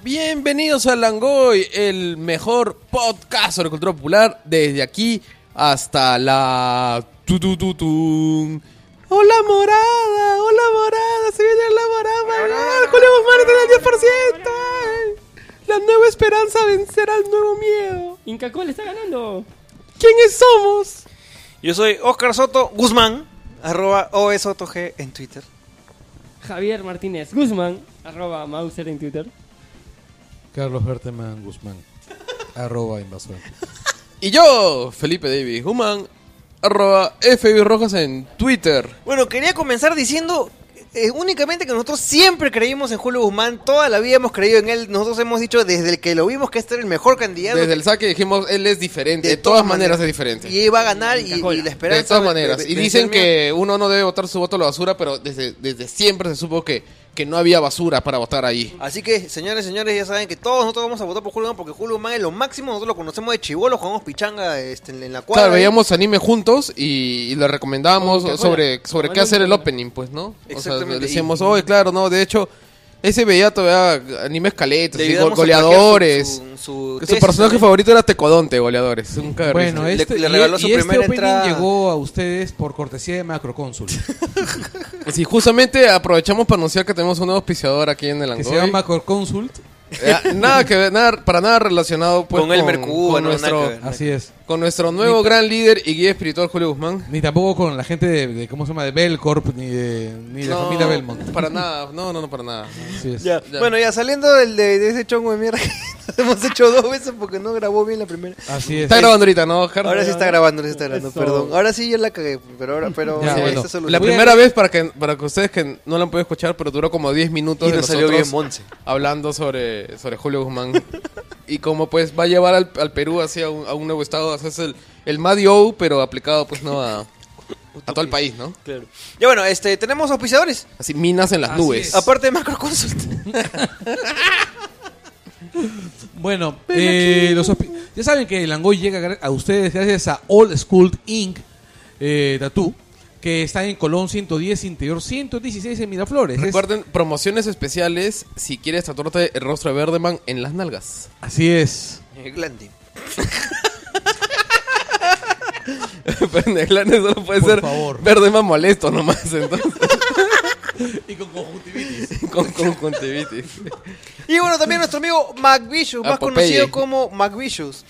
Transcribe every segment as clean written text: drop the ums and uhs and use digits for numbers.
Bienvenidos a Langoy, el mejor podcast sobre cultura popular desde aquí hasta la... ¡Hola morada! ¡Se viene la morada! ¡Julio Guzmán tiene el 10%! La nueva esperanza vencerá al nuevo miedo. Inca Cola está ganando. ¿Quiénes somos? Yo soy Oscar Soto Guzmán, @OSOTOG en Twitter. Javier Martínez Guzmán, @Mauser en Twitter. Carlos Berteman Guzmán, @invasor. Y yo, Felipe David Guzmán, @FBRojas en Twitter. Bueno, quería comenzar diciendo únicamente que nosotros siempre creímos en Julio Guzmán, toda la vida hemos creído en él. Nosotros hemos dicho desde el que lo vimos que este era el mejor candidato. Desde el saque dijimos, él es diferente, de todas maneras es diferente. Y iba a ganar y la esperanza. De todas maneras. Y dicen que uno no debe votar su voto a la basura, pero desde siempre se supo que no había basura para votar ahí. Así que, señores, ya saben que todos nosotros vamos a votar por Julio Guzmán porque Julio Guzmán es lo máximo. Nosotros lo conocemos de chibolo, jugamos pichanga en la cuadra. Claro, veíamos anime juntos y le recomendábamos sobre qué hacer el opening, pues, ¿no? Exactamente. O sea, decíamos, oye, claro, no, de hecho... Ese veía todavía anime escaletos, goleadores. Su personaje favorito era Tecodonte, goleadores. Bueno, le regaló su primera entrada. Llegó a ustedes por cortesía de Macrocónsul. Sí, justamente aprovechamos para anunciar que tenemos un nuevo auspiciador aquí en el Langoy. Que se llama Macroconsult. Para nada relacionado pues, con el Mercurio, con nuestro, así es. Con nuestro nuevo gran líder y guía espiritual Julio Guzmán. Ni tampoco con la gente de ¿cómo se llama? De Belcorp, ni de la familia Belmont. Para nada, no, para nada. Así es. Ya. Bueno, ya saliendo de ese chongo de mierda que hemos hecho 2 veces porque no grabó bien la primera. Así es. Está grabando ahorita, ¿no, Carlos? Ahora sí está grabando, perdón. Ahora sí yo la cagué, pero Ya, sí, bueno. esta solución. La primera vez para que ustedes que no la han podido escuchar, pero duró como 10 minutos Y de nos salió nosotros bien Monse. hablando sobre Julio Guzmán y cómo pues va a llevar al Perú hacia a un nuevo estado, o sea, es el Madio, pero aplicado pues no a todo el país, ¿no? Claro. Ya bueno, tenemos auspiciadores. Así minas en las Así nubes. es. Aparte de Macroconsult. Bueno, ya saben que el Langoy llega a ustedes gracias a Old School Inc. Tattoo, que está en Colón 110, Interior 116 en Miraflores. Recuerden, promociones especiales si quieres tatuarte el rostro de Verdeman en las nalgas. Así es. Glande. Pero en el glande solo puede Por ser favor. Verdeman molesto nomás, entonces. Y con conjuntivitis. Con conjuntivitis. Y bueno, también nuestro amigo McVicious, más Popeye. conocido como McVicious.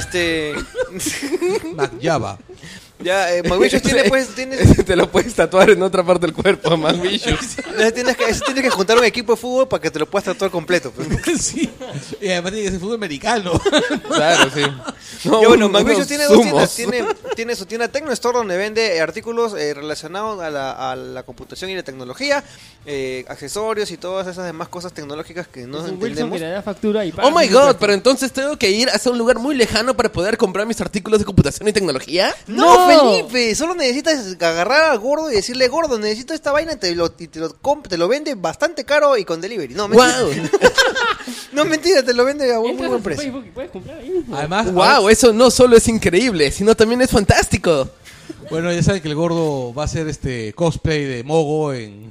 Macyaba. Ya, McVicious tiene Te lo puedes tatuar en otra parte del cuerpo, más bichos. tienes que juntar un equipo de fútbol para que te lo puedas tatuar completo. Pues. Sí. Y además tiene que ser fútbol americano. Claro, sí. No, Y bueno, unos McVicious tiene 2 zumos. tiendas. Tiene su tienda Tecno Store donde vende artículos relacionados a la computación y la tecnología, accesorios y todas esas demás cosas tecnológicas que no Es un Wilson entendemos. que le da factura y Oh my god, pero entonces tengo que ir hacia un lugar muy lejano para poder comprar mis artículos de computación y tecnología. No, Felipe, solo necesitas agarrar al gordo y decirle, gordo, necesito esta vaina y te lo vende bastante caro y con delivery. No, mentira. Wow. No, mentira, te lo vende a un muy Entras buen a precio. Facebook y puedes comprar ahí mismo. Además, Wow, eso no solo es increíble, sino también es fantástico. bueno, ya saben que el gordo va a hacer cosplay de Mogo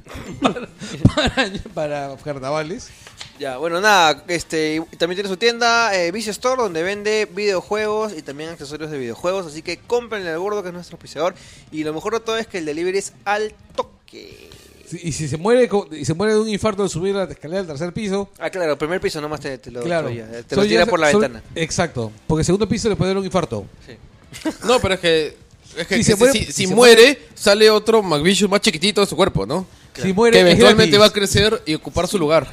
para carnavales. Ya, bueno, nada, también tiene su tienda Vice Store donde vende videojuegos y también accesorios de videojuegos, así que cómprenle al gordo que es nuestro auspiciador y lo mejor de todo es que el delivery es al toque. Sí, y si se muere de un infarto de subir la escalera al tercer piso, Ah, claro, el primer piso nomás te lo claro, te lo tira por la ventana. Exacto, porque el segundo piso le puede dar un infarto. Sí. No, pero es que si se muere, sale otro McVicious más chiquitito de su cuerpo, ¿no? Si muere, Que eventualmente es va a gratis. crecer y ocupar su lugar.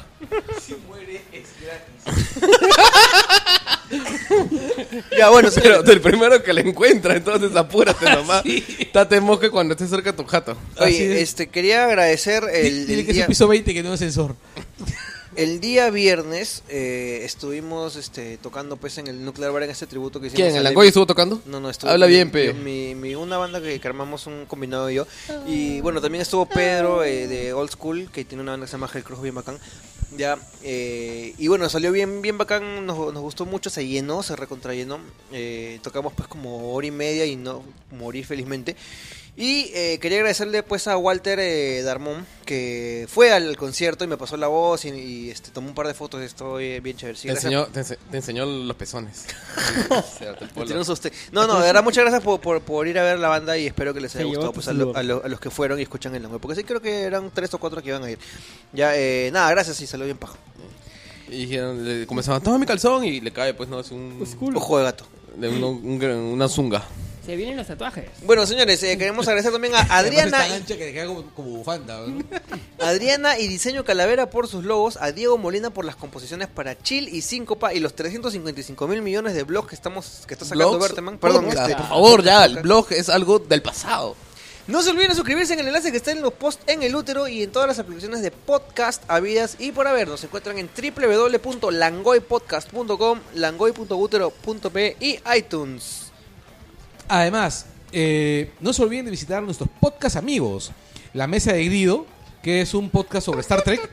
Ya, bueno, Pero del primero que le encuentra, entonces apúrate nomás. Date moje cuando estés cerca de tu jato. oye, Así quería agradecer Dile que es un piso 20 que no es ascensor. el día viernes estuvimos tocando pues en el Nuclear Bar en este tributo que hicimos. ¿Quién? a ¿El Levi. Langoy estuvo tocando? No, estuvo. Habla bien, pe. Una banda que armamos un combinado y yo. Y bueno, también estuvo Pedro de Old School, que tiene una banda que se llama Hellcross bien bacán. Ya, y bueno, salió bien bacán, nos gustó mucho, se llenó, se recontrallenó. Tocamos pues como hora y media y no morir felizmente. Y quería agradecerle pues a Walter Darmón, que fue al concierto y me pasó la voz y tomó un par de fotos. Estoy bien chévere. Sí, Te enseñó los pezones. O sea, el polo. Tenemos a usted. No, de verdad, muchas gracias por ir a ver la banda y espero que les haya Se gustado llevó pues, tu a sudor. los que fueron y escuchan el nombre. Porque sí creo que eran 3 o 4 que iban a ir. Ya, nada, gracias y salió bien paja. Y dijeron, le comenzaban, toma mi calzón y le cae, pues, no, es Pues cool. Ojo de gato. una zunga. Se vienen los tatuajes. Bueno, señores, queremos agradecer también a Adriana. Adriana. Es tan ancha que le queda como bufanda. ¿No? Adriana y Diseño Calavera por sus logos, a Diego Molina por las composiciones para Chill y Síncopa y los 355 mil millones de blogs que está sacando ¿Blogs? Berteman. Perdón, Por favor, ya, el blog es algo del pasado. No se olviden de suscribirse en el enlace que está en los posts en el útero y en todas las aplicaciones de podcast habidas y por haber. Nos encuentran en www.langoypodcast.com, langoy.utero.pe y iTunes. Además, no se olviden de visitar nuestros podcast amigos. La Mesa de Grido, que es un podcast sobre Star Trek,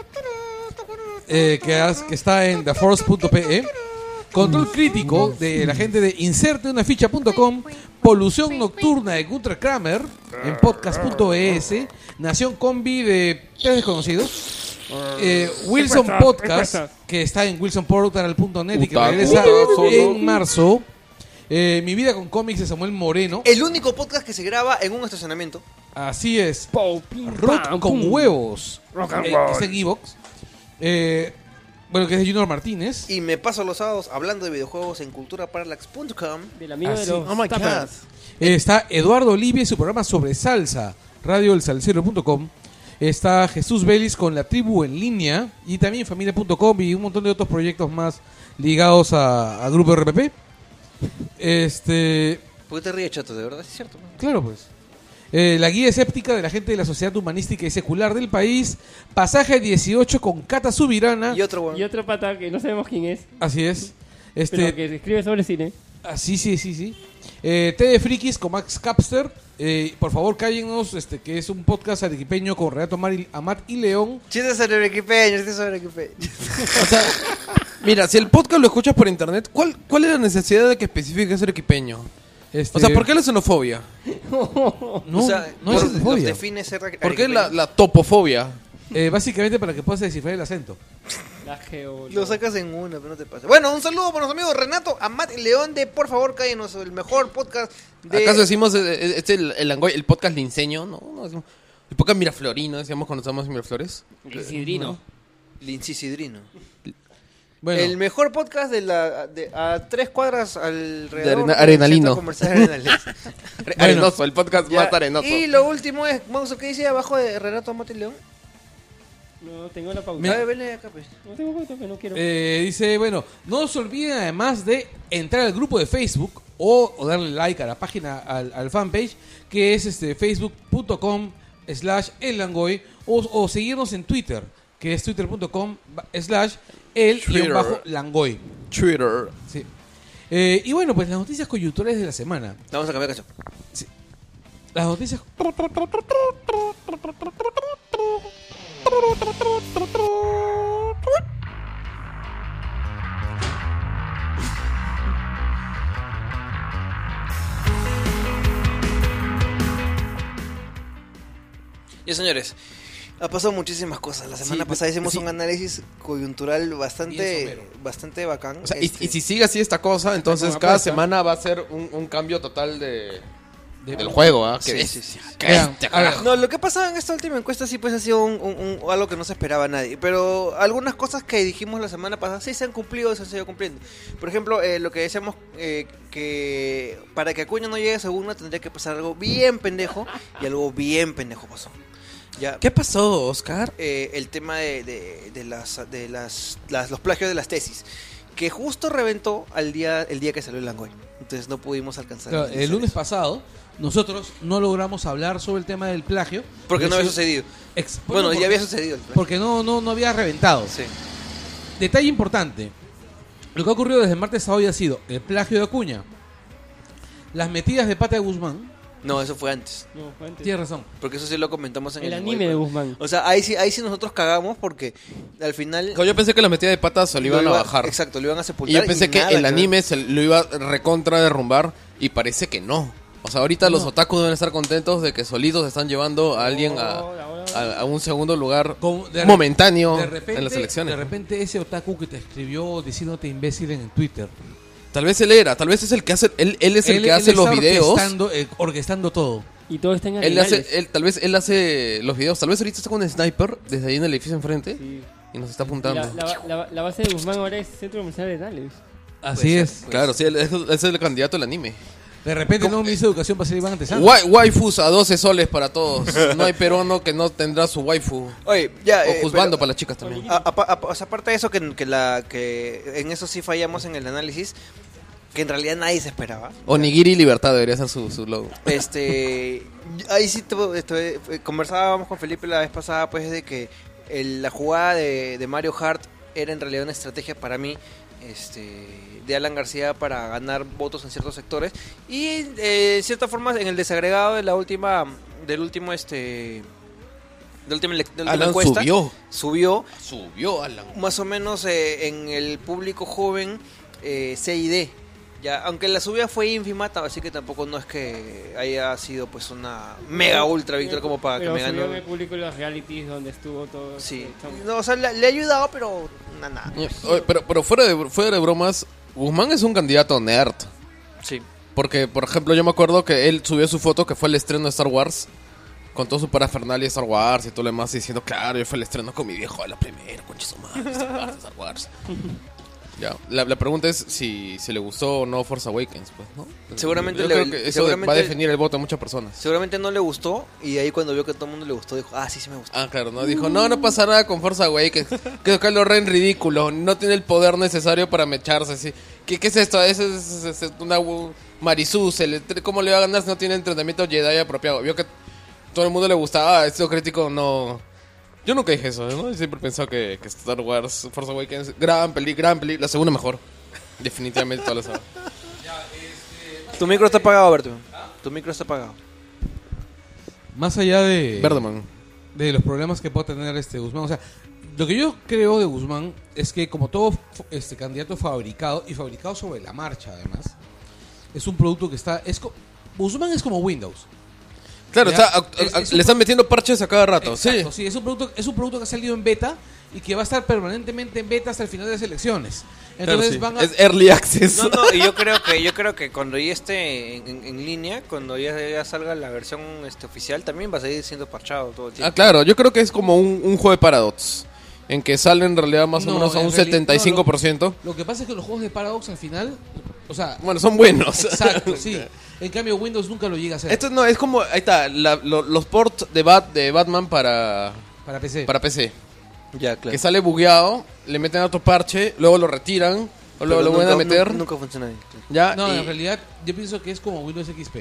que está en theforce.pe. Control Crítico, de la gente de inserteunaficha.com. Polución Nocturna de Gunter Kramer en podcast.es. Nación Combi de Tres Desconocidos. Wilson Encuestas, Podcast, encuestas. que está en wilsonportal.net y que Otaku, regresa solo. en marzo. Mi vida con cómics de Samuel Moreno. El único podcast que se graba en un estacionamiento. Así es. Pow, pim, Rock pam, con pum. huevos. Rock and Que roll. está en Evox. Bueno, que es de Junior Martínez. Y me paso los sábados hablando de videojuegos en culturaparallax.com. Del amigo Ah, de sí. los Oh my tappers. God. Está Eduardo Olivia y su programa sobre salsa, radioelsalcero.com. Está Jesús Vélez con La Tribu en Línea y también familia.com y un montón de otros proyectos más ligados a Grupo RPP. ¿Por qué te ríes, chato? De verdad, es cierto. Claro, pues. La guía escéptica de la gente de la sociedad humanística y secular del país. Pasaje 18 con Cata Subirana. Y otro, bueno. Y otro pata que no sabemos quién es, Así es. pero que escribe sobre cine. Sí. Té de Frikis con Max Capster. Por favor, cállenos, que es un podcast arequipeño con Renato Amat y León. Chistes sobre equipeño, chistes sobre equipeño. O sea, mira, si el podcast lo escuchas por internet, ¿cuál es la necesidad de que especifique ser equipeño? O sea, ¿por qué la xenofobia? No, o sea, no es los xenofobia. define ser ¿Por qué arequipeño. la topofobia? Básicamente para que puedas descifrar el acento. La geo. Lo sacas en una, pero no te pasa. Bueno, un saludo para nuestro amigo Renato Amat y León de Por favor, cállenos, el mejor podcast de... ¿Acaso decimos el Langoy, el podcast linceño? No, decimos, el podcast miraflorino, decíamos cuando estábamos en Miraflores. Isidrino. Lincisidrino. Bueno, El mejor podcast a 3 cuadras alrededor De del Arenalino. Centro Comercial Arenales. Arenoso, el podcast Ya, más arenoso. Y lo último es, vamos, ¿qué dice abajo de Renato Amat y León? No tengo la pauta. Mira. A ver, venle acá, pues. No tengo pauta que no quiero. dice, bueno, no se olviden además de entrar al grupo de Facebook o darle like a la página, al fanpage, que es facebook.com/ellangoy o seguirnos en Twitter, que es twitter.com/el_langoy. Twitter. Sí. Y bueno, pues las noticias coyunturales de la semana. Vamos a cambiar de canción. Las noticias... Ya, señores, ha pasado muchísimas cosas. La semana Sí, pasada hicimos sí. un análisis coyuntural Bien bastante, somero. bastante bacán. O sea, y si sigue así esta cosa, entonces como cada apuesta. semana va a ser un cambio total del juego, ¿ah? Sí, Que sí, sí. Vean, a ver, No, lo que pasaba en esta última encuesta sí pues ha sido algo que no se esperaba a nadie. Pero algunas cosas que dijimos la semana pasada sí se han cumplido, se han seguido cumpliendo. Por ejemplo, lo que decíamos que para que Acuña no llegue a segunda tendría que pasar algo bien pendejo. Y algo bien pendejo pasó. Ya, ¿Qué pasó, Oscar? el tema de los plagios de las tesis. Que justo reventó el día que salió el Langoy. Entonces no pudimos alcanzar. claro, a el lunes pasado nosotros no logramos hablar sobre el tema del plagio. Porque no había Eso- sucedido. Bueno, Bueno, ya porque- había sucedido el plagio. Porque no había reventado. Sí. Detalle importante. Lo que ha ocurrido desde el martes a hoy ha sido el plagio de Acuña, las metidas de pata de Guzmán. No, eso fue antes. No, fue antes. Tienes razón. Porque eso sí lo comentamos en El el anime de Guzmán. O sea, ahí sí nosotros cagamos porque al final... Yo pensé que la metida de patas se lo iban a bajar. Exacto, lo iban a Y sepultar. yo pensé que nada el ver. anime se lo iba a recontra derrumbar y parece que no. O sea, ahorita los otakus deben estar contentos de que solitos están llevando a alguien a un segundo lugar momentáneo en las elecciones. De repente ese otaku que te escribió diciéndote imbécil en Twitter. Tal vez es el que hace, él es el que hace los está videos. Orquestando todo. Y todo está en Tal animales. vez él hace los videos. Tal vez ahorita está con un sniper desde ahí en el edificio enfrente Sí. y nos está apuntando. La base de Guzmán ahora es Centro Comercial de Tales. Así es. Claro, sí, él es el candidato del anime. De repente no me hizo educación para ser Iván Antesana. Waifus a 12 soles para todos. No hay peruano que no tendrá su waifu. Oye, ya. O juzgando para las chicas también. O sea, aparte de eso, que en eso sí fallamos en el análisis, que en realidad nadie se esperaba. Onigiri Libertad debería ser su logo. Ahí sí conversábamos con Felipe la vez pasada, pues, de que la jugada de Mario Hart era en realidad una estrategia para mí, de Alan García para ganar votos en ciertos sectores y de cierta forma en el desagregado de la última Alan encuesta subió Alan. más o menos en el público joven C y D. Ya, aunque la subida fue ínfima, así que tampoco no es que haya sido pues una mega ultra victoria como para que me Pero ganó. subió en el público los realities donde estuvo todo. Sí, no, o sea, le ha ayudado, pero nada. Oye, pero fuera de bromas, Guzmán es un candidato nerd. Sí. Porque, por ejemplo, yo me acuerdo que él subió su foto que fue el estreno de Star Wars. Con todo su parafernalia de Star Wars y todo lo demás, diciendo, claro, yo fui el estreno con mi viejo a la primera, concha su madre, Star Wars. Ya, la pregunta es si le gustó o no Force Awakens, pues, ¿no? Seguramente yo creo que eso va a definir el voto de muchas personas. Seguramente no le gustó y ahí cuando vio que a todo el mundo le gustó dijo, sí me gustó. Ah, claro, no dijo, no pasa nada con Force Awakens, que Kylo Ren ridículo, no tiene el poder necesario para mecharse así. ¿Qué es esto? Es una Marisú, ¿cómo le va a ganar si no tiene entrenamiento Jedi apropiado? Vio que todo el mundo le gustaba, esto crítico no. Yo nunca dije eso, ¿no? Yo siempre he pensado que Star Wars, Force Awakens, gran peli, la segunda mejor. Definitivamente todas las sagas. Tu micro está apagado, Berto. Tu micro está apagado. Más allá de Verdeman. de los problemas que pueda tener Guzmán, o sea, lo que yo creo de Guzmán es que como todo candidato fabricado y fabricado sobre la marcha además, es un producto que Guzmán es como Windows. Claro, ¿Ya? le están metiendo parches a cada rato. Exacto, Sí. sí, es un producto que ha salido en beta y que va a estar permanentemente en beta hasta el final de las elecciones. Entonces Claro, sí. van a... Es early access. No, y yo creo que cuando ya esté en línea, cuando ya salga la versión oficial, también va a seguir siendo parchado todo el tiempo. Ah, claro, yo creo que es como un juego de Paradox. En que sale en realidad más o menos a un 75%. Lo que pasa es que los juegos de Paradox al final, o sea... Bueno, son buenos. Exacto, sí. En cambio Windows nunca lo llega a hacer. Esto no, es como, ahí está, los ports de Batman para PC. PC. Ya, claro. Que sale bugueado, le meten otro parche, luego lo retiran, o luego lo vuelven a meter. Nunca funciona bien. Ya, No, y- en realidad yo pienso que es como Windows XP.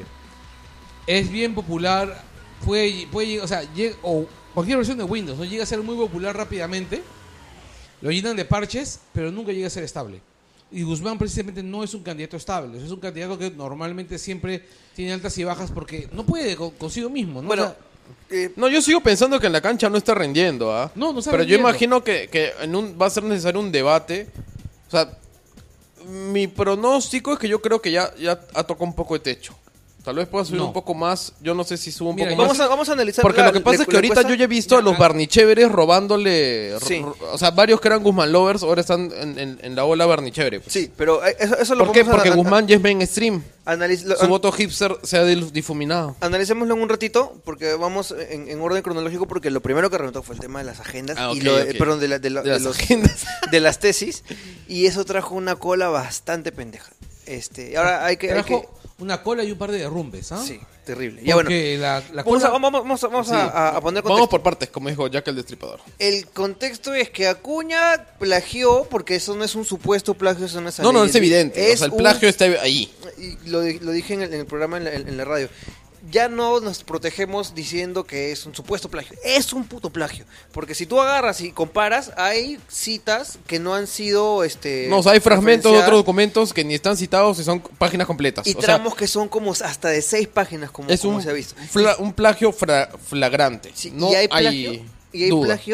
Es bien popular, puede o sea, o cualquier versión de Windows, ¿no? Llega a ser muy popular rápidamente, lo llenan de parches, pero nunca llega a ser estable. Y Guzmán precisamente no es un candidato estable, es un candidato que normalmente siempre tiene altas y bajas porque no puede consigo mismo, ¿no? Bueno, O sea, No, yo sigo pensando que en la cancha no está rendiendo, ¿ah? No está Pero yo rendiendo. imagino que va a ser necesario un debate. O sea, mi pronóstico es que yo creo que ya ha tocado un poco de techo. Tal vez pueda subir No. un poco más. Yo no sé si subo un Mira, poco más. vamos a analizar. Porque lo que pasa es que ahorita yo ya he visto a los Barnicheveres robándole. Sí. O sea, varios que eran Guzmán lovers ahora están en la ola Barnichevere. Pues. Sí, pero eso lo ¿Por qué? vamos Porque Guzmán ya es mainstream. Su An- voto hipster se ha difuminado. Analicémoslo en un ratito, porque vamos en orden cronológico, porque lo primero que reventó fue el tema de las agendas, Ah, y ok, ok. perdón, de las los- agendas. de las tesis, y eso trajo una cola bastante pendeja. Ahora hay que... trajo una cola y un par de derrumbes, ¿ah? Sí, terrible. Ya bueno, Porque la vamos, cola... vamos Sí. a poner Vamos contexto. por partes, como dijo Jack el Destripador. El contexto es que Acuña plagió, porque eso no es un supuesto plagio, eso no es... No, es evidente. Es o sea, el un- plagio está ahí. y lo dije en el programa en la radio. Ya no nos protegemos diciendo que es un supuesto plagio. Es un puto plagio. Porque si tú agarras y comparas, hay citas que no han sido... No, o sea, hay fragmentos de referenciadas, otros documentos que ni están citados y son páginas completas. y O sea, tramos que son como hasta de 6 páginas, como es se ha visto. un plagio flagrante. Sí, no y hay plagio, duda. plagio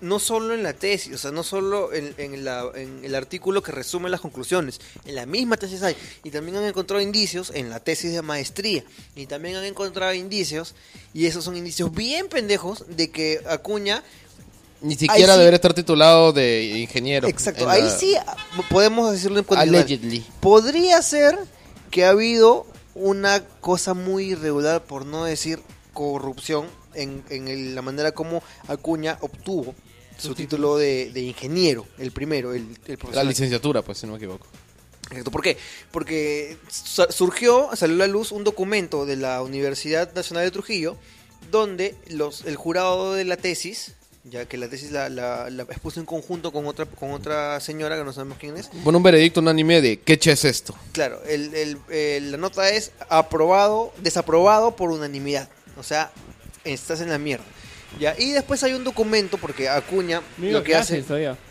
no solo en la tesis, o sea, no solo en el artículo que resume las conclusiones, en la misma tesis hay, y también han encontrado indicios en la tesis de maestría, y también han encontrado indicios, y esos son indicios bien pendejos, de que Acuña... Ni siquiera sí, debería estar titulado de ingeniero. exacto, ahí sí podemos decirlo en condicional. Allegedly. Podría ser que ha habido una cosa muy irregular, por no decir corrupción, en la manera como Acuña obtuvo su título de ingeniero, el primero, el La profesional. licenciatura, pues, si no me equivoco. Exacto. ¿Por qué? Porque salió a la luz un documento de la Universidad Nacional de Trujillo, donde el jurado de la tesis, ya que la tesis la expuso en conjunto con otra señora que no sabemos quién es. Bueno, un veredicto unánime de ¿qué che es esto? Claro, la nota es desaprobado por unanimidad. O sea, estás en la mierda. Ya, y después hay un documento, porque Acuña lo que hace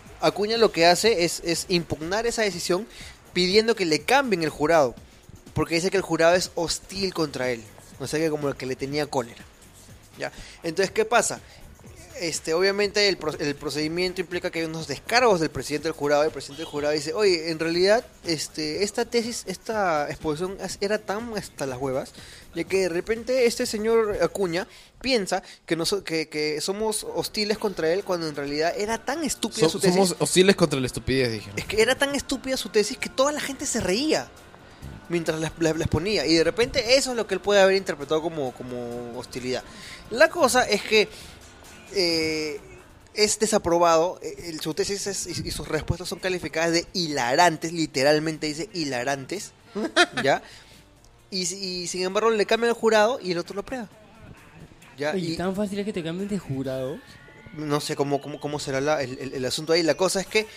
es impugnar esa decisión pidiendo que le cambien el jurado, porque dice que el jurado es hostil contra él, o sea que como el que le tenía cólera. Ya, entonces ¿qué pasa? Obviamente el procedimiento implica que hay unos descargos del presidente del jurado. El presidente del jurado dice: oye, en realidad esta exposición era tan hasta las huevas, ya que de repente este señor Acuña piensa que somos hostiles contra él, cuando en realidad era tan estúpida su tesis. Somos hostiles contra la estupidez, dijeron. Es que era tan estúpida su tesis que toda la gente se reía mientras las ponía, y de repente eso es lo que él puede haber interpretado como hostilidad. La cosa es que es desaprobado, su tesis y sus respuestas son calificadas de hilarantes, literalmente dice hilarantes, ¿ya? Y sin embargo le cambian el jurado y el otro lo aprueba. ¿Ya? Oye, tan fácil es que te cambien de jurado. No sé cómo será el asunto ahí. La cosa es que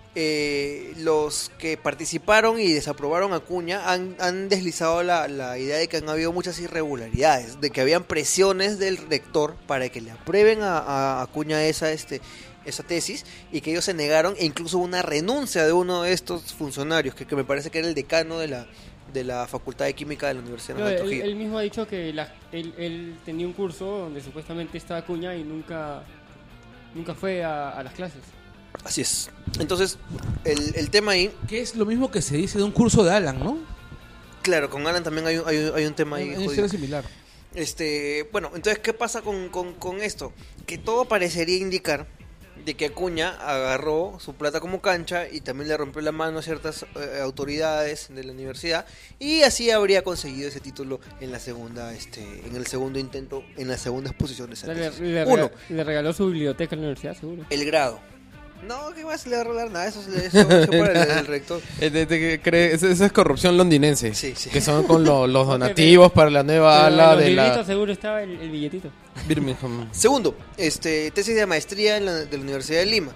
los que participaron y desaprobaron Acuña han deslizado la idea de que han habido muchas irregularidades, de que habían presiones del rector para que le aprueben a Acuña esa tesis, y que ellos se negaron, e incluso hubo una renuncia de uno de estos funcionarios, que me parece que era el decano de la Facultad de Química de la Universidad Nacional de Trujillo. Él mismo ha dicho que él tenía un curso donde supuestamente estaba Acuña y nunca fue a las clases. Así es. Entonces, el tema ahí... Que es lo mismo que se dice de un curso de Alan, ¿no? Claro, con Alan también hay un tema ahí Es jodido. similar. Bueno, entonces, ¿qué pasa con esto? Que todo parecería indicar de que Acuña agarró su plata como cancha y también le rompió la mano a ciertas autoridades de la universidad, y así habría conseguido ese título en la segunda, en el segundo intento, en la segunda exposición de esa tesis. Le regaló su biblioteca a la universidad, seguro. El grado. No, ¿qué más le va a regalar? Nada, eso para el rector. Esa es corrupción londinense. Sí, sí. Que son con los donativos para la nueva ala de la seguro estaba el billetito. Birmingham. Segundo, tesis de maestría de la Universidad de Lima.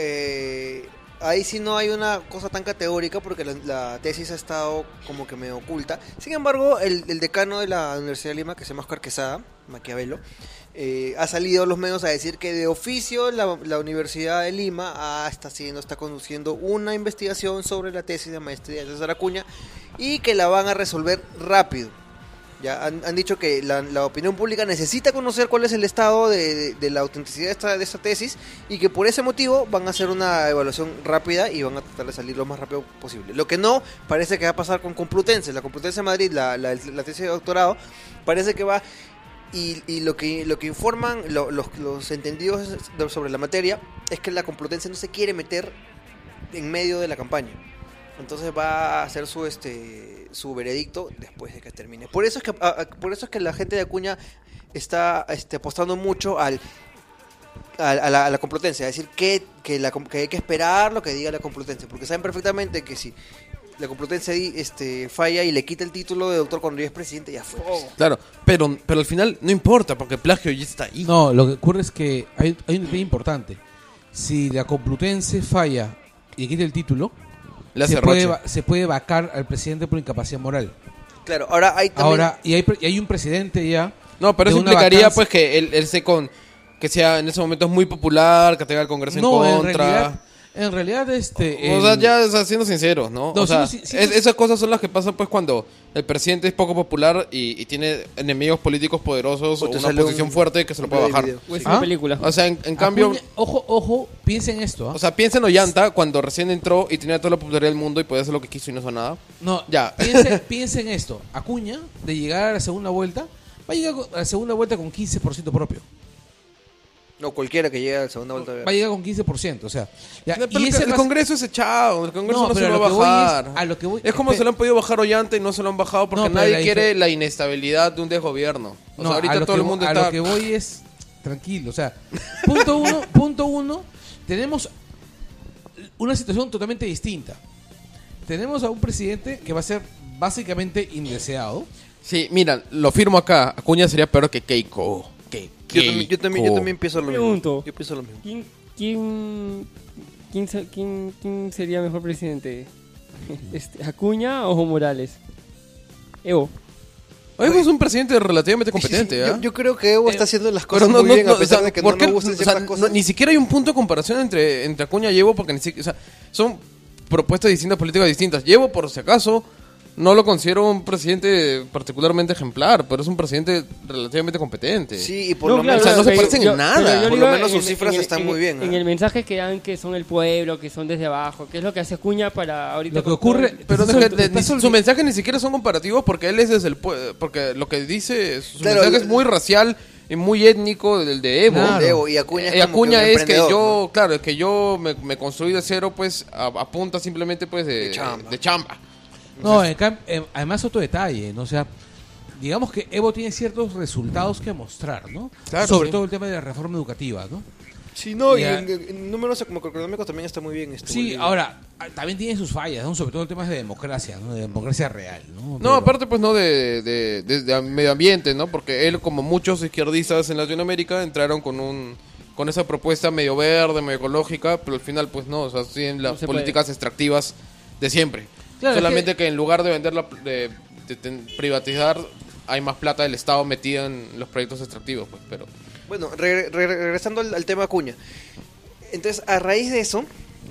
Ahí sí no hay una cosa tan categórica, porque la tesis ha estado como que medio oculta. Sin embargo, el decano de la Universidad de Lima, que se llama Oscar Quesada, Maquiavelo, ha salido a los medios a decir que de oficio la Universidad de Lima está conduciendo una investigación sobre la tesis de maestría de César Acuña, y que la van a resolver rápido. Ya han dicho que la opinión pública necesita conocer cuál es el estado de la autenticidad de esta tesis, y que por ese motivo van a hacer una evaluación rápida y van a tratar de salir lo más rápido posible. Lo que no parece que va a pasar con Complutense. La Complutense de Madrid, la tesis de doctorado, parece que va... Y lo que informan los entendidos sobre la materia es que la Complutense no se quiere meter en medio de la campaña. Entonces va a hacer su veredicto después de que termine. Por eso es que la gente de Acuña está apostando mucho a la Complutense, a decir que hay que esperar lo que diga la Complutense, porque saben perfectamente que si la Complutense falla y le quita el título de doctor cuando ya es presidente, ya fue. Claro, pero al final no importa, porque el plagio ya está ahí. No, lo que ocurre es que hay un detalle importante. Si la Complutense falla y quita el título, se puede vacar al presidente por incapacidad moral. Claro, ahora hay también... hay un presidente ya. No, pero eso implicaría pues que él que sea en ese momento es muy popular, que tenga el Congreso en contra. En realidad, O sea, ya o sea, siendo sinceros, ¿no? No, o sea, siendo- esas cosas son las que pasan pues cuando el presidente es poco popular y tiene enemigos políticos poderosos O o te una sale oposición un- fuerte que se lo puede video. bajar. O es ¿Ah? una película. O sea, en cambio, Acuña- ojo, piensen esto. ¿ah? o sea, piensa en Ollanta cuando recién entró y tenía toda la popularidad del mundo y podía hacer lo que quiso y no hizo nada. No, Ya. piensen esto. Acuña, de llegar a la segunda vuelta, va a llegar a la segunda vuelta con 15% propio. No, cualquiera que llegue a la segunda vuelta. Va a llegar con 15%, o sea. ya, Pero y ese el va a- Congreso es echado, el Congreso no, se pero lo va a a lo que voy bajar. es- a lo que voy- Es como se lo han podido bajar Ollanta y no se lo han bajado porque No, pero nadie la quiere difer- la inestabilidad de un desgobierno. O No, sea, a ahorita lo todo que el mundo a está... lo que voy es tranquilo, o sea, punto uno, tenemos una situación totalmente distinta. Tenemos a un presidente que va a ser básicamente indeseado. Sí, mira, lo firmo acá. Acuña sería peor que Keiko. Yo también pienso lo mismo. Pregunto. Yo pienso lo mismo. ¿Quién sería mejor presidente? ¿Acuña o Morales? Evo. Evo es un presidente relativamente competente, ¿ah? Yo creo que Evo está haciendo las Pero cosas muy bien, a o pesar sea, de que ¿por no qué? nos gusten O sea, ciertas cosas. ni siquiera hay un punto de comparación entre Acuña y Evo porque ni siquiera, o sea, son propuestas distintas, políticas distintas. Y Evo, por si acaso, no lo considero un presidente particularmente ejemplar, pero es un presidente relativamente competente. Sí, y por No, lo claro, menos... o sea, no se pero parecen en nada. pero yo Por digo lo menos sus en- cifras en el- están en- muy bien, En ¿eh? el mensaje que dan que son el pueblo, que son desde abajo, que es lo que hace Acuña para ahorita... Lo que con ocurre- todo el- Pero Estás es que olvi- estás su olvi- mensaje ni siquiera son comparativos porque él es desde el porque lo que dice su Claro, mensaje es muy racial y muy étnico del de Evo. Claro. de Evo, y Acuña es, como Acuña que un es que emprendedor, yo, ¿no? claro, es que yo me construí de cero, pues a punta simplemente pues De chamba. de chamba. No, además otro detalle, ¿no? O sea, digamos que Evo tiene ciertos resultados que mostrar, ¿no? Claro, Sobre sí. todo el tema de la reforma educativa, ¿no? Sí, no, y Ya. en números macroeconómicos también está muy bien. Sí, Bolivia. ahora, también tiene sus fallas, ¿no? Sobre todo el tema de democracia, ¿no? De democracia real, ¿no? No, Pero- aparte pues no de medio ambiente, ¿no? Porque él, como muchos izquierdistas en Latinoamérica, entraron con esa propuesta medio verde, medio ecológica, pero al final pues no, o sea, siguen las No se políticas extractivas de siempre. Claro, es Solamente que en lugar de venderla, de privatizar, hay más plata del Estado metida en los proyectos extractivos, pues, pero... Bueno, regresando al tema Acuña. Entonces, a raíz de eso,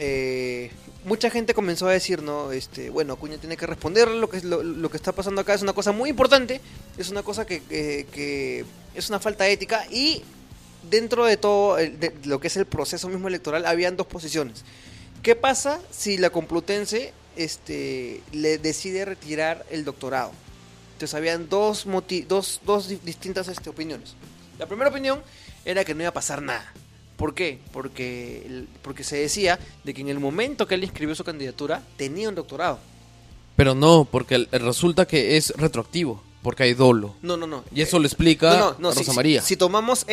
mucha gente comenzó a decir, ¿no? Bueno, Acuña tiene que responder lo que está pasando acá. Es una cosa muy importante. Es una cosa que es una falta ética. Y dentro de todo de lo que es el proceso mismo electoral, habían dos posiciones. ¿Qué pasa si la Complutense le decide retirar el doctorado? Entonces, habían dos distintas opiniones. La primera opinión era que no iba a pasar nada. ¿Por qué? Porque se decía de que en el momento que él inscribió su candidatura tenía un doctorado. Pero no, porque resulta que es retroactivo, porque hay dolo. No. Y eso lo explica No, Rosa María. Si tomamos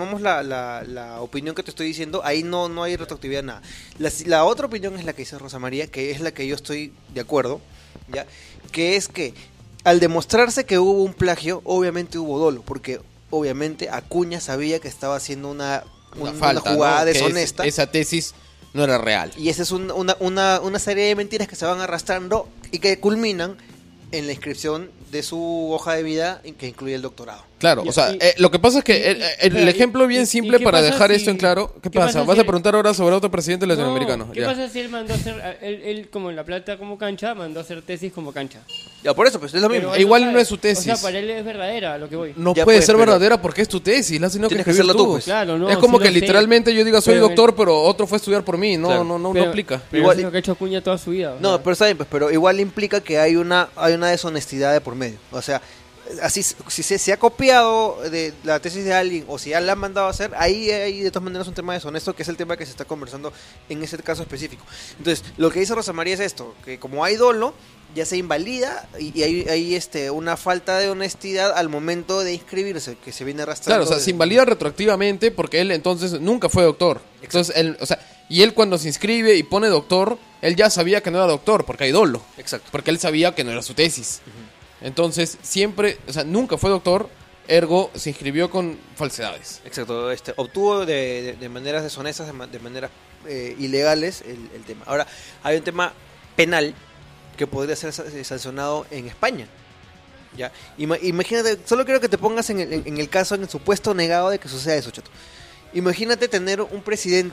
la opinión que te estoy diciendo, ahí no hay retroactividad, nada. La otra opinión es la que dice Rosa María, que es la que yo estoy de acuerdo, ¿ya? Que es que al demostrarse que hubo un plagio, obviamente hubo dolo, porque obviamente Acuña sabía que estaba haciendo una falta, jugada ¿no? Que deshonesta. esa tesis no era real. Y esa es una serie de mentiras que se van arrastrando y que culminan en la inscripción de su hoja de vida que incluye el doctorado. Claro, Y- o sea, y- lo que pasa es que el espera, ejemplo bien y simple qué para pasa dejar si- esto en claro, ¿qué qué pasa? pasa ¿Vas si a preguntar ahora sobre otro presidente latinoamericano? No, ¿qué Ya. pasa si él mandó a hacer, él como en La Plata como cancha, mandó a hacer tesis como cancha? Ya, por eso, pues es lo mismo. Pero E igual sabe. no es su tesis. O sea, para él es verdadera, a lo que voy. No Ya, puede pues, ser pero- verdadera porque es tu tesis, la has tenido que Tienes que escribir hacerla tú, tú. pues. Claro, no. Es como sí que lo sé. literalmente yo diga soy Pero doctor, pero otro fue a estudiar por mí. No, Claro. no Pero- aplica. Pero Igual- eso es lo que ha hecho Acuña toda su vida. o No, sea. pero está bien, pues, pero igual implica que hay una deshonestidad de por medio. O sea, así si se ha copiado de la tesis de alguien o si ya la han mandado a hacer, ahí hay de todas maneras un tema deshonesto, que es el tema que se está conversando en ese caso específico. Entonces, lo que dice Rosa María es esto, que como hay dolo, ya se invalida y hay una falta de honestidad al momento de inscribirse, que se viene arrastrando. Claro, o sea, se invalida retroactivamente porque él entonces nunca fue doctor. Entonces, él, o sea, y él cuando se inscribe y pone doctor, él ya sabía que no era doctor porque hay dolo. Exacto. Porque él sabía que no era su tesis. Entonces, siempre, o sea, nunca fue doctor, ergo se inscribió con falsedades. Exacto, obtuvo de maneras deshonestas, de maneras ilegales el tema. Ahora, hay un tema penal que podría ser sancionado en España. ¿Ya? Imagínate, solo quiero que te pongas en el caso, en el supuesto negado de que suceda eso, chato. Imagínate tener un presidente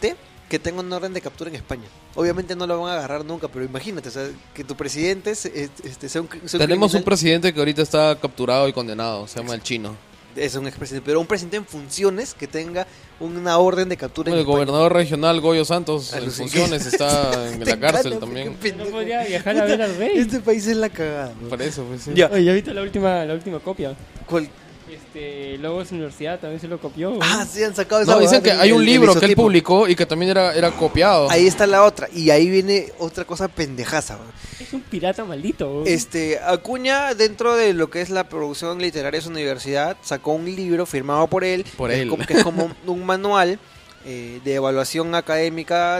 que tenga una orden de captura en España. Obviamente no lo van a agarrar nunca, pero imagínate, o sea, que tu presidente sea un Tenemos un criminal. presidente que ahorita está capturado y condenado, se llama el Chino. Es un expresidente, pero un presidente en funciones que tenga una orden de captura El en España. gobernador regional Goyo Santos en Alucin- funciones está en Te la cárcel encanta, también. qué pendejo. No podía viajar a ver al rey. Este país es la cagada. ¿No? Por eso, pues sí. Ya. Oye, ¿ya viste la última copia? ¿Cuál? Logos Universidad también se lo copió. güey. Ah, sí, han sacado esa No, dicen huevada que hay un el libro que él isotipo. publicó y que también era copiado. Ahí está la otra. Y ahí viene otra cosa pendejaza. ¿No? Es un pirata maldito. güey. Acuña, dentro de lo que es la producción literaria de su universidad, sacó un libro firmado por él. Por que es él. como- que es como un manual de evaluación académica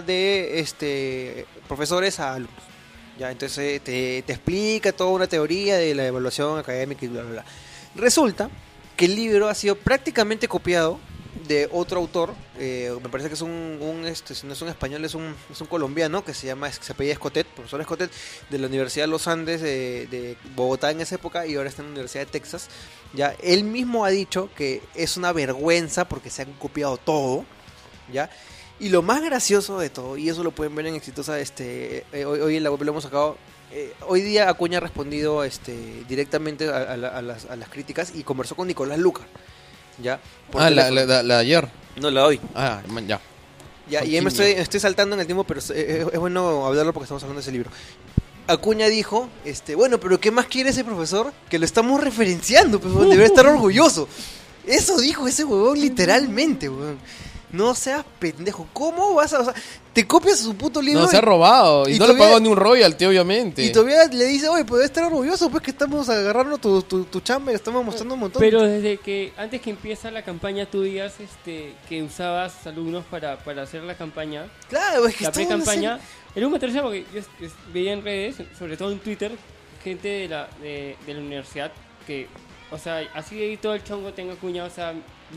de profesores a alumnos. Ya, entonces te explica toda una teoría de la evaluación académica y bla, bla, bla. Resulta que el libro ha sido prácticamente copiado de otro autor, me parece que es si no es un español, es un colombiano que se apellida Escotet, profesor Escotet, de la Universidad de los Andes de Bogotá en esa época, y ahora está en la Universidad de Texas. Ya, él mismo ha dicho que es una vergüenza porque se han copiado todo, ¿ya? Y lo más gracioso de todo, y eso lo pueden ver en Exitosa, hoy en la web lo hemos sacado. Hoy día Acuña ha respondido directamente a las críticas y conversó con Nicolás Luca, ¿ya? Por La teléfono. de ayer. No, la de hoy. Ah, man, ya. Ya, y ahí me estoy saltando en el tiempo, pero es bueno hablarlo porque estamos hablando de ese libro. Acuña dijo, bueno, pero ¿qué más quiere ese profesor? Que lo estamos referenciando, pues debería estar orgulloso. Eso dijo ese huevón literalmente, huevón. No seas pendejo. ¿Cómo vas a...? O sea, te copias su puto libro No, se ha robado. Y no le todavía- pagó ni un royalty, obviamente. y todavía le dice, oye, pues debe estar orgulloso, pues que estamos agarrando tu chamba y le estamos mostrando un montón. Pero desde que antes que empieza la campaña tú digas que usabas alumnos para hacer la campaña, Claro, es que la está una pre-campaña, serie- era un material porque yo veía en redes, sobre todo en Twitter, gente de la universidad que, o sea, así de ahí todo el chongo tenga cuña, o sea,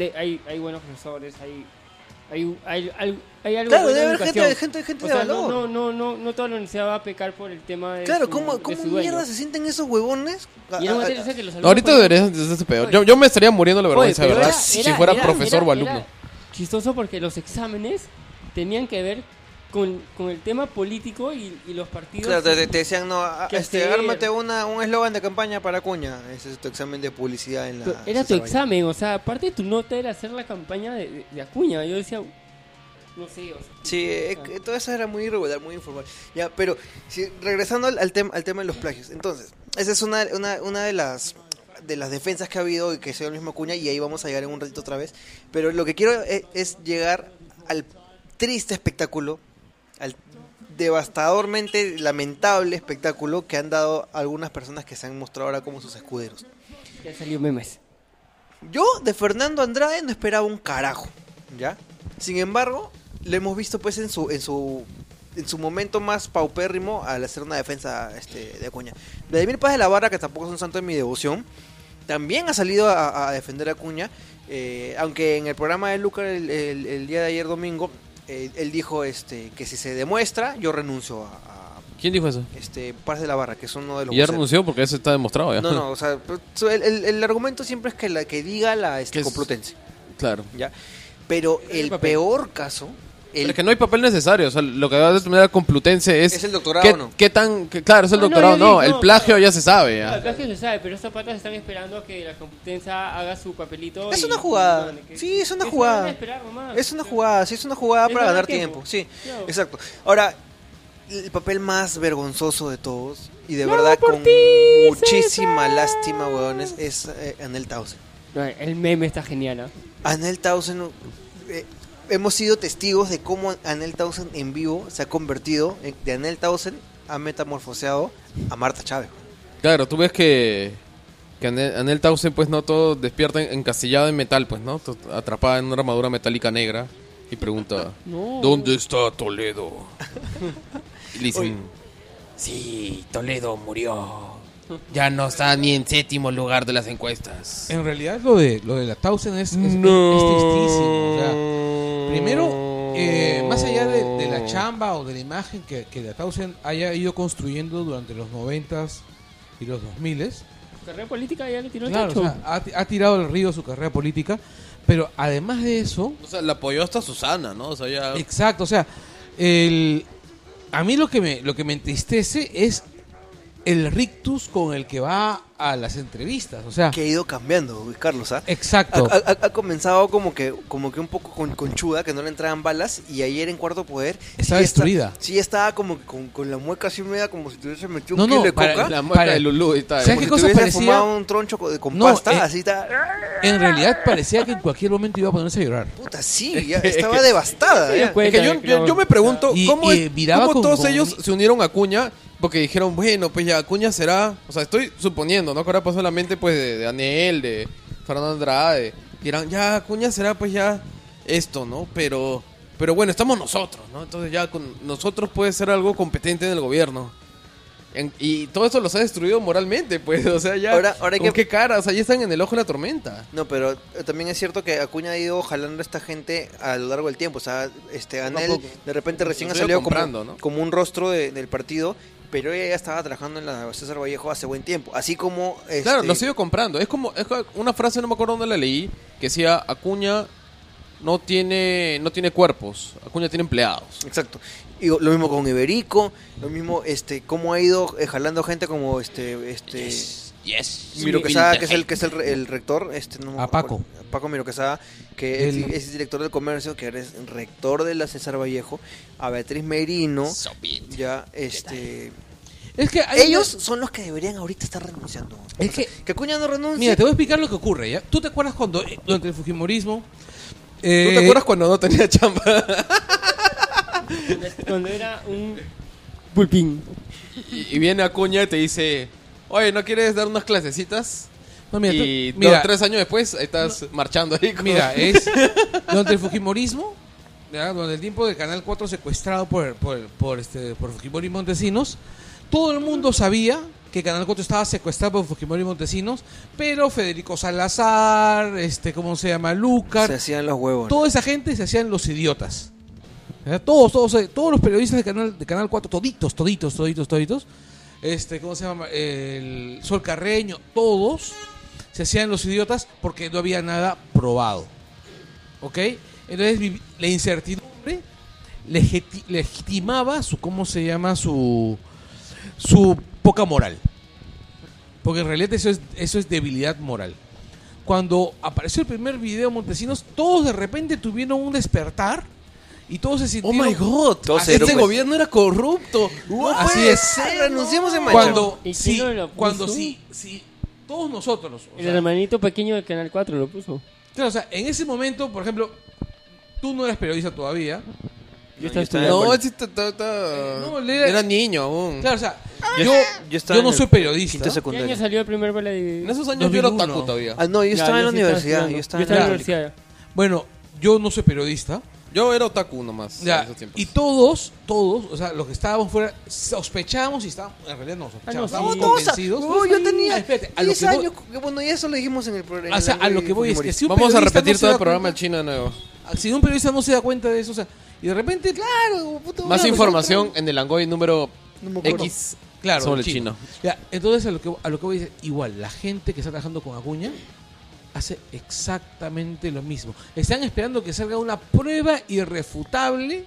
hay buenos profesores, hay algo Claro, de debe haber educación. gente O de sea, valor. no toda la universidad va a pecar por el tema de Claro, su, ¿cómo de su dueño. mierda se sienten esos huevones? Y era un material, o sea, que los No, ahorita alumnos deberías de ese peor. Yo me estaría muriendo de la vergüenza, Oye, de pero verdad. Si fuera profesor o alumno. era chistoso porque los exámenes tenían que ver con el tema político y los partidos. Claro, te decían, no, ¿Qué hacer? ármate un eslogan de campaña para Acuña. Ese es tu examen de publicidad en la... Pero era tu César Vallejo. examen, o sea, aparte de tu nota era hacer la campaña de Acuña. Yo decía, no sé, o sea, Sí, que todo eso era muy irregular, muy informal. Ya, pero regresando al tema de los plagios. Entonces, esa es una de las defensas que ha habido y que sea el mismo Acuña, y ahí vamos a llegar en un ratito otra vez. Pero lo que quiero es llegar al triste espectáculo, al devastadormente lamentable espectáculo que han dado algunas personas que se han mostrado ahora como sus escuderos. ya salió memes. Yo de Fernando Andrade no esperaba un carajo, ¿ya? Sin embargo, lo hemos visto pues en su momento más paupérrimo al hacer una defensa de Acuña. Vladimir Paz de la Barra, que tampoco es un santo de mi devoción, también ha salido a defender a Acuña, aunque en el programa de Lucar el día de ayer domingo, él dijo que si se demuestra, yo renuncio a ¿Quién dijo eso? Paz de la Barra, que es uno de los Y ya voceros. renunció porque eso está demostrado ya. No, o sea, pues, el argumento siempre es que la que diga la Que es- Complutense, Claro. ¿ya? Pero el papel. peor caso, Pero es que no hay papel necesario. O sea, lo que va a determinar la Complutense es... es el doctorado, ¿Qué, ¿no? qué tan...? Claro, es el Ah, no, doctorado. yo No, digo, el no, plagio pero- ya se sabe. El Ya. plagio se sabe, pero estos patas están esperando que la competencia haga su papelito. Es y- una jugada. que- Sí, es una que jugada. van a esperar nomás. Es una jugada, sí, es una jugada Es para ganar ganar tiempo. Sí, Claro. exacto. Ahora, el papel más vergonzoso de todos, y de Lo verdad hago por con ti, muchísima César. lástima, weones, es Anel Tausen. No, el meme está genial. ¿Ah? Anel Tausen, hemos sido testigos de cómo Anel Tausen en vivo se ha convertido, de Anel Tausen ha metamorfoseado a Marta Chávez. Claro, tú ves que Anel Tausen, pues, no todo despierta encasillado en metal, pues, ¿no? Atrapada en una armadura metálica negra y pregunta, No. ¿dónde está Toledo? Y le dicen, sí, Toledo murió. Ya no está ni en 7º lugar de las encuestas. En realidad lo de la Tausen es tristísimo. O sea, primero, más allá de la chamba o de la imagen que la Tausen haya ido construyendo durante los 90s y los 2000s, Su carrera política ya le tiró el claro, tacho. o sea, ha tirado al río su carrera política, Pero además de eso, O sea, la apoyó hasta Susana, ¿no? O sea, ya... exacto, o sea, a mí lo que me entristece es el rictus con el que va a las entrevistas, o sea, Que ha ido cambiando, Carlos, ¿ah? exacto. Ha comenzado como que un poco conchuda, que no le entraban balas, y ayer en Cuarto Poder... Estaba destruida. Sí, estaba como que con la mueca así media, como si tuviese metido No, un kilo no, de para- coca. La mueca Para- de Lulú y tal. ¿Sabes Como qué si cosa tuviese parecía? fumado un troncho con No, pasta, así está... En realidad parecía que en cualquier momento iba a ponerse a llorar. Puta, sí, ya estaba devastada. Sí, ya. pues. Es que yo me pregunto Y- cómo, y miraba cómo con- todos con- ellos se unieron a Acuña, porque dijeron, bueno, pues ya Acuña será, o sea, estoy suponiendo, ¿no? Que ahora pasó en la mente pues de Anel, de Fernando Andrade, y dirán, ya Acuña será pues ya esto, ¿no? Pero bueno, estamos nosotros, ¿no? Entonces ya con nosotros puede ser algo competente en el gobierno. Y todo esto los ha destruido moralmente, pues, o sea, ya, Ahora hay ¿con que- qué cara? O sea, ya están en el ojo de la tormenta. No, pero también es cierto que Acuña ha ido jalando a esta gente a lo largo del tiempo. O sea, Anel poco. de repente recién ha Los ha ido salido comprando, como, ¿no? como un rostro del partido, pero ella ya estaba trabajando en la César Vallejo hace buen tiempo. Así como... Claro, lo sigo comprando. Es como una frase, no me acuerdo dónde la leí, que decía, Acuña no tiene cuerpos, Acuña tiene empleados. Exacto. Y lo mismo con Iberico, lo mismo cómo ha ido jalando gente como Yes. Miro Quesada, que es el rector, no, A Paco. Paco Miro Quesada, que El- es director del comercio, que ahora es rector de la César Vallejo, a Beatriz Merino, ya Es que hay ellos son los que deberían ahorita estar renunciando. Es que- Acuña no renuncie. Mira, te voy a explicar lo que ocurre, ¿ya? ¿Tú te acuerdas cuando durante el fujimorismo ¿Tú te acuerdas cuando no tenía chamba? Cuando era un pulpín. y viene Acuña y te dice, oye, ¿no quieres dar unas clasecitas? No, mira, Y mira, 3 años después ahí estás marchando ahí. mira, es durante el fujimorismo, ¿ya? Durante el tiempo del Canal 4 secuestrado por Fujimori y Montesinos, todo el mundo sabía que Canal 4 estaba secuestrado por Fujimori y Montesinos, pero Federico Salazar, ¿cómo se llama? Lucar, Se hacían los huevos. toda esa gente se hacían los idiotas. ¿Ya? Todos los periodistas de Canal 4, toditos, ¿cómo se llama? El Sol Carreño, todos se hacían los idiotas porque no había nada probado. ¿Ok? Entonces la incertidumbre legitimaba ¿cómo se llama? Su poca moral. Porque en realidad eso es debilidad moral. Cuando apareció el primer video Montesinos, todos de repente tuvieron un despertar y todos se Oh sintieron... my god, Todos se este dieron cuenta. gobierno era corrupto. Así es. Renunciamos en Cuando, ¿Y sí, quién lo puso? cuando sí, todos nosotros. O El sea, hermanito pequeño del Canal 4 lo puso. claro, o sea, en ese momento, por ejemplo, tú no eras periodista todavía. Yo estaba estaba- estudiando. No, Bueno. sí, No, era niño aún. Claro, o sea, Yo estaba yo no en soy el periodista. quinto ¿Qué año secundario. salió el primer bola de...? En esos años yo era 2001. otaku todavía. Ah, no, yo Ya, estaba en la sí universidad. estudiando. Yo estaba en la en la universidad. Bueno, yo no soy periodista. Yo era otaku nomás. Ya, en esos tiempos. y todos, o sea, los que estábamos fuera, sospechábamos y estábamos, en realidad no sospechábamos, sí. estábamos No, convencidos. yo tenía espérate, a lo 10 que voy- años. Bueno, ya eso lo dijimos en el programa. O sea, a lo que voy es que si un Vamos a periodista repetir no se todo da el programa cuenta- del chino de nuevo. Si un periodista no se da cuenta de eso, o sea, y de repente, claro, puta, Más bueno, información en el Angoy número No me acuerdo. X claro, sobre el el chino. Ya, entonces a lo que voy es igual, la gente que está trabajando con Acuña hace exactamente lo mismo. Están esperando que salga una prueba irrefutable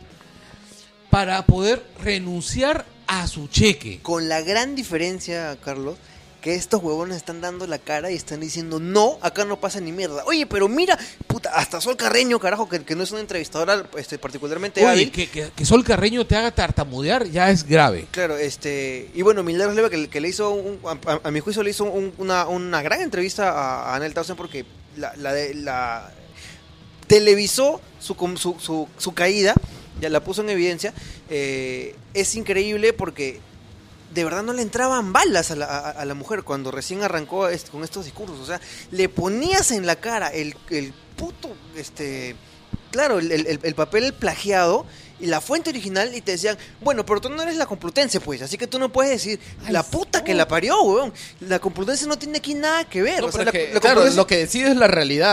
para poder renunciar a su cheque. Con la gran diferencia, Carlos, que estos huevones están dando la cara y están diciendo, no, acá no pasa ni mierda. Oye, pero mira, puta, hasta Sol Carreño, carajo, que no es una entrevistadora particularmente Oye, hábil. que Sol Carreño te haga tartamudear ya es grave. Claro, y bueno, Milagros Leiva, que le hizo, a mi juicio, le hizo una gran entrevista a Anel Tausen porque la televisó su caída, ya la puso en evidencia. Es increíble porque de verdad no le entraban balas a la mujer cuando recién arrancó con estos discursos. O sea, le ponías en la cara el puto, claro, el papel plagiado y la fuente original y te decían, bueno, pero tú no eres la Complutense, pues, así que tú no puedes decir, la puta que la parió, weón. La Complutense no tiene aquí nada que ver. No, o sea, pero es que, la claro, Complutense- lo que decide es la realidad.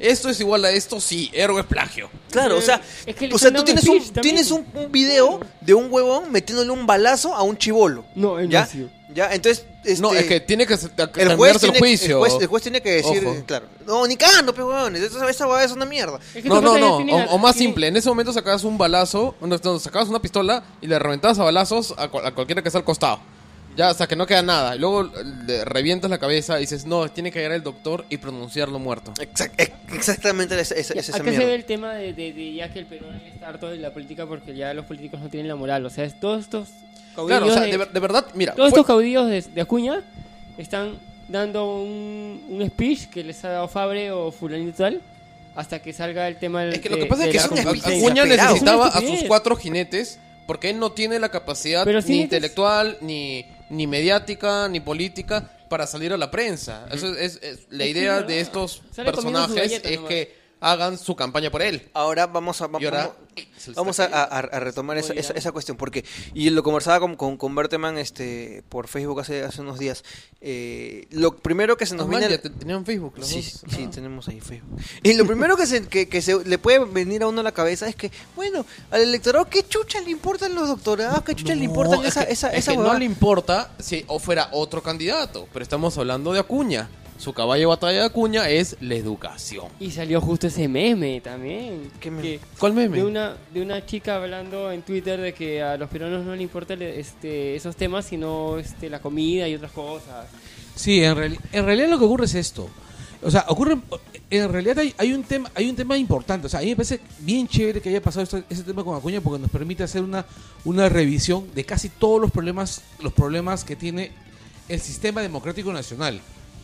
esto es igual a esto, sí, ergo es plagio. Claro, o sea, Es que le o sea, están tú dando tienes speech también. tienes un video de un huevón metiéndole un balazo a un chibolo. No, es ¿Ya? necio. ¿Ya? Entonces, No, es que tiene que el juez, terminarse el tiene, juicio. el juez tiene que decir, Ojo. claro, no, ni cagando, pe huevones, esa huevada es una mierda. Es que No, tu no, pata ya no. tiene O más tiene- simple. En ese momento sacabas un balazo, sacabas una pistola y le reventabas a balazos a cualquiera que está al costado. Ya, hasta que no queda nada. Y luego le revientas la cabeza y dices, no, tiene que llegar el doctor y pronunciarlo muerto. Exactamente esa Ya, esa acá se mierda. ve el tema de ya que el Perú está harto de la política porque ya los políticos no tienen la moral. O sea, todos estos caudillos, Claro, o sea, de verdad, mira. todos fue- estos caudillos de Acuña están dando un speech que les ha dado Fabre o fulanito y tal hasta que salga el tema Es que lo que pasa es que es un speech Acuña desesperado. necesitaba Es una a sus estupidez. 4 jinetes porque él no tiene la capacidad Pero sí ni necesitas- intelectual, ni mediática, ni política para salir a la prensa. Eso es la Es idea que de no, estos sale comiendo sus personajes galletas es nomás. que hagan su campaña por él. Ahora vamos a Y ahora vamos a retomar esa, Oye, esa cuestión porque y lo conversaba con Berteman por Facebook hace unos días. Lo primero que se nos viene tenían Facebook los sí, dos. sí, tenemos ahí Facebook. Y lo primero que se le puede venir a uno a la cabeza es que, bueno, al electorado, ¿qué chucha le importan los doctorados? ¿Qué chucha le importan No, es esa que- esa es esa que no huevada? le importa si o fuera otro candidato, pero estamos hablando de Acuña. Su caballo de batalla de Acuña es la educación. Y salió justo ese meme también. ¿Qué meme? que- ¿Cuál meme? de una chica hablando en Twitter de que a los peruanos no les importan esos temas, sino la comida y otras cosas. Sí, en realidad lo que ocurre es esto. O sea, en realidad hay un tema importante. O sea, a mí me parece bien chévere que haya pasado ese tema con Acuña porque nos permite hacer una revisión de casi todos los problemas que tiene el sistema democrático nacional.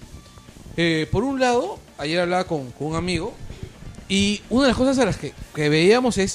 Por un lado, ayer hablaba con un amigo y una de las cosas a las que veíamos es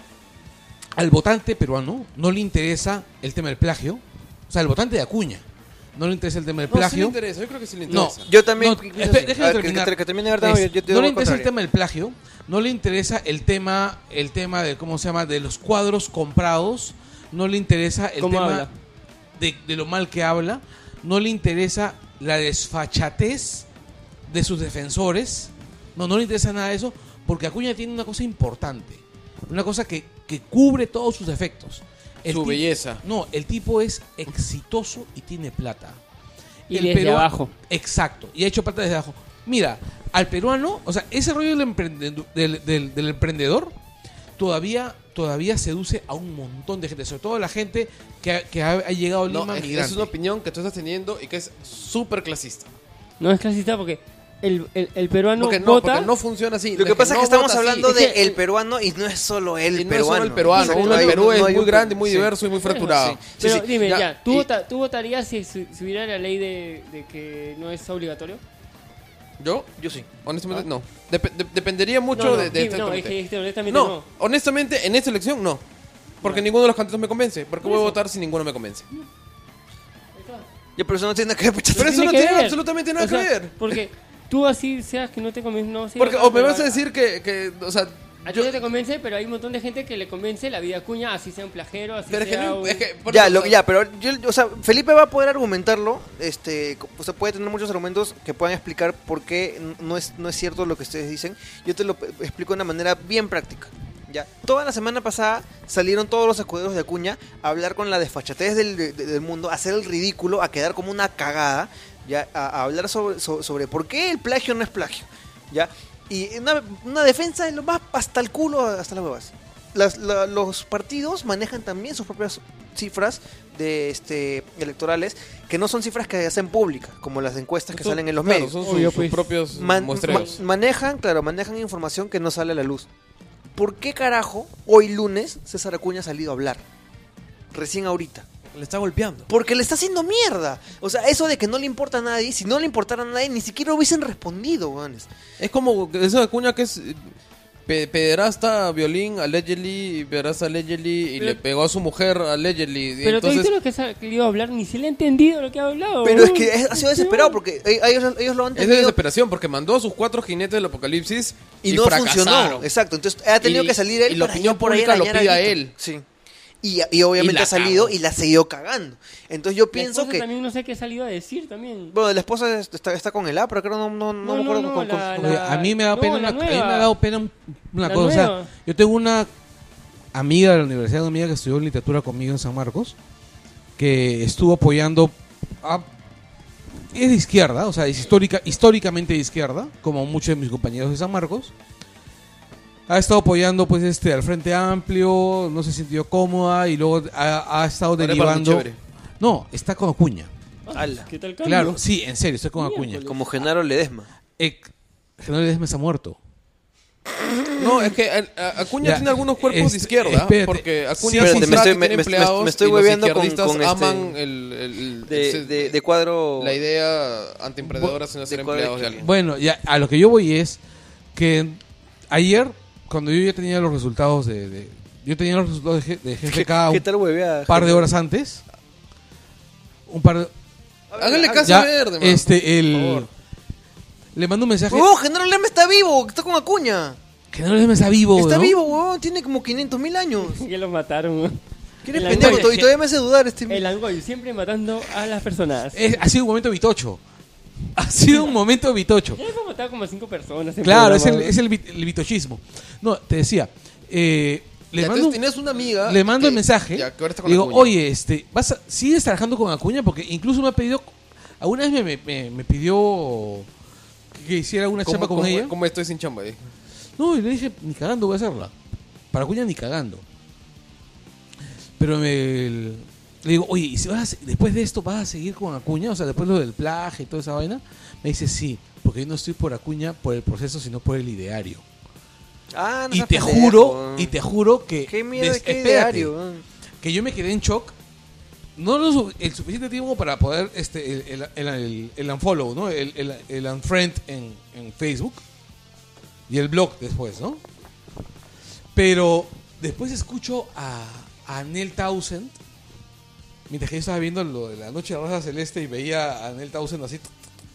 al votante peruano no le interesa el tema del plagio. O sea, al votante de Acuña no le interesa el tema del No, sí le plagio. interesa, yo creo que sí le No, interesa. Yo también no, pienso espera, así. déjame A ver, terminar. que termine Bertman, yo te No digo le lo interesa el contrario. tema del plagio, no le interesa el tema de cómo se llama, de los cuadros comprados, no le interesa el ¿Cómo tema habla? de lo mal que habla, no le interesa la desfachatez de sus defensores, no le interesa nada de eso, porque Acuña tiene una cosa importante, una cosa que cubre todos sus defectos. Su belleza. No, el tipo es exitoso y tiene plata. Y desde abajo. Exacto, y ha hecho plata desde abajo. Mira, al peruano, o sea, ese rollo del emprendedor todavía seduce a un montón de gente, sobre todo la gente que ha llegado a Lima No, es migrante. una opinión que tú estás teniendo y que es súper clasista. No es clasista porque el peruano Porque no, vota. porque no funciona así. Lo que pasa es que no estamos vota así. hablando Es de que- el peruano y no es solo el Y no es peruano. solo el peruano. Exacto, El Perú es hay muy un- grande, muy sí. diverso y muy fracturado. Sí. Pero sí. dime, Ya, ¿tú, y- ¿tú votarías si hubiera la ley de que no es obligatorio? Yo, Yo sí. honestamente, no. Dependería mucho No, no, de dime, este no, comité. es que dijiste honestamente No, no. honestamente, en esta elección no. Porque Ya. ninguno de los candidatos me convence. ¿Por qué voy a Eso. votar si ninguno me convence? Ya, pero eso no tiene nada que ver, pucha. Pero eso no que tiene ver. absolutamente nada O sea, que ver. Porque tú así seas que no te convence, no sí, Porque no, o me pero vas a decir que o sea, a ti no te convence, pero hay un montón de gente que le convence la vida Acuña, así sea un plagero, así pero es que, sea no- un... es que por Ya, eso, o sea, ya, pero o sea, Felipe va a poder argumentarlo, o sea, puede tener muchos argumentos que puedan explicar por qué no es cierto lo que ustedes dicen. Yo te lo explico de una manera bien práctica. Ya, toda la semana pasada salieron todos los escuderos de Acuña a hablar con la desfachatez del mundo, a hacer el ridículo, a quedar como una cagada, ya, a hablar sobre por qué el plagio no es plagio, ya. Y una defensa de lo más hasta el culo, hasta las huevas. Los partidos manejan también sus propias cifras de electorales, que no son cifras que hacen públicas, como las encuestas que son- salen en los claro, medios. son Obvio, sus pues. propios Man- muestreos. manejan información que no sale a la luz. ¿Por qué carajo hoy lunes César Acuña ha salido a hablar? Recién ahorita. Le está golpeando. Porque le está haciendo mierda. O sea, eso de que no le importa a nadie, si no le importara a nadie, ni siquiera hubiesen respondido, weones. Es como esa Acuña que es pederasta, violín, allegedly, pederasta, allegedly, y Pero- le pegó a su mujer, allegedly. Pero Entonces, todo lo que ha querido hablar ni se le ha entendido lo que ha hablado. Pero es que ha sido desesperado porque ellos lo han es de tenido desesperación porque mandó a sus 4 jinetes del apocalipsis y no fracasaron. funcionó. Exacto, entonces ha tenido Y- que salir él y la para opinión ir por ahí pública lo arañar pide a algo. él. Sí. Y obviamente la ha salido cagó. y la ha seguido cagando. Entonces yo La pienso esposa que... también no sé qué ha salido a decir también. Bueno, la esposa está con el A, pero creo no me acuerdo con... Oye, a mí me da pena, la a mí me nueva. ha dado pena una La cosa. O sea, nueva. yo tengo una amiga de la universidad, una amiga que estudió literatura conmigo en San Marcos, que estuvo apoyando es de izquierda, o sea, es históricamente de izquierda, como muchos de mis compañeros de San Marcos. Ha estado apoyando pues al Frente Amplio, no se sintió cómoda y luego ha estado Ahora es derivando. chévere. No, está con Acuña. Ala. ¿Qué tal cambio? Claro, sí, en serio, estoy con Acuña. Como Genaro Ledesma. General Ledesma se ha muerto. No, es que Acuña Ya, tiene algunos cuerpos de izquierda. espérate. Porque Acuña Sí, es un sí, crack sí. que tiene empleados me estoy y los hueveando izquierdistas con aman De cuadro... la idea antiemprendedora sin ser de cuadro empleados de de- alguien. Bueno, ya a lo que yo voy es que ayer, cuando yo ya tenía los resultados yo tenía los resultados de GFK ¿Qué tal hueveada? un par de horas antes. Háganle caso Ya, a Verde, man. Por favor. le mando un mensaje. ¡Oh, Genaro Ledesma está vivo! Está con Acuña. General Ledesma está vivo, Está ¿no? vivo, weón. Tiene como 500.000 años. Que lo mataron. weón. ¿Quién es El pendejo? Angoy. Y todavía me hace dudar este... El Angoy, siempre matando a las personas. Ha sido un momento vitocho. Ha sido un momento vitocho. Ya hemos matado como a 5 personas. en Claro, programa, es el vitochismo. No, te decía, le Ya, mando, entonces tienes una amiga. le mando que- el mensaje. ya, que ahora está con Digo, Acuña. oye, ¿sigues trabajando con Acuña? Porque incluso me ha pedido, alguna vez me pidió que hiciera una chapa con ella. ¿Cómo estoy sin chamba ahí? No, y le dije, ni cagando voy a hacerla. Para Acuña ni cagando. Pero le digo, oye, ¿y si después de esto vas a seguir con Acuña? O sea, después lo del plagio y toda esa vaina. Me dice, sí, porque yo no estoy por Acuña por el proceso, sino por el ideario. Ah, no Y seas te pendejo, juro, weón. y te juro que... Qué miedo de qué espérate, ideario, weón. que yo me quedé en shock. No el suficiente tiempo para poder el unfollow, ¿no? El unfriend en Facebook. Y el blog después, ¿no? Pero después escucho a Nel Townsend. Mientras que yo estaba viendo lo de la Noche de la Rosa Celeste y veía a Nel Townsend así.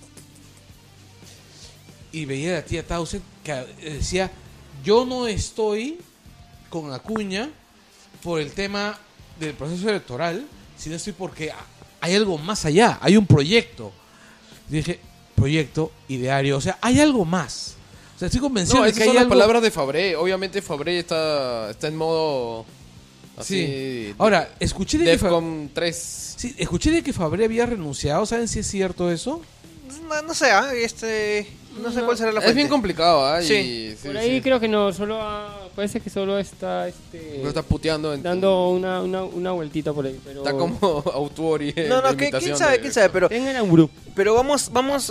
Y veía a la tía Townsend que decía, yo no estoy con Acuña por el tema del proceso electoral, sino estoy porque hay algo más allá, hay un proyecto. Y dije, proyecto, ideario, o sea, hay algo más. O sea, estoy convencido No, de esas que hay son las algo... palabras de Fabré. Obviamente Fabré está en modo... Así, Sí. Ahora, escuché de que Defcon 3. Sí, escuché de que Fabré había renunciado. ¿Saben si es cierto eso? No sé, no sé cuál será la Es fuente. bien complicado, ¿ah? Sí. Y- Por ahí creo que no, parece que solo está Lo está puteando. dando una vueltita por ahí. Pero Está como Autuori. No, quién sabe, pero tengan a Uru. vamos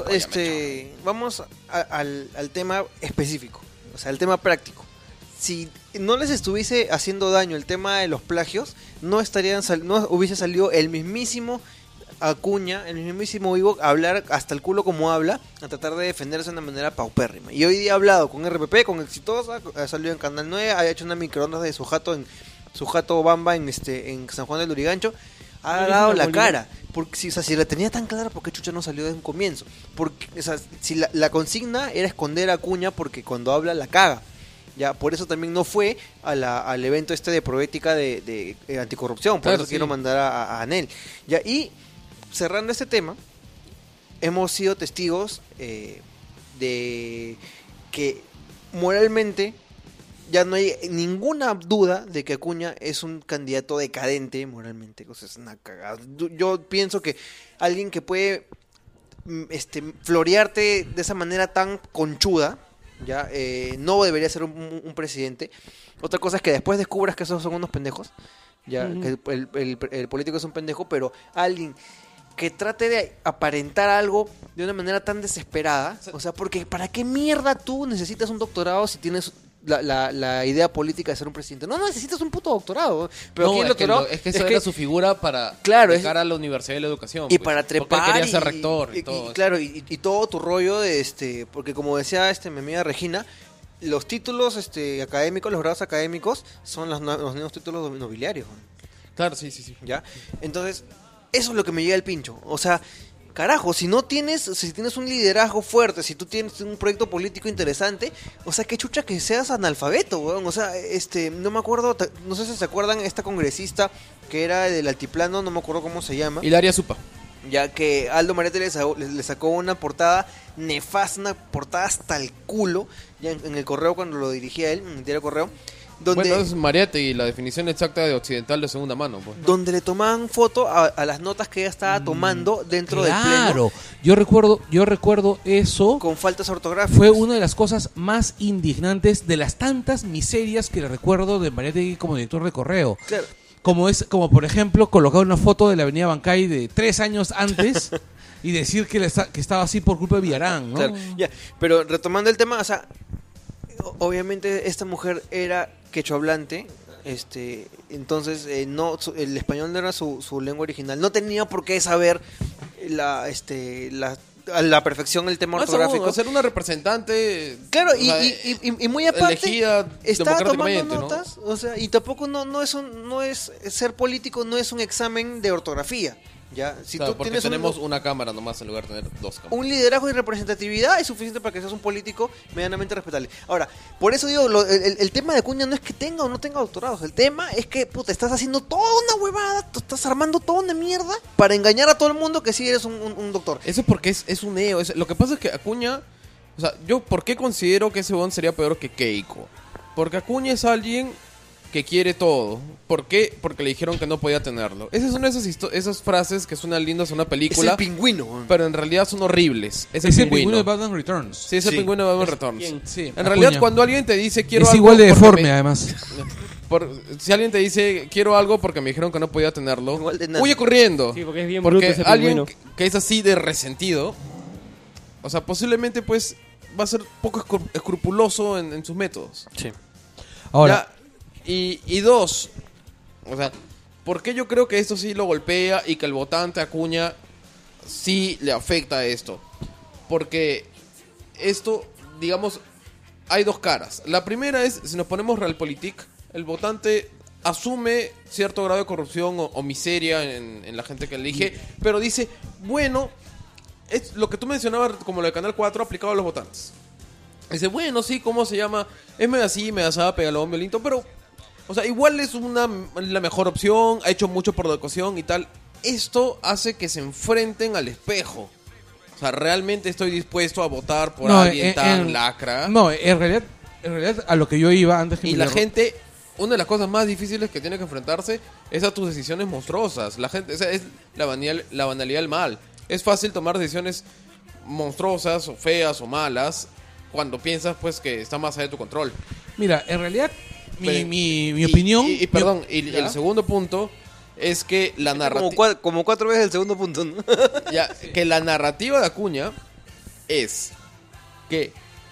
al tema específico, o sea, el tema práctico. Si no les estuviese haciendo daño el tema de los plagios, no hubiese salido el mismísimo Acuña, el mismísimo Ivo, a hablar hasta el culo como habla, a tratar de defenderse de una manera paupérrima. Y hoy día ha hablado con RPP, con Exitosa, ha salido en Canal 9, ha hecho una microondas de su jato Bamba en San Juan del Lurigancho. Ha ¿No dado dice la la Bolívar? cara. Porque si la tenía tan clara, ¿por qué chucha no salió desde un comienzo? Porque, o sea, si la consigna era esconder a Acuña porque cuando habla la caga. Ya, por eso también no fue al evento de Proética de anticorrupción. Por Claro, eso sí. quiero mandar a Anel. Ya, y cerrando este tema, hemos sido testigos de que moralmente ya no hay ninguna duda de que Acuña es un candidato decadente moralmente. O sea, es una cagada. Yo pienso que alguien que puede florearte de esa manera tan conchuda, ya no debería ser un presidente. Otra cosa es que después descubras que esos son unos pendejos, ya que el político es un pendejo, pero alguien que trate de aparentar algo de una manera tan desesperada, o sea, porque ¿para qué mierda tú necesitas un doctorado si tienes la idea política de ser un presidente? No necesitas un puto doctorado, pero aquí el doctorado es que esa era su figura para Claro, de cara a la universidad y la educación. y pues. para Porque él trepar quería ser rector y, todo. claro, y todo tu rollo de porque como decía mi amiga Regina, los títulos académicos, los grados académicos son los nuevos títulos nobiliarios, Claro, sí. ¿ya? Entonces, eso es lo que me llega al pincho. O sea, carajo, si tienes un liderazgo fuerte, si tú tienes un proyecto político interesante, o sea, qué chucha que seas analfabeto, weón. O sea, no me acuerdo, no sé si se acuerdan, esta congresista que era del altiplano, no me acuerdo cómo se llama. Hilaria Supa. Ya que Aldo Mariette le sacó una portada nefasta, una portada hasta el culo, ya en el correo cuando lo dirigía él, en el diario Correo, donde, Bueno, es Mariette y la definición exacta de occidental de segunda mano, pues. donde le tomaban foto a las notas que ella estaba tomando dentro del pleno, Claro, yo recuerdo eso. con faltas ortográficas. Fue una de las cosas más indignantes de las tantas miserias que le recuerdo de Mariategui como director de Correo. Claro. Como por ejemplo colocar una foto de la avenida Bancay de 3 años antes y decir que estaba así por culpa de Villarán, ¿no? Claro, ya, pero retomando el tema, o sea, obviamente esta mujer era quechohablante, entonces el español no era su lengua original, no tenía por qué saber a la perfección el tema Más ortográfico. aún, ser una representante. Claro, o sea, y muy aparte, elegida estaba tomando democráticamente, ¿no? notas, o sea, y tampoco no es ser político, no es un examen de ortografía, ¿ya? Si Claro, tú porque tienes tenemos una cámara nomás en lugar de tener dos cámaras. un liderazgo y representatividad es suficiente para que seas un político medianamente respetable. Ahora, por eso digo, el tema de Acuña no es que tenga o no tenga doctorados, el tema es que, puta, estás haciendo toda una huevada, tú estás armando toda una mierda para engañar a todo el mundo que sí eres un doctor. Eso es porque es un neo. Lo que pasa es que Acuña... O sea, yo ¿por qué considero que ese bon sería peor que Keiko? Porque Acuña es alguien que quiere todo. ¿Por qué? Porque le dijeron que no podía tenerlo. Esa es una de esas frases que suenan lindas en una Es película, el pingüino. pero en realidad son horribles. Es Ese el pingüino. de Batman Returns. Sí, es el Sí. pingüino de Batman Returns. bien. Sí, En realidad, Acuña. cuando alguien te dice quiero es algo igual de porque deforme, me- además. si alguien te dice quiero algo porque me dijeron que no podía tenerlo, Igual de nada. huye corriendo. Sí, porque es bien bruto Porque ese alguien pingüino. que es así de resentido, o sea, posiblemente pues va a ser poco escrupuloso en sus métodos. Sí. Ahora, Ya, y dos, o sea, ¿por qué yo creo que esto sí lo golpea y que el votante Acuña sí le afecta a esto? Porque esto, digamos, hay dos caras. La primera es, si nos ponemos realpolitik, el votante asume cierto grado de corrupción o miseria en la gente que elige, pero dice, bueno, es lo que tú mencionabas como lo de Canal 4 aplicado a los votantes. Dice, bueno, sí, ¿cómo se llama? Es medio así, medio asada, pegalón, violento, pero, o sea, igual es la mejor opción, ha hecho mucho por la educación y tal. Esto hace que se enfrenten al espejo. O sea, realmente estoy dispuesto a votar por alguien tan lacra. No, en realidad a lo que yo iba antes que Y me la le- gente, una de las cosas más difíciles que tiene que enfrentarse es a tus decisiones monstruosas. La gente, esa es la banalidad del mal. Es fácil tomar decisiones monstruosas o feas o malas cuando piensas pues que está más allá de tu control. Mira, en realidad Pero- mi opinión... Y perdón, y ¿Ya? el segundo punto es que la narrativa... Como 4 veces el segundo punto, ¿no? Ya, que la narrativa de Acuña es que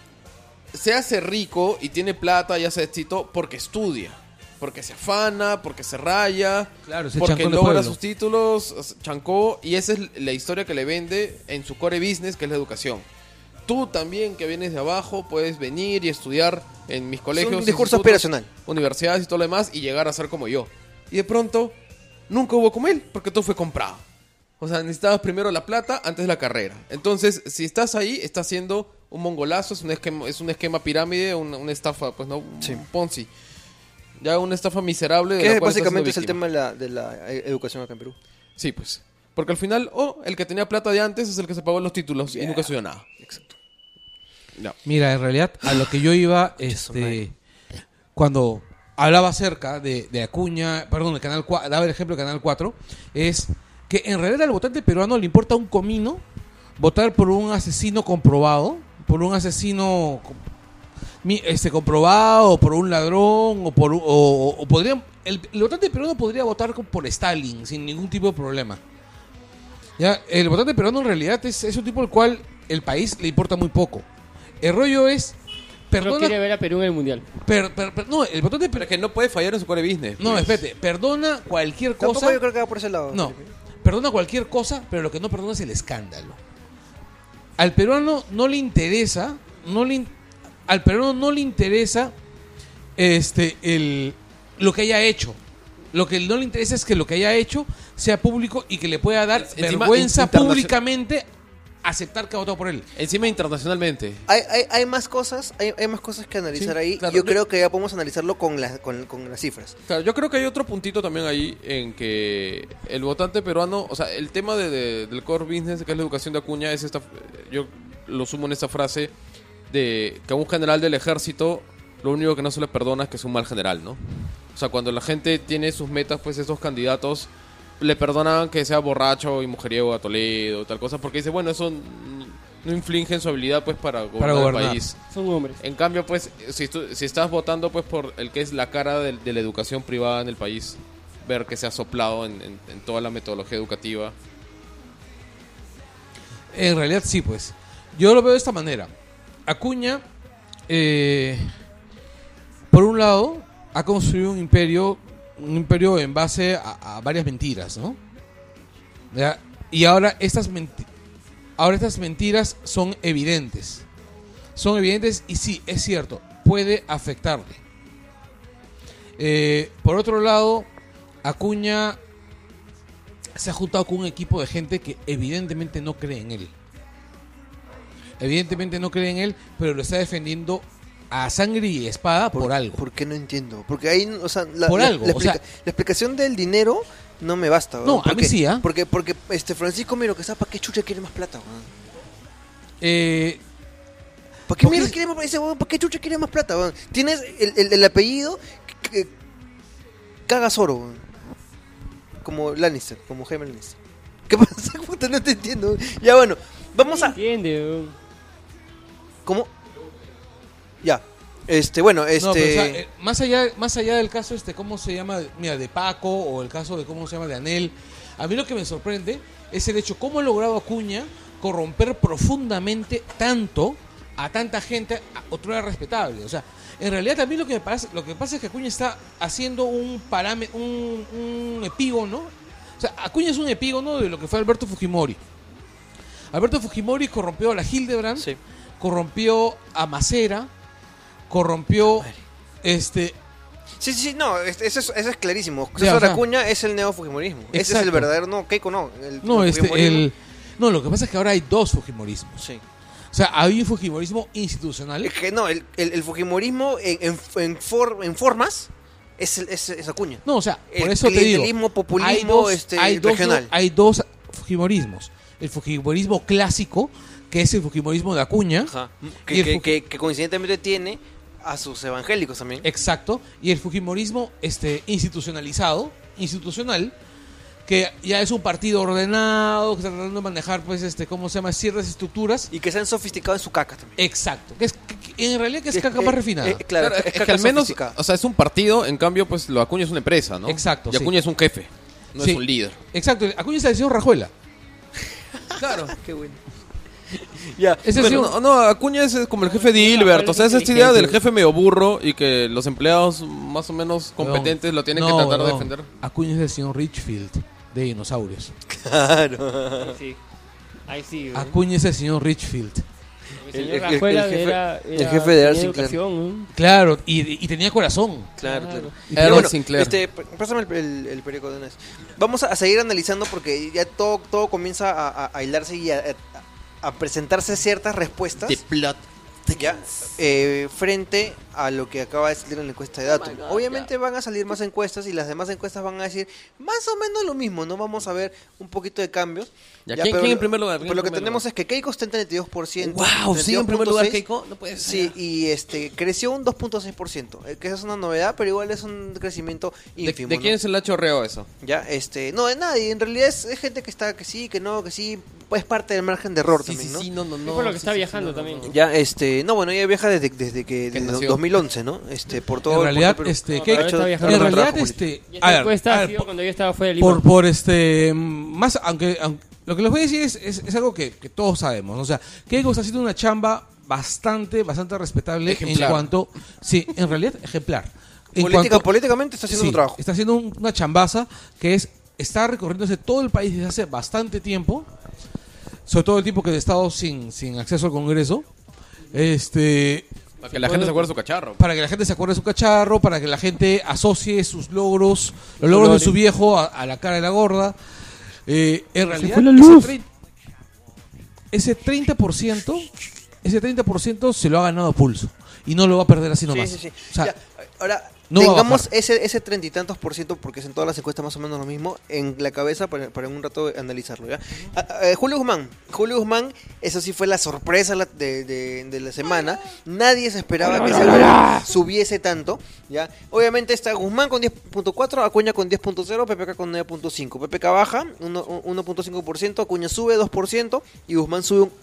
se hace rico y tiene plata y hace éxito porque estudia, porque se afana, porque se raya, Claro, ese porque chancón de logra pueblo. sus títulos, chancó, y esa es la historia que le vende en su core business, que es la educación. Tú también, que vienes de abajo, puedes venir y estudiar en mis colegios, un discurso institutos, aspiracional. universidades y todo lo demás y llegar a ser como yo. Y de pronto, nunca hubo como él, porque todo fue comprado. O sea, necesitabas primero la plata antes de la carrera. Entonces, si estás ahí, estás haciendo un mongolazo, es un esquema pirámide, una estafa, pues no, un Sí. Ponzi. Ya una estafa miserable. De Que la cual estás básicamente es siendo el víctima. tema de la educación acá en Perú. Sí, pues. Porque al final, el que tenía plata de antes es el que se pagó los títulos y nunca estudió nada. Exacto. No. Mira, en realidad a lo que yo iba, cuando hablaba acerca de Acuña, perdón, daba el ejemplo de Canal 4, es que en realidad al votante peruano le importa un comino votar por un asesino comprobado, por un asesino comprobado, por un ladrón, o podría, el votante peruano podría votar por Stalin sin ningún tipo de problema. Ya, el votante peruano en realidad es un tipo al cual el país le importa muy poco. El rollo es, Pero perdona, quiere ver a Perú en el mundial. no, el votante Pero es que no puede fallar en su core business. no, pues. espérate, perdona cualquier Tampoco cosa. yo creo que va por ese lado. No, Felipe. perdona cualquier cosa, pero lo que no perdona es el escándalo. Al peruano no le interesa, lo que haya hecho. Lo que no le interesa es que lo que haya hecho sea público y que le pueda dar Encima, vergüenza internacional- públicamente aceptar que ha votado por él. Encima internacionalmente. Hay más cosas, hay más cosas que analizar Sí, ahí. claro. Yo creo que ya podemos analizarlo con las cifras. Claro, yo creo que hay otro puntito también ahí en que el votante peruano, o sea, el tema del core business, que es la educación de Acuña, es esta, yo lo sumo en esta frase de que a un general del ejército lo único que no se le perdona es que es un mal general, ¿no? O sea, cuando la gente tiene sus metas, pues esos candidatos le perdonan que sea borracho y mujeriego a Toledo, tal cosa, porque dice, bueno, eso no inflige en su habilidad pues para gobernar el gobernar. país. Son hombres. En cambio, pues, si estás votando pues por el que es la cara de la educación privada en el país, ver que se ha soplado en toda la metodología educativa. En realidad sí, pues. Yo lo veo de esta manera. Acuña, por un lado, ha construido un imperio en base a varias mentiras, ¿no? ¿Ya? Y ahora estas mentiras son evidentes. Son evidentes y sí, es cierto, puede afectarle. Por otro lado, Acuña se ha juntado con un equipo de gente que evidentemente no cree en él. Evidentemente no cree en él, pero lo está defendiendo a sangre y espada por algo. ¿Por qué no entiendo? Porque ahí, o sea, la explicación del dinero no me basta. No, a mí sí, ¿ah? Porque Francisco Miro, que sabe para qué chucha quiere más plata, weón. ¿Para qué mierda quiere más plata? Ese weón, ¿para qué chucha quiere más plata, weón? Tienes el apellido que caga Zoro, weón. Como Lannister, como Jaime Lannister. ¿Qué pasa? Puta, no te entiendo. Ya, bueno, vamos a... Entiende, weón. ¿Cómo? Ya. Bueno, No, pero, o sea, más allá del caso, ¿cómo se llama? Mira, de Paco, o el caso de cómo se llama de Anel. A mí lo que me sorprende es el hecho, cómo ha logrado Acuña corromper profundamente tanto a tanta gente, otra respetable. O sea, en realidad también lo que pasa es que Acuña está haciendo un epígono. O sea, Acuña es un epígono de lo que fue Alberto Fujimori. Alberto Fujimori corrompió a la Hildebrand, Sí. corrompió a Macera, corrompió Sí, no, eso es clarísimo. Sí, César o sea, Acuña es el neofujimorismo. Ese es el exacto. verdadero, no, Keiko no. No, lo que pasa es que ahora hay dos fujimorismos. Sí. O sea, hay un fujimorismo institucional. Es que no, el fujimorismo en formas es Acuña. No, o sea, por El eso te digo, clientelismo, populismo, regional. hay dos fujimorismos. El fujimorismo clásico, que es el fujimorismo de Acuña. Ajá. Y el Que coincidentemente tiene a sus evangélicos también. Exacto. Y el fujimorismo institucionalizado, institucional, que ya es un partido ordenado, que está tratando de manejar, pues, ¿cómo se llama? Ciertas estructuras. Y que se han sofisticado en su caca también. Exacto. Que en realidad que es caca más refinada. Claro, Es caca que al menos, sofisticada. o sea, es un partido, en cambio, pues lo Acuña es una empresa, ¿no? Exacto, Y Acuña sí. es un jefe, no Sí. es un líder. Exacto. Acuña es el señor Rajuela. Claro. Qué bueno. Ya. Ese Bueno, señor- no, Acuña es como el jefe de Hilbert, o sea, es esta idea del jefe medio burro y que los empleados más o menos competentes lo tienen que tratar de defender. Acuña es el señor Richfield de Dinosaurios. Claro. Ahí sí, weón. Acuña es el señor Richfield. El señor el Rajuela jefe- era el jefe de Art tenía Sinclair. educación, ¿no? Claro, y tenía corazón. Claro. Claro. Errol Sinclair. Pásame el periódico de una vez. Vamos a seguir analizando porque ya todo comienza a hilarse y a presentarse ciertas respuestas. The plot. Ya, frente a lo que acaba de salir en la encuesta de datos. my God, Obviamente van a salir más encuestas y las demás encuestas van a decir más o menos lo mismo, ¿no? Vamos a ver un poquito de cambios. Ya, Ya, ¿quién pero en primer lugar? ¿Quién Pero lo en que primer tenemos lugar? es que Keiko está en 32%. Wow, sí, en primer lugar 32.6. Keiko, no puede ser. Sí, y creció un 2.6%, que es una novedad, pero igual es un crecimiento ínfimo. ¿De quién ¿no? es el chorreo eso? Ya, no de nadie, en realidad es gente que está que sí, que no, que sí, pues parte del margen de error también, ¿no? no. Es por lo que sí, está sí, viajando no, también. no. Ya, no, bueno, ella viaja desde nació. 2011, ¿no? Por todo En realidad, por todo el Perú. No, ¿qué? pero está viajando. En trabajo realidad, político. Y a esta ver, encuesta a ha ver, sido cuando yo estaba fuera de Lima. más, aunque lo que les voy a decir es algo que todos sabemos, ¿no? O sea, Keiko está haciendo una chamba bastante respetable Ejemplar. en cuanto, sí, en realidad ejemplar. En cuanto- Políticamente está haciendo sí, un trabajo. está haciendo una chambaza que está recorriéndose todo el país desde hace bastante tiempo, sobre todo el tiempo que he estado sin acceso al Congreso. Para que la gente se acuerde de su cacharro. Para que la gente se acuerde de su cacharro, para que la gente asocie sus logros, los logros de su viejo a la cara de la gorda. En realidad, fue la luz. ese 30% se lo ha ganado a pulso. Y no lo va a perder así nomás. Sí. O sea, Ya, ahora, no va a tengamos bajar. ese 30 y tantos por ciento, porque es en todas las encuestas más o menos lo mismo, en la cabeza para en un rato analizarlo. ¿Ya? Julio Guzmán, eso sí fue la sorpresa de la semana. Nadie se esperaba que ese güey subiese tanto. ¿Ya? Obviamente está Guzmán con 10.4, Acuña con 10.0, PPK con 9.5. PPK baja 1.5%, Acuña sube 2% y Guzmán sube un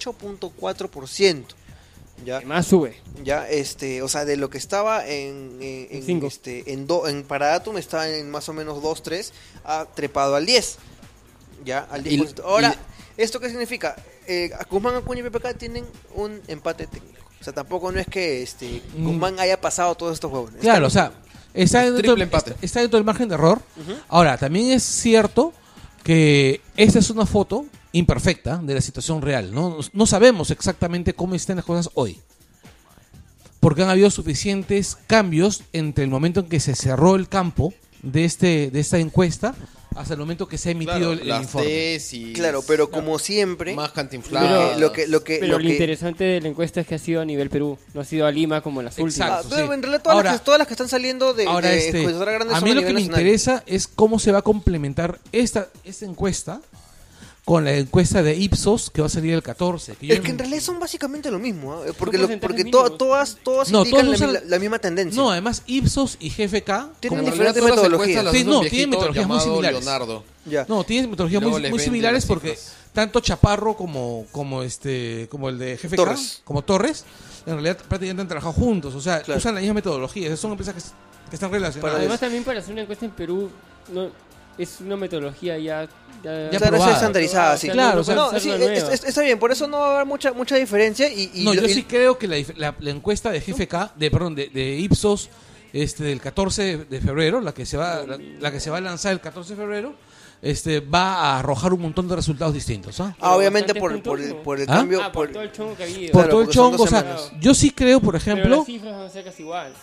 8.4%. ¿Ya? Que más sube. Ya, o sea, de lo que estaba en Cinco. en Paradatum estaba en más o menos 2, 3, ha trepado al 10. Ya, al 10%. Ahora, ¿esto qué significa? Guzmán, Acuña y PPK tienen un empate técnico. O sea, tampoco no es que Guzmán haya pasado todos estos huevos. Claro, o sea, está triple empate. está dentro del margen de error. Ahora, también es cierto que esta es una foto imperfecta de la situación real, ¿no? No sabemos exactamente cómo están las cosas hoy. Porque han habido suficientes cambios entre el momento en que se cerró el campo de esta encuesta hasta el momento que se ha emitido el las informe. tesis. Claro, pero como siempre, Más cantinfladas. Pero lo interesante de la encuesta es que ha sido a nivel Perú, no ha sido a Lima como en las últimas. pero sí. en realidad Ahora- todas las que están saliendo de Ahora, encuestadoras grandes a son mí lo nivel que me nacional. interesa es cómo se va a complementar esta encuesta con la encuesta de Ipsos que va a salir el 14. Es que en realidad son básicamente lo mismo, ¿eh? porque porcentajes todas No, indican todos usan- la misma tendencia. No, además Ipsos y GFK Tienen Como diferentes todas las metodologías. encuestas las Sí, hace no, un tienen viejito metodologías muy llamado similares. Leonardo. Ya. No, tienen metodologías Luego muy, les muy venden similares las porque cifras. tanto Chaparro como el de GFK, Torres. como Torres, en realidad prácticamente han trabajado juntos, o sea, Claro. usan la misma metodología, esas son empresas que están relacionadas. Además también para hacer una encuesta en Perú no es una metodología ya Ya Claro, es probada. estandarizada, sí. Claro, o sea, No, puede sí, ser la nueva. está bien, por eso no va a haber mucha diferencia. No, yo sí creo que la encuesta de GFK, de Ipsos, del 14 de febrero, la que se va a lanzar el 14 de febrero, va a arrojar un montón de resultados distintos. ¿Ah? obviamente Bastantes por puntos, el ¿Ah? cambio. por todo el chongo que ha habido. Por Claro, todo el porque son chongo, 2 o sea, semanas. yo sí creo, por Pero ejemplo, las cifras van a ser casi igual.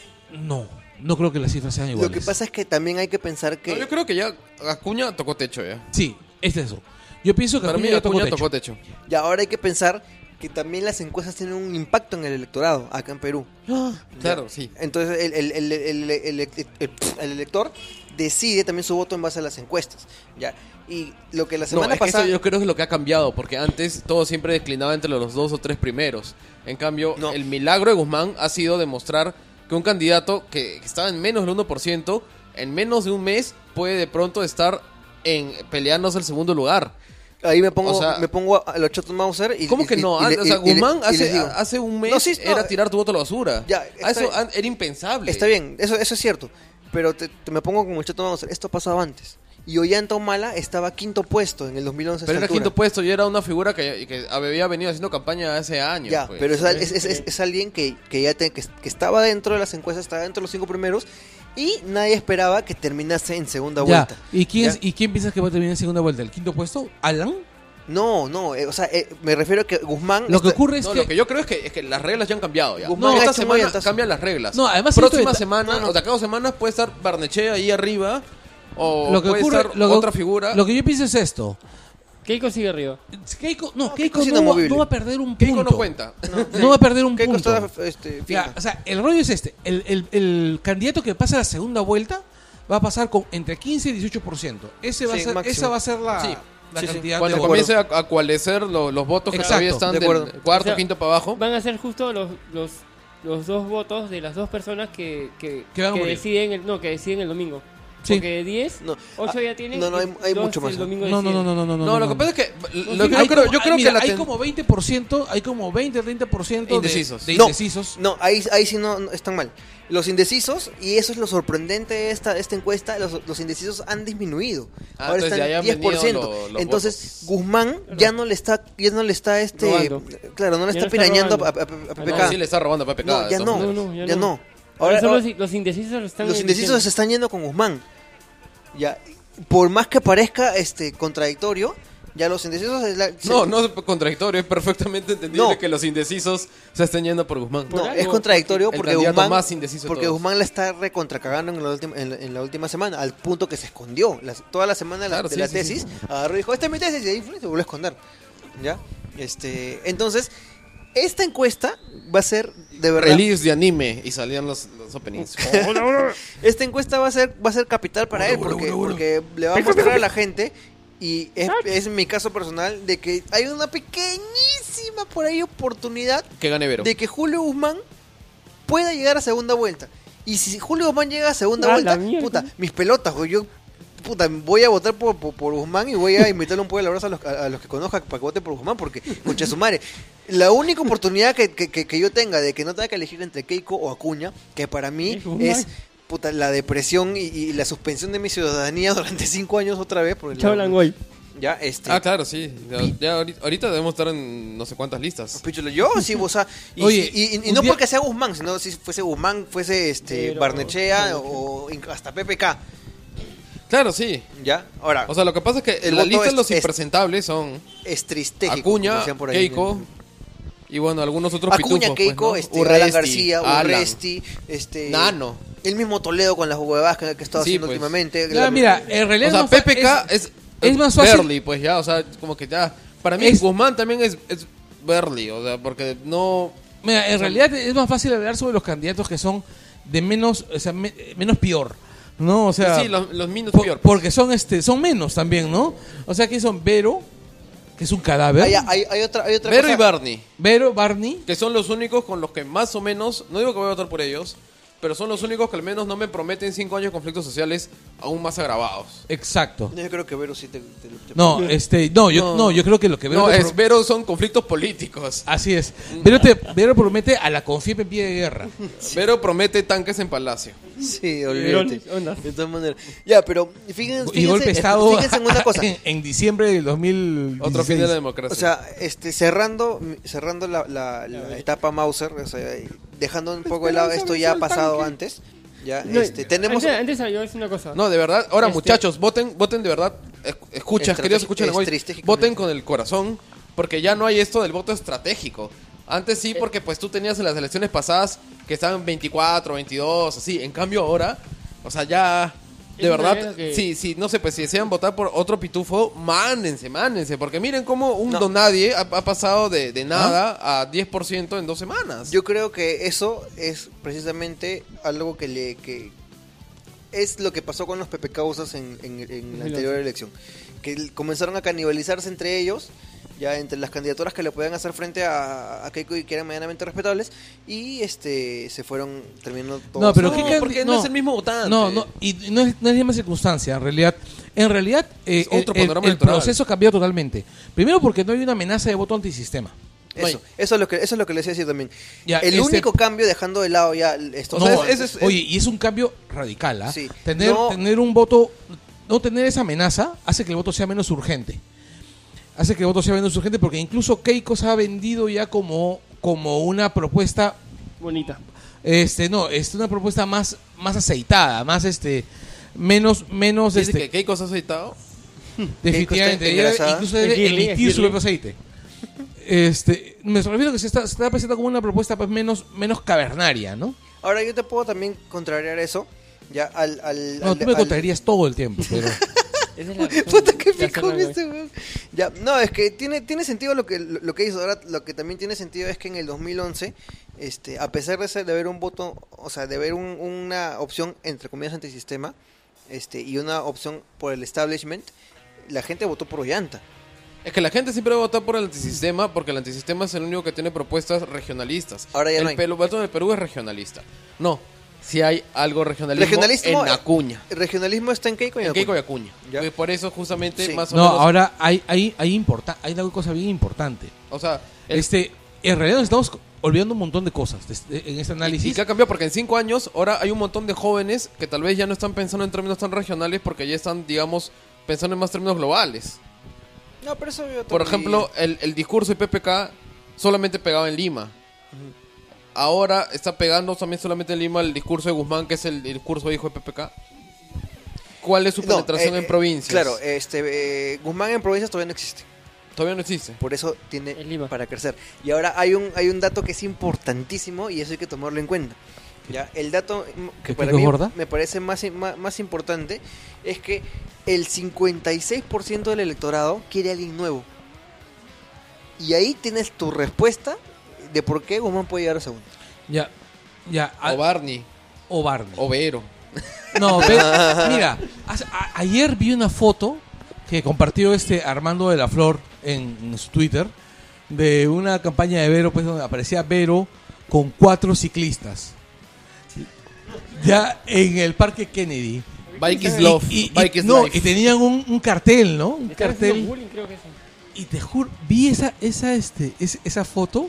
no creo que las cifras sean iguales. Lo que pasa es que también hay que pensar que. No, yo creo que ya Acuña tocó techo ya. Sí, es eso. Yo pienso que Para mí Acuña ya tocó Acuña techo. tocó techo. Y ahora hay que pensar que también las encuestas tienen un impacto en el electorado acá en Perú. Claro, sí. Entonces el elector decide también su voto en base a las encuestas. Ya. Y lo que la No, semana es que pasada. eso yo creo que es lo que ha cambiado, porque antes todo siempre declinaba entre los 2 o 3 primeros. En cambio, No. el milagro de Guzmán ha sido demostrar que un candidato que estaba en menos del 1%, en menos de un mes, puede de pronto estar peleándose el segundo lugar. Ahí me pongo, O sea, a los Chatos Mauser y. ¿Cómo que no? O sea, Guzmán les digo, hace un mes No, sí, no, era tirar tu voto a la basura. Ya, A está eso bien. era impensable. Está bien, eso es cierto. Pero me pongo como el Chato Mauser. Esto pasaba antes. Y Ollanta Humala estaba quinto puesto en el 2011. a Pero esta era altura. quinto puesto y era una figura que había venido haciendo campaña hace años. Ya, pues. pero es alguien que estaba dentro de las encuestas, estaba dentro de los 5 primeros y nadie esperaba que terminase en segunda Ya. vuelta. ¿Y quién, ¿Ya? ¿Y quién piensas que va a terminar en segunda vuelta? ¿El quinto puesto? ¿Alan? No, o sea, me refiero a que Guzmán... Lo que ocurre es No, que... lo que yo creo es que las reglas ya han cambiado. Ya. Guzmán No, ha esta hecho un semana llantazo. cambian las reglas. No, además próxima esto de- semana, no. o de acá a 2 semanas puede estar Barnechea ahí arriba, o lo que puede ocurre, estar lo que- otra figura. Lo que yo pienso es esto. Keiko sigue arriba. Keiko Keiko es no inamovible. va a perder un punto. Keiko no cuenta. No va a perder un ¿Qué punto. costó Ya, fija? o sea, el rollo es este. El candidato que pasa a la segunda vuelta va a pasar con entre 15 y 18%. Esa máximo. va a ser la, Sí. la Sí, sí. cantidad Cuando de acuerdo. comience a coalescer los votos que Exacto, todavía están de del acuerdo. cuarto, O sea, quinto para abajo. Van a ser justo los dos votos de las dos personas que van a morir. deciden el domingo. Sí. Porque de 10, No, 8 ya tienen. no, y hay dos mucho más. El domingo No, deciden. No, lo que pasa es que lo que Hay yo creo, como- yo creo mira, que la hay ten- como 20%, hay como 20-30% Indecisos. de No. indecisos. No, ahí sí no están mal. Los indecisos, y eso es lo sorprendente de esta encuesta, los indecisos han disminuido. Ah, Ahora entonces están de ahí han 10%. venido los Entonces, votos. Guzmán ya no le está Robando. claro, no le Ya está no está pirañando a robando. PPK. No, sí le está robando a PPK. No, ya de no. todas maneras. No, Ya no. Ahora Ahora, los indecisos lo están los indecisos se eligiendo. están yendo con Guzmán. Ya, por más que parezca contradictorio, Ya los indecisos No es contradictorio, es perfectamente entendible No. que los indecisos se estén yendo por Guzmán. No, Por es algo, contradictorio el porque candidato Guzmán, más indeciso de porque todos. Guzmán la está recontracagando en la última semana, al punto que se escondió. Toda la semana de Claro, de sí, la sí, tesis, sí. agarró y dijo, esta es mi tesis, y ahí se volvió a esconder. ¿Ya? Entonces, esta encuesta va a ser de verdad. Release de anime y salían los openings. Esta encuesta va a ser capital para él porque le va a mostrar a la gente, y es mi caso personal, de que hay una pequeñísima por ahí oportunidad Que gane Vero. de que Julio Guzmán pueda llegar a segunda vuelta. Y si Julio Guzmán llega a segunda Ah, vuelta, la mierda. puta, mis pelotas, güey, yo voy a votar por Guzmán y voy a invitarle un poco de abrazo a los que conozca para que voten por Guzmán, porque, concha su madre, la única oportunidad que yo tenga de que no tenga que elegir entre Keiko o Acuña, que para mí Guzmán. es la depresión y la suspensión de mi ciudadanía durante 5 años otra vez. Por Chao Langoy. Ya, Ah, claro, sí. Ya ahorita debemos estar en no sé cuántas listas. Picholo, yo sí, o sea, Oye, y un no día- porque sea Guzmán, sino si fuese Guzmán, fuese Pero- Barnechea o hasta PPK, Claro, sí. ¿ya? Ahora, O sea, lo que pasa es que El la voto lista de es- los es- impresentables son es tristégico. como Acuña, decían por ahí. Keiko y bueno, algunos otros Acuña, pitufos, Keiko, pues, ¿no? Alan Urresti, García, Alan, Urresti, Nano. el mismo Toledo con las huevadas que ha estado Sí, haciendo pues. últimamente. Ya, mira, en realidad O sea, es más fa- PPK es más fácil. Berly, pues ya, o sea, como que ya. Para mí, Es- Guzmán también es Berly, o sea, porque no. Mira, en realidad es más fácil hablar sobre los candidatos que son de menos, o sea, menos peor, ¿no? O sea, Sí, los Minos por- peor. pues. porque son menos también, ¿no? O sea, que son Vero, que es un cadáver, Hay otra Vero cosa. y Barney, Vero, Barney, que son los únicos con los que más o menos, no digo que voy a votar por ellos, pero son los únicos que al menos no me prometen 5 años de conflictos sociales aún más agravados. exacto. Yo creo que Vero sí te No, yo creo que lo que Vero No, te es Vero son conflictos políticos. así es. Vero promete a la confiepa en pie de guerra. Vero promete tanques en Palacio. Sí, olvídate. Ondas. De todas maneras. Ya, pero fíjense, Y golpe de estado fíjense en una cosa. en diciembre del 2016. Otro fin de la democracia. O sea, cerrando la etapa Mauser, o sea, dejando un poco de lado, esto ya ha pasado antes. Ya, No, tenemos Antes yo decir una cosa. no, de verdad, ahora Este- muchachos, voten de verdad. Escuchas, queridos, escuchen, Estratégico. voten con el corazón, porque ya no hay esto del voto estratégico. Antes sí, porque pues tú tenías en las elecciones pasadas que estaban 24, 22, así. En cambio ahora, o sea, ya de Es una verdad, guerra que- sí, no sé, pues si desean votar por otro pitufo, mándense, porque miren cómo un No. donadie ha pasado de nada a 10% en 2 semanas. Yo creo que eso es precisamente algo que es lo que pasó con los PPCausas en la anterior elección, que comenzaron a canibalizarse entre ellos, ya entre las candidaturas que le podían hacer frente a Keiko y que eran medianamente respetables, y se fueron terminando todos. No, pero No, ¿qué porque no es el mismo votante. No, y no es la misma circunstancia, en realidad. En realidad, Es otro el panorama electoral. proceso cambió totalmente. Primero porque no hay una amenaza de voto antisistema. Eso es lo que les decía decir también. Ya, El único cambio, dejando de lado ya estos sea, No, ese es- oye, y es un cambio radical, ¿ah? Sí. Tener, No- tener un voto, no tener esa amenaza, hace que el voto sea menos urgente. Hace que el voto sea menos urgente porque incluso Keiko se ha vendido ya como una propuesta, Bonita. no, una propuesta más aceitada, más menos Dice que Keiko se ha aceitado. definitivamente. Keiko está Ella engrasada. incluso debe Es Girly, es emitir su Girly. propio aceite. Me refiero que se está presentando como una propuesta pues menos cavernaria, ¿no? Ahora yo te puedo también contrariar eso, ya No, tú me contrarías todo el tiempo, pero... Esa es la Puta que de hacer picón Langoy. este weón. Ya, no, es que tiene sentido lo que hizo. Ahora lo que también tiene sentido es que en el 2011, a pesar de haber un voto, o sea, de haber una opción entre comillas antisistema, y una opción por el establishment, la gente votó por Ollanta. Es que la gente siempre va a votar por el antisistema porque el antisistema es el único que tiene propuestas regionalistas. Ahora ya el no hay. voto del Perú es regionalista. No, si hay algo regionalismo, Regionalismo en Acuña. El regionalismo está en Keiko y En Acuña. Keiko y Acuña. Ya. Y por eso justamente Sí. más o No, menos... ahora hay una cosa bien importante. O sea, el- En realidad nos estamos olvidando un montón de cosas en este y análisis. que ha cambiado porque en 5 años ahora hay un montón de jóvenes que tal vez ya no están pensando en términos tan regionales porque ya están, digamos, pensando en más términos globales. No, pero eso yo Por también- ejemplo, el discurso de PPK solamente pegaba en Lima. Ahora está pegando también solamente en Lima el discurso de Guzmán, que es el discurso hijo de PPK. cuál es su penetración en provincias. Claro, Guzmán en provincias todavía no existe. Todavía no existe. Por eso tiene El IVA. para crecer. Y ahora hay un dato que es importantísimo y eso hay que tomarlo en cuenta. ¿Ya? El dato que para qué mí gorda? me parece más importante es que el 56% del electorado quiere a alguien nuevo. Y ahí tienes tu respuesta de por qué Guzmán puede llegar a segundo. Ya. O Barney. O Barney. O Vero. No, mira, ayer vi una foto que compartió Armando de la Flor en su Twitter de una campaña de Vero, pues donde aparecía Vero con 4 ciclistas. Ya en el Parque Kennedy. Bike is love. Bike is no, life. y tenían un cartel, ¿no? Un Están haciendo cartel. bullying, creo que sí. Y te juro, vi esa foto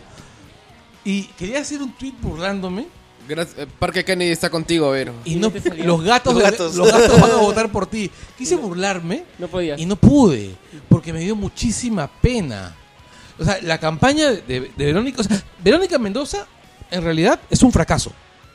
y quería hacer un tweet burlándome. Parque Kennedy está contigo, Vero. Y ¿Y no, no te salió? los gatos Los van a votar por ti. Quise burlarme No podías. y no pude, porque me dio muchísima pena. O sea, la campaña de Verónica, o sea, Verónica Mendoza en realidad es un fracaso.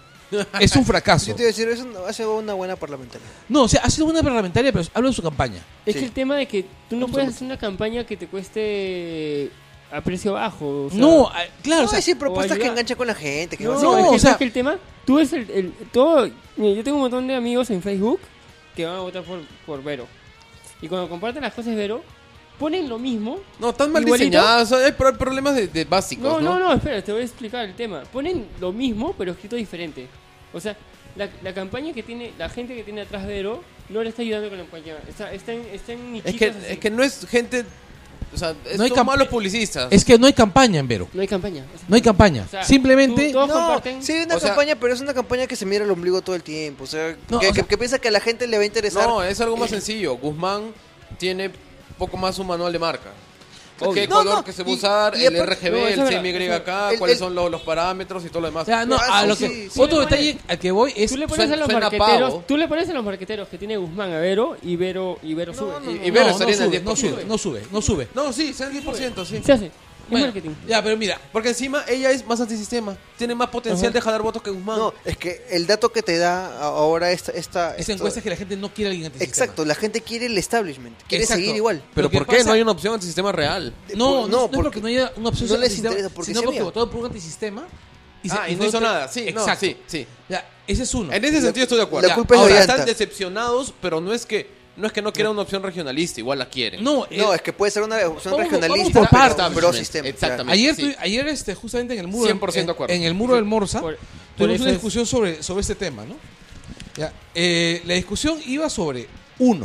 Es un fracaso. Yo te iba a decir, ha sido una buena parlamentaria. No, o sea, ha sido una parlamentaria, pero hablo de su campaña. Es Sí. que el tema de que tú no puedes hacer una campaña que te cueste a precio bajo. O sea, No, claro, No, o sea, decir propuestas que ayuda- enganchan con la gente. Que No, va a no, ser- es que, o sea- ¿sabes qué el tema? Tú ves todo. Mira, yo tengo un montón de amigos en Facebook que van a votar por Vero. Y cuando comparten las cosas de Vero, ponen lo mismo. No, están mal Igualito. diseñadas. Hay problemas de básicos, No, espera, te voy a explicar el tema. Ponen lo mismo, pero escrito diferente. O sea, la campaña que tiene, la gente que tiene atrás Vero, no le está ayudando con la campaña. Está en nichitos así. Es que no es gente... O sea, No hay son malos publicistas. es que no hay campaña en Vero. No hay campaña. O sea, No hay campaña. O sea, Simplemente... todos No, comparten. sí hay una O sea- campaña, pero es una campaña que se mira el ombligo todo el tiempo. O sea, No, que, o sea- que piensa que a la gente le va a interesar. No, es algo más sencillo. Guzmán tiene poco más un manual de marca. Obvio. ¿Qué No, color no, que se va a y- usar? y El aparte- RGB, No, eso el es verdad, CMYK, el- cuáles el- son los parámetros y todo lo demás. Ya, no, Ah, a sí, lo sí, que, sí. otro Tú le detalle al que voy es... Tú le pones a los suena marqueteros, pavo. tú le pones a los marqueteros que tiene Guzmán a Vero y Vero sube. Y Vero no, estaría en el no 10%. sube, no sube, no sube. No, sí, sea el 10%, sí. Se hace. Es Bueno, marketing. ya, pero mira, Porque encima ella es más antisistema. Tiene más potencial Ajá. de jalar votos que Guzmán. No, es que el dato que te da ahora esa encuesta es que la gente no quiere a alguien antisistema. Exacto, la gente quiere el establishment, quiere Exacto. seguir igual. ¿Pero Lo que por qué? pasa- No hay una opción antisistema real. No, no, es porque porque no haya una opción no les antisistema, interesa, porque sino sí porque había. votaron por un antisistema y Ah, y no fue hizo otro- nada. Sí, no, Exacto. sí. Ya, ese es uno. En ese sentido estoy de acuerdo. la culpa es de Ahora, Ollanta. están decepcionados, pero no es que no quieran una opción regionalista, igual la quieren. No, No, es que puede ser una opción vamos regionalista, por pero partes. pro sistema. Exactamente. ayer, sí. ayer justamente en el muro 100% de acuerdo. en el muro del Morsa Por tuvimos eso una es- discusión sobre este tema, ¿no? Ya, la discusión iba sobre uno.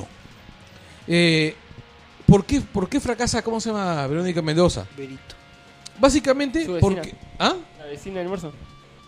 ¿Por qué fracasa, cómo se llama, Verónica Mendoza? Verito. Básicamente Su vecina. porque ¿ah? La vecina del Morso.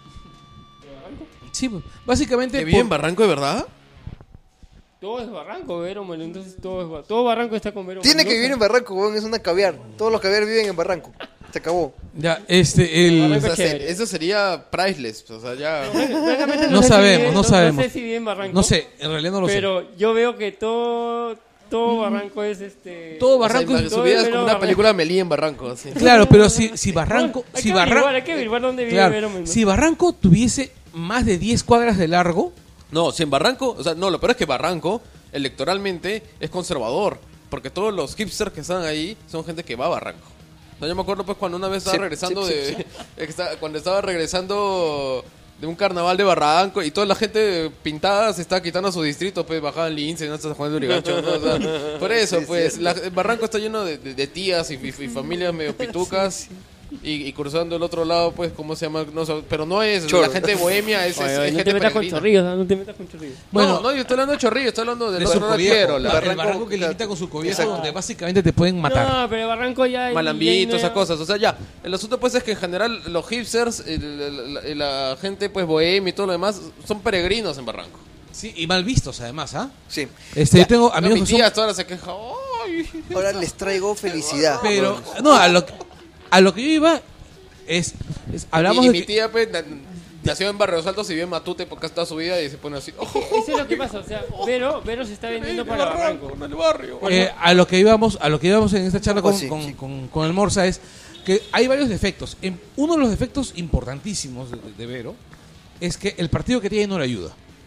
Sí, pues, básicamente ¿Que vive en Barranco de verdad? Todo es Barranco, Vero, bueno, entonces todo Barranco está con Vero. Tiene que Mendoza. vivir en Barranco, weón, es una caviar. Todos los caviar viven en Barranco. Se acabó. ya Barranco O sea, chévere. eso sería priceless. O sea, ya... Francamente, No sé si sabemos, vive- no sabemos. No sé si vive en Barranco. no sé, en realidad no lo sé. Pero yo veo que todo Barranco es Todo O sea, Barranco es- su vida es Vero como una Barranco. película Melí en Barranco. Así. Claro, pero si Barranco, Hay si que Barranco, averiguar, hay que averiguar dónde vive claro, Vero Mendoza. si Barranco tuviese más de 10 cuadras de largo, No, si en Barranco... O sea, no, lo peor es que Barranco, electoralmente, es conservador. Porque todos los hipsters que están ahí son gente que va a Barranco. No, yo me acuerdo pues cuando una vez estaba Sí, regresando sí, de... Cuando estaba regresando de un carnaval de Barranco y toda la gente pintada se estaba quitando a su distrito, pues bajaban lince, no estás jugando Urigancho, ¿no? O sea, por eso, Sí, pues, sí. Barranco está lleno de tías y familias medio pitucas. Y cruzando el otro lado, pues, ¿cómo se llama? No, pero no es, Chorro. la gente bohemia es, Oye, es oye, no gente te metas con peregrina. chorrillos, no te metas con chorrillos. Bueno, no, yo estoy hablando de Chorrillo, estoy hablando de de su la zona de cubierto, Piero, el Barranco que limita con su cubierto, Exacto. donde básicamente te pueden matar. No, pero Barranco ya hay... Malambito, ya hay esas cosas. O sea, ya, el asunto pues es que en general los hipsters, la gente pues bohemia y todo lo demás, son peregrinos en Barranco. Sí, y mal vistos además, ¿ah? Sí. Yo tengo No, amigos mi que son... tía toda se queja, ¡ay! Ahora les traigo felicidad. Pero, no, a lo que yo iba es hablamos y de mi que- tía pues nació en Barrios Altos y vive en Matute porque toda su vida y se pone así, ¡oh! Eso es lo que pasa, o sea, Vero se está vendiendo para Barranco. en el barrio. a lo que íbamos en esta charla Algo así, sí. con el Morsa es que hay varios defectos. Uno de los defectos importantísimos de Vero es que el partido que tiene no le ayuda.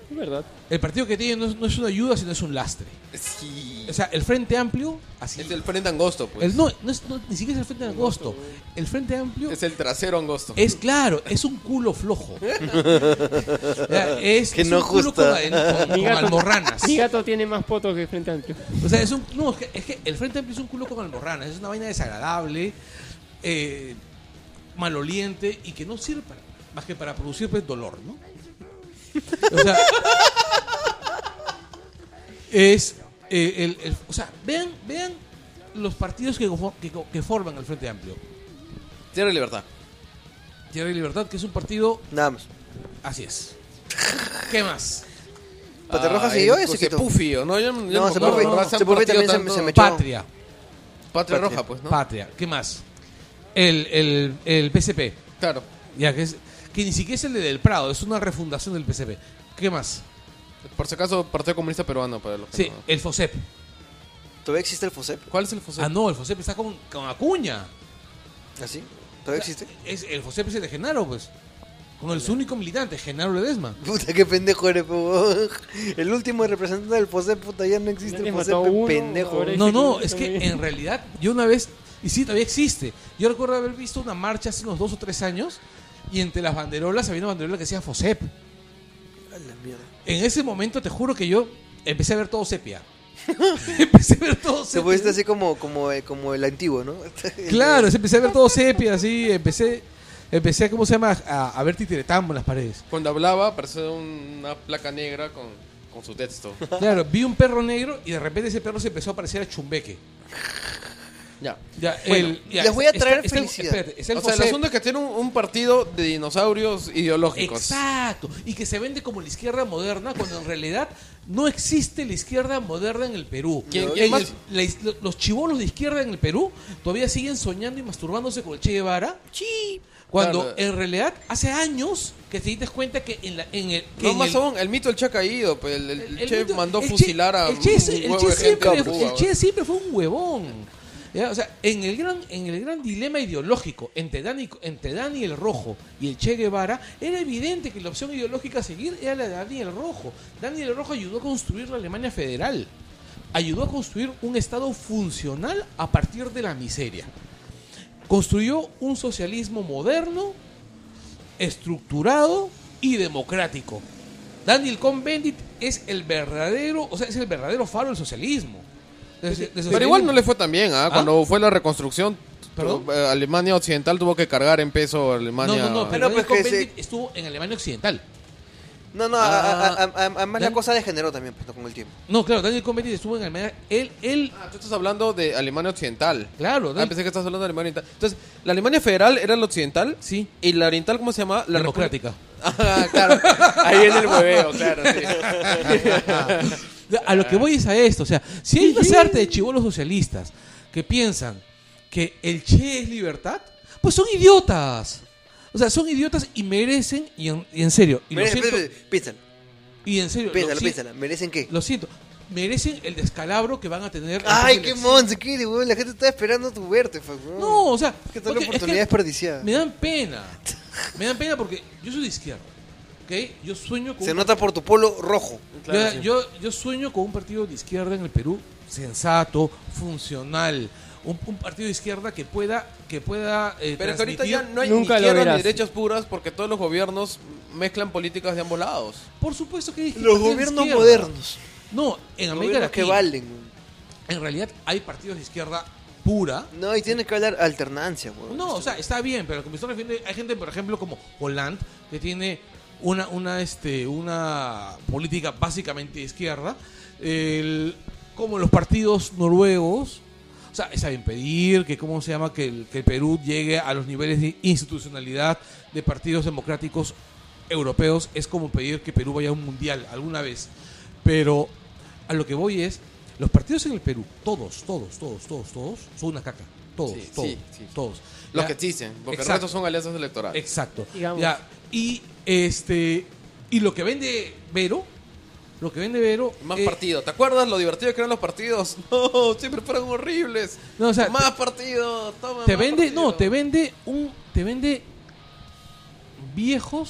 Es verdad. El partido que tiene no es una ayuda, sino es un lastre. Sí. O sea, el Frente Amplio, así. Es el frente angosto, pues. Ni siquiera es el Frente Angosto. El Frente Amplio Es el trasero angosto. es claro, es un culo flojo. Es Que es no un culo justa. con almorranas. Mi gato tiene más fotos que Frente Amplio. O sea, es que el Frente Amplio es un culo con almorranas. Es una vaina desagradable, maloliente y que no sirve más que para producir pues, dolor, ¿no? O sea, o sea, vean los partidos que forman el Frente Amplio. Tierra y libertad. Tierra y Libertad, que es un partido, Nada más. así es. ¿Qué más? Paterroja siguió ese que quitó. Pufio, ¿no? Yo No, me acuerdo, Sepulveda- ¿verdad? Se han Sepulveda partido también tanto- se me echó. Patria. Patria Roja, pues, ¿no? Patria. ¿Qué más? El PSP. Claro. Ya, que ni siquiera es el del Prado, es una refundación del PSP. ¿Qué más? Por si acaso, Partido Comunista Peruano, para los que Sí, no- el FOSEP. ¿Todavía existe el FOSEP? ¿Cuál es el FOSEP? Ah, no, el FOSEP está con Acuña. ¿Así? ¿Todavía existe? El FOSEP es el de Genaro, pues. Con el su único militante, Genaro Ledesma. Puta, qué pendejo eres, po. El último representante del FOSEP, puta, ya no existe Le el mató FOSEP, a uno, pendejo. ahora No, Ese es que también. en realidad yo una vez, y sí, todavía existe. Yo recuerdo haber visto una marcha hace unos 2 o 3 años y entre las banderolas había una banderola que decía FOSEP. A la mierda. En ese momento te juro que yo empecé a ver todo sepia. Empecé a ver todo Se sepia. pusiste así como el antiguo, ¿no? Claro, empecé a ver todo sepia, así, empecé ¿cómo se llama? A ver titiretambo en las paredes. Cuando hablaba, parecía una placa negra con su texto. Claro, vi un perro negro y de repente ese perro se empezó a parecer a Chumbeque. Ya. Ya, Bueno, les voy a traer felicidad. espérate, está el O sea, el FOSEP. asunto es que tiene un partido de dinosaurios ideológicos. Exacto, y que se vende como la izquierda moderna cuando en realidad no existe la izquierda moderna en el Perú. ¿Quién Es más, es? los chibolos de izquierda en el Perú todavía siguen soñando y masturbándose con el Che Guevara. Sí. Cuando Claro. en realidad hace años que te diste cuenta que en el que No, en más el- aún, el mito del Che ha caído. Pues el Che mito- mandó el Che- fusilar a el Che, un el huevo Che de gente siempre, en Cuba. el Che siempre fue un huevón. ¿Ya? O sea, en el gran dilema ideológico entre Dani el Rojo y el Che Guevara, era evidente que la opción ideológica a seguir era la de Dani el Rojo. Dani el Rojo ayudó a construir la Alemania federal. Ayudó a construir un Estado funcional a partir de la miseria. Construyó un socialismo moderno, estructurado y democrático. Daniel Cohn-Bendit es el verdadero faro del socialismo. Pero igual no le fue tan bien, ¿ah? ¿Ah? Cuando fue la reconstrucción, ¿Perdón? Alemania Occidental tuvo que cargar en peso a Alemania. No, pero No, Daniel pues que Cohn-Bendit estuvo en Alemania Occidental. No, Ah. además la cosa degeneró también pues, con el tiempo. No, claro, Daniel Cohn-Bendit estuvo en Alemania. Él, Ah, tú estás hablando de Alemania Occidental. claro, Ah, pensé que estás hablando de Alemania Oriental. Entonces, la Alemania Federal era la occidental. sí, ¿Y la oriental cómo se llama? La democrática. Ah, claro. Ahí viene el hueveo, claro. Sí. A lo que voy es a esto, o sea, si hay una sarta de chibolos socialistas que piensan que el Che es libertad, pues son idiotas. O sea, son idiotas y merecen, y en serio, y lo siento, Piénsalo, y en serio, piénsalo. ¿Merecen qué? lo siento, merecen el descalabro que van a tener. en Ay, esta qué elección. mon, se quiere, weón. La gente está esperando tu verte, pues, weón. No, o sea, Es que toda la porque es oportunidad que desperdiciada. me dan pena. Me dan pena porque yo soy de izquierda, ¿ok? Yo sueño con Se un nota por tu polo rojo. Claro, sí. yo sueño con un partido de izquierda en el Perú sensato, funcional, un partido de izquierda que pueda Pero es que ahorita transmitir- ya no hay Nunca ni lo izquierdas ni verás. derechas puras porque todos los gobiernos mezclan políticas de ambos lados. Por supuesto que hay Los partidos de gobiernos izquierda. modernos. No, en Los América gobiernos que Latina. valen. weón. En realidad hay partidos de izquierda pura. No, y tienes que hablar alternancia, weón. No, o sea, está bien, pero lo que me estoy refiriendo, hay gente, por ejemplo, como Hollande, que tiene una política básicamente de izquierda, como los partidos noruegos. O sea, está bien pedir que, ¿cómo se llama? Que el Perú llegue a los niveles de institucionalidad de partidos democráticos europeos. Es como pedir que Perú vaya a un mundial alguna vez. Pero a lo que voy es, los partidos en el Perú, todos, son una caca. Todos, Sí, todos, sí, sí. todos. Los Ya. que dicen, porque el Exacto. resto son alianzas electorales. Exacto. Digamos. Ya, y lo que vende Vero, Más eh, partido. ¿Te acuerdas lo divertido que eran los partidos? No, siempre fueron horribles. No, o sea, más partido, toma te más vende, partido. no, te vende viejos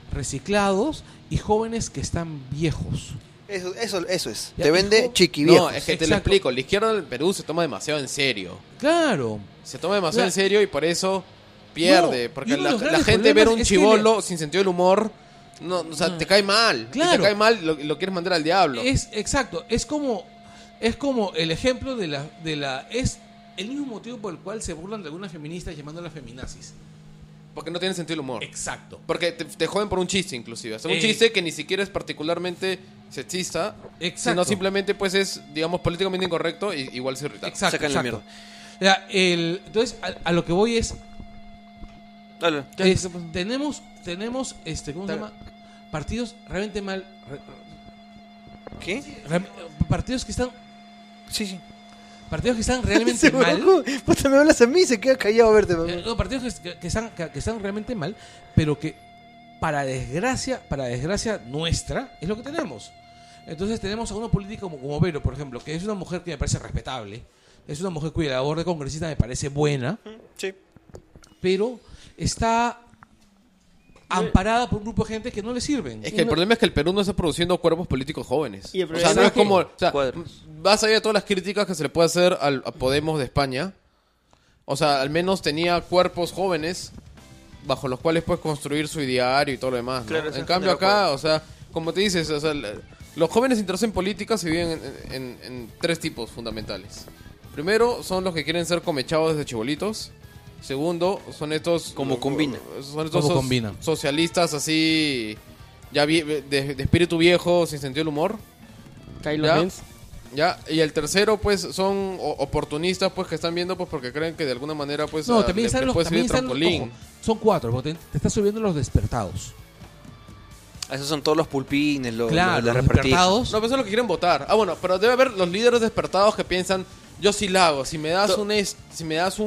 reciclados y jóvenes que están viejos. Eso es. Ya, Te vende hijo. chiquiviejo. No, es que te lo Exacto. explico. La izquierda del Perú se toma demasiado en serio. Claro. Se toma demasiado Claro. en serio y por eso pierde. No, porque y uno de los la grandes gente ver problemas un es que chibolo sin sentido del humor, no, o sea, te cae mal. Y Claro. te cae mal, lo quieres mandar al diablo. Es exacto, es como el ejemplo es el mismo motivo por el cual se burlan de algunas feministas llamándolas feminazis. Porque no tiene sentido del humor. Exacto. Porque te joden por un chiste, inclusive. O sea, un Eh. chiste que ni siquiera es particularmente sexista, Exacto. sino simplemente pues es, digamos, políticamente incorrecto y igual se irrita. Exacto. Sacan la exacto. Ya, entonces a lo que voy es Dale. tenemos ¿cómo se llama? Partidos realmente mal ¿Qué? partidos que están Sí. partidos que están realmente Se mal. bajó. Puta, me hablas a mí y se queda callado a verte, mamá. No, partidos que están realmente mal, pero que para desgracia nuestra es lo que tenemos. Entonces tenemos a una política como Vero, por ejemplo, que es una mujer que me parece respetable, es una mujer cuya labor de congresista me parece buena, Sí. pero está amparada por un grupo de gente que no le sirven. Es que el problema es que el Perú no está produciendo cuerpos políticos jóvenes. Y el O sea, problema no es es que- como... O sea, Cuadros. vas allá de todas las críticas que se le puede hacer a Podemos de España. O sea, al menos tenía cuerpos jóvenes bajo los cuales puedes construir su ideario y todo lo demás, ¿no? Claro, eso En es cambio generar acá, o sea, como te dices, o sea, los jóvenes interesados en política se dividen en tres tipos fundamentales. Primero, son los que quieren ser comechados desde chibolitos. Segundo, son estos... Como combina. Son estos Como combina. socialistas así... Ya de espíritu viejo, sin sentido del humor. Kylo Ya. Benz. Ya, y el tercero, pues, son oportunistas, pues, que están viendo, pues, porque creen que de alguna manera, pues, No, a- también le están los puede servir también de están trampolín. ojo, son 4, porque te estás subiendo los despertados. Esos son todos los pulpines, Claro, las los repartidas. despertados. No, pero eso es lo que quieren votar. Ah, bueno, pero debe haber los líderes despertados que piensan, yo sí la hago, si me das si me das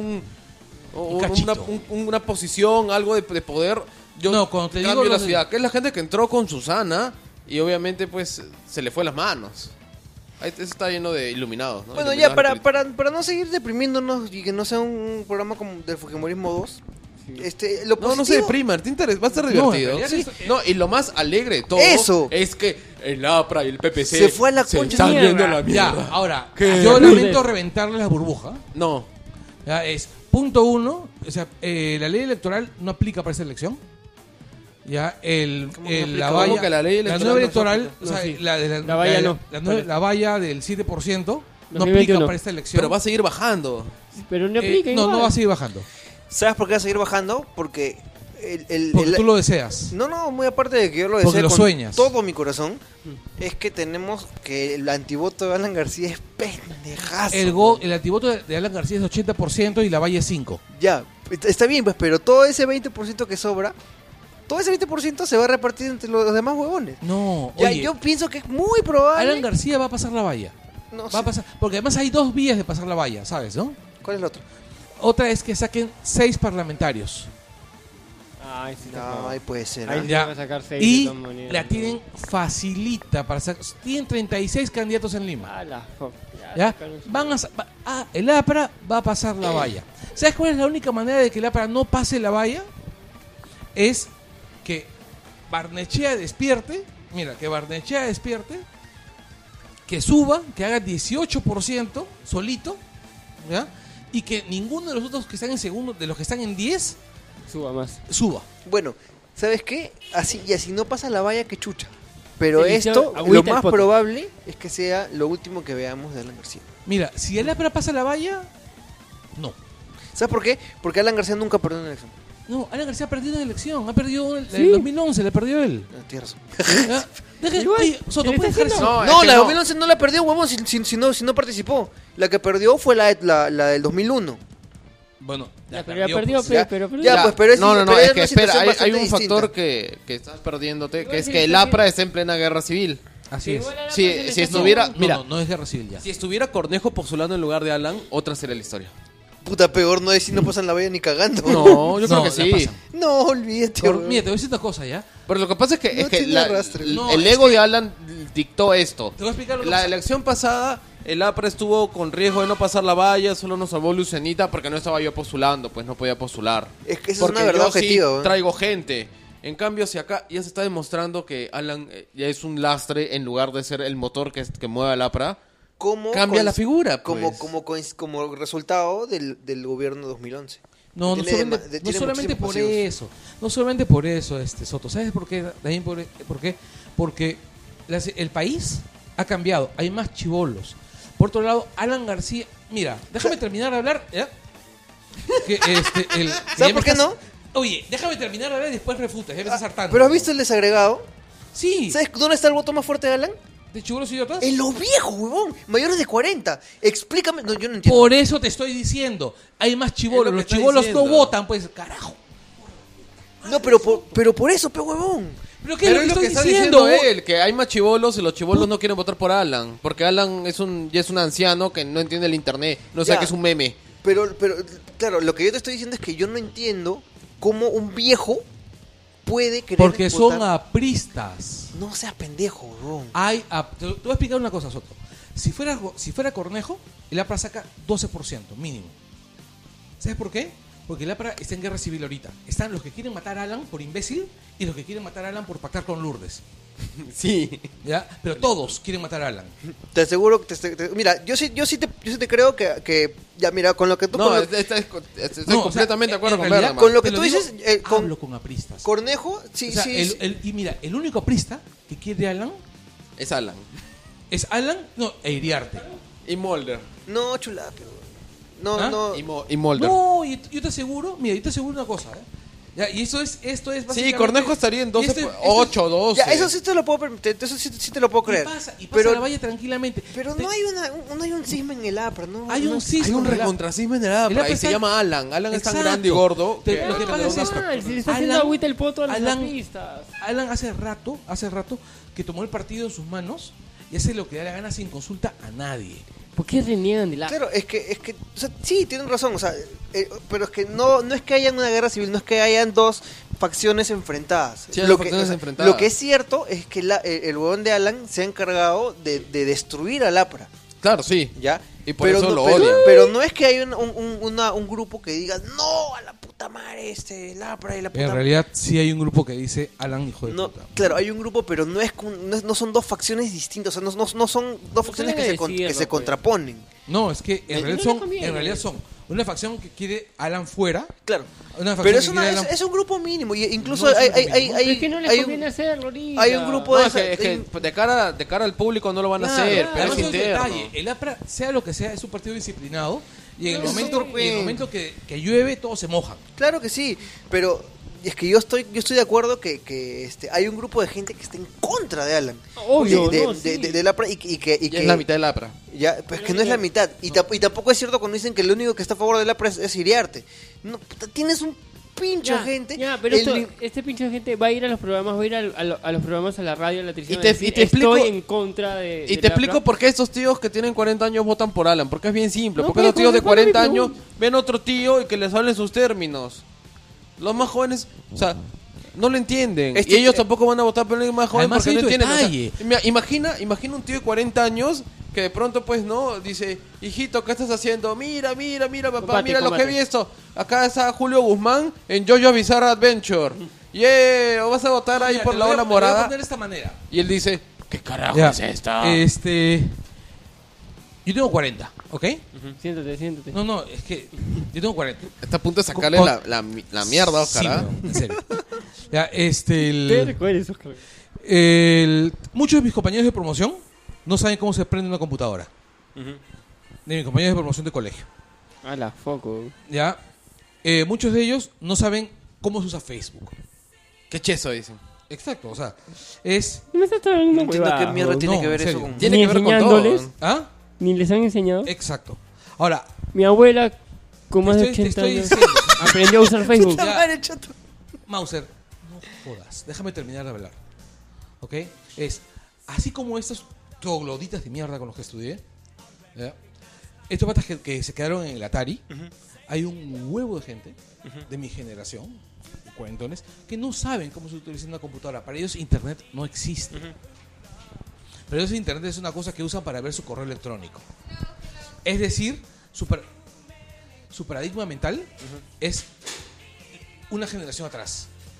cachito. una posición, algo de poder, yo No, cuando te digo cambio la los de- ciudad. Que es la gente que entró con Susana y obviamente, pues, se le fue las manos. Ahí está lleno de iluminados, ¿no? Bueno, ya, Iluminados para no seguir deprimiéndonos y que no sea un programa como del Fujimorismo 2, lo No, no se positivo- depriman, va a ser No, en divertido. realidad Sí. esto- No, y lo más alegre de todo Eso. es que el APRA y el PPC Se fue a la se concha están de yendo a mierda. la mierda. Ya, ahora, Qué yo rude. lamento reventarle la burbuja. No, Ya, es punto 1, o sea, la ley electoral no aplica para esta elección. Ya, ¿Cómo que no aplica? la ¿Cómo valla, que la ley la electoral nueva no se electoral, aplica? o sea, No, sí. la valla no. la valla del 7% no 2021. aplica para esta elección. pero va a seguir bajando. Pero no aplica igual. no va a seguir bajando. ¿Sabes por qué va a seguir bajando? Porque Porque tú lo deseas. No, muy aparte de que yo lo Porque deseo lo con sueñas. todo mi corazón, es que tenemos que el antivoto de Alan García es pendejazo. El antivoto de Alan García es 80% y la valla es 5%. Ya, está bien, pues, pero todo ese 20% que sobra, todo ese 20% se va a repartir entre los demás huevones. No, Ya, oye, yo pienso que es muy probable. Alan García va a pasar la valla. No Va sé. a pasar, porque además hay 2 vías de pasar la valla, ¿sabes, no? ¿Cuál es el otro? Otra es que saquen 6 parlamentarios. Ay, sí, No, ahí puede ser. Ahí ¿ah? sí Ya. van a sacar 6 Y de todas maneras. la tienen facilita para sacar. Tienen 36 candidatos en Lima. Ah, la fuck. ¿Ya? sacaron su- Van el APRA va a pasar la valla. ¿Sabes cuál es la única manera de que el APRA no pase la valla? Es que Barnechea despierte. Mira, que Barnechea despierte. Que suba, que haga 18% solito. ¿Ya? Y que ninguno de los otros que están en segundo, de los que están en 10, Suba más. suba. Bueno, ¿sabes qué? Así no pasa la valla que chucha. Pero Edición, esto, agüita lo el más poto. probable es que sea lo último que veamos de Alan García. Mira, si el APRA pasa la valla, no. ¿Sabes por qué? Porque Alan García nunca perdió una elección. No, Alan García ha perdido una elección. Ha perdido el Sí. 2011, le perdió él. Ah, tienes razón. ¿Ya? Igual, Oye, Soto, ¿qué le ¿puedes está dejar haciendo? eso? No, es No, que la de no. 2011 no la perdió, huevón, si no participó. La que perdió fue la del 2001. Bueno, Ya, pero ya perdió, pues. ya. pero perdió. Ya, pues, pero es- no, pero es es que una espera, situación hay bastante un factor distinta. que estás perdiéndote, Igual que es sí que le el está APRA está en plena guerra civil. Así es. Igual a la Si- persona si está estuviera- haciendo- mira. No es guerra civil ya. Si estuviera Cornejo postulando en lugar de Alan, otra sería la historia. Puta, peor no es si no pasan la valla ni cagando. No, yo No, creo que la sí. pasan. No, olvídate. huevón. Mira, te voy a decir una cosa ya. Pero lo que pasa es que, No tiene arrastre. el No, el es ego de Alan dictó esto. Te voy a explicar lo que La pasa. elección pasada, el APRA estuvo con riesgo de no pasar la valla, solo nos salvó Lucenita porque no estaba yo postulando, pues no podía postular. Es que eso es Porque una verdad yo objetiva, sí weón. traigo gente. En cambio, si acá ya se está demostrando que Alan ya es un lastre en lugar de ser el motor que mueve al APRA, cambia la figura, pues. Como resultado del gobierno 2011. No solamente por eso. No solamente por eso, Soto. ¿Sabes por qué? También por qué? Porque el país ha cambiado. Hay más chibolos. Por otro lado, Alan García... Mira, déjame terminar de hablar. ¿Ya? ¿Sabes por qué no? Oye, déjame terminar de hablar y después refutas. Ya me estás hartando. ¿Pero has visto el desagregado? Sí. ¿Sabes dónde está el voto más fuerte de Alan? ¿De chibolos idiotas? En los viejos, huevón. Mayores de 40. Explícame. No, yo no entiendo. Por eso te estoy diciendo. Hay más chibolos. Es lo que Los está chibolos no diciendo. votan, pues, carajo. No, pero por eso, huevón. ¿Pero qué es Pero lo que está estoy diciendo? él, que hay más chibolos y los chibolos no quieren votar por Alan. Porque Alan ya es un anciano que no entiende el internet, no sabe Ya. que es un meme. Pero, claro, lo que yo te estoy diciendo es que yo no entiendo cómo un viejo puede querer Porque votar. son apristas. No seas pendejo, huevón. Te voy a explicar una cosa, Soto. Si fuera Cornejo, el APRA saca 12% mínimo. ¿Sabes por qué? Porque el APRA está en guerra civil ahorita. Están los que quieren matar a Alan por imbécil y los que quieren matar a Alan por pactar con Lourdes. Sí. ¿Ya? Pero todos quieren matar a Alan. Te aseguro que mira, yo sí te creo que ya mira, con lo que tú No, con lo- estoy No, completamente de acuerdo con realidad, Bergman. con lo que te tú digo, dices, hablo con apristas. Cornejo, sí, O sea, sí. y mira, el único aprista que quiere a Alan Es Alan. es Alan, e Iriarte. Y Mulder. No, chulape. No, ¿Ah? no. Y Mulder. No, yo te aseguro una cosa, ¿eh? Ya, y esto es básicamente... Sí, Cornejo estaría en 12, y este- 8, 12. Ya, eso sí te lo puedo permitir, eso sí te lo puedo creer. Y pasa pero la valla tranquilamente. pero no hay un cisma en el APRA, ¿no? Hay No- un cisma. Hay un en el recontracismo en el El APRA APRA y se está- llama Alan. Alan es tan Exacto. grande y gordo. Lo que pasa es esto. Si le está Alan- haciendo agüita el poto a los Alan- artistas. Alan hace rato que tomó el partido en sus manos y hace lo que da la gana sin consulta a nadie. ¿Por qué reniegan de la... Claro, es que, o sea, sí, tienen razón, o sea, pero es que no es que haya una guerra civil, no es que hayan dos facciones enfrentadas. Sí, hay lo dos que, facciones o sea, enfrentadas. lo que es cierto es que el huevón de Alan se ha encargado de destruir al APRA, Claro, sí. ¿ya? Y por eso lo pero, odian. pero no es que haya un grupo que diga, no, a la puta madre, el APRA y la puta En realidad sí hay un grupo que dice Alan, hijo de No, puta. claro, hay un grupo, pero no son dos facciones distintas, o sea, no son dos facciones que suelen decirlo, se pues. contraponen. No, es que en No realidad le son, conviene. en realidad son una facción que quiere Alan fuera. Claro. Una facción Pero que quiere Alan... es un grupo mínimo, y incluso No es un hay, grupo hay, mínimo. hay, Pero es que no les hay conviene hacerlo ahorita. hay un grupo No, de... es que de cara al público no lo van a Claro, hacer, claro. pero es Además, hay un interno. detalle. El APRA, sea lo que sea, es un partido disciplinado y en el No, momento, súper en el bien. momento que llueve todos se mojan. Claro que sí, pero es que yo estoy de acuerdo que hay un grupo de gente que está en contra de Alan. Obvio, de, no, sí. de la APRA y que Ya es la mitad del APRA. Ya, pues que no es la mitad. Y tampoco es cierto cuando dicen que el único que está a favor de la APRA es Iriarte. No, puta, tienes un pincho de gente. Ya, pero El- este pinche gente va a ir a los programas, va a ir a los programas, a la radio, a la televisión. Y te- a decir, y te explico- estoy en contra de. Y te explico por qué estos tíos que tienen 40 años votan por Alan. Porque es bien simple. No, Porque pero los tíos de ¿cuál es mi 40 años pregunta? ven otro tío y que les hablen sus términos. Los más jóvenes, o sea, no lo entienden. Este- y ellos tampoco van a votar por el más joven Además, porque no hay otro entienden. O sea, detalle. imagina un tío de 40 años que de pronto, pues, no, dice, hijito, ¿qué estás haciendo? Mira, papá, Combate, mira lo que he combate. visto. Acá está Julio Guzmán en JoJo's Bizarre Adventure. O vas a votar ahí Mira, por te la lo voy ola a- te lo voy a morada. poner de esta manera. Y él dice, ¿qué carajo Ya, es esto? Yo tengo 40, ¿ok? Siéntate. No, es que yo tengo 40. Está a punto de sacarle Con- la mierda, Oscar. Sí, ¿ah? weón, en serio. Ya, muchos de mis compañeros de promoción no saben cómo se prende una computadora. De mis compañeros de promoción de colegio. A la foco. Ya, muchos de ellos no saben cómo se usa Facebook. Qué cheso, dicen. Exacto, o sea, es... No me estás hablando No entiendo qué mierda tiene no, que ver en eso serio. con... Tiene Ni que ver con enseñándoles. todo. ¿Ah? Ni les han enseñado. Exacto. Ahora, Mi abuela, con más de te 80 estoy años, diciendo, aprendió a usar Facebook. Puta madre, chato. Mauser, no jodas, déjame terminar de hablar. ¿Ok? Es, así como estos trogloditas de mierda con los que estudié, ¿ya? Estos patas que se quedaron en el Atari, hay un huevo de gente de mi generación, cuentones, que no saben cómo se utiliza una computadora. Para ellos Internet no existe. Para ellos Internet es una cosa que usan para ver su correo electrónico. Es decir, su paradigma mental es una generación atrás.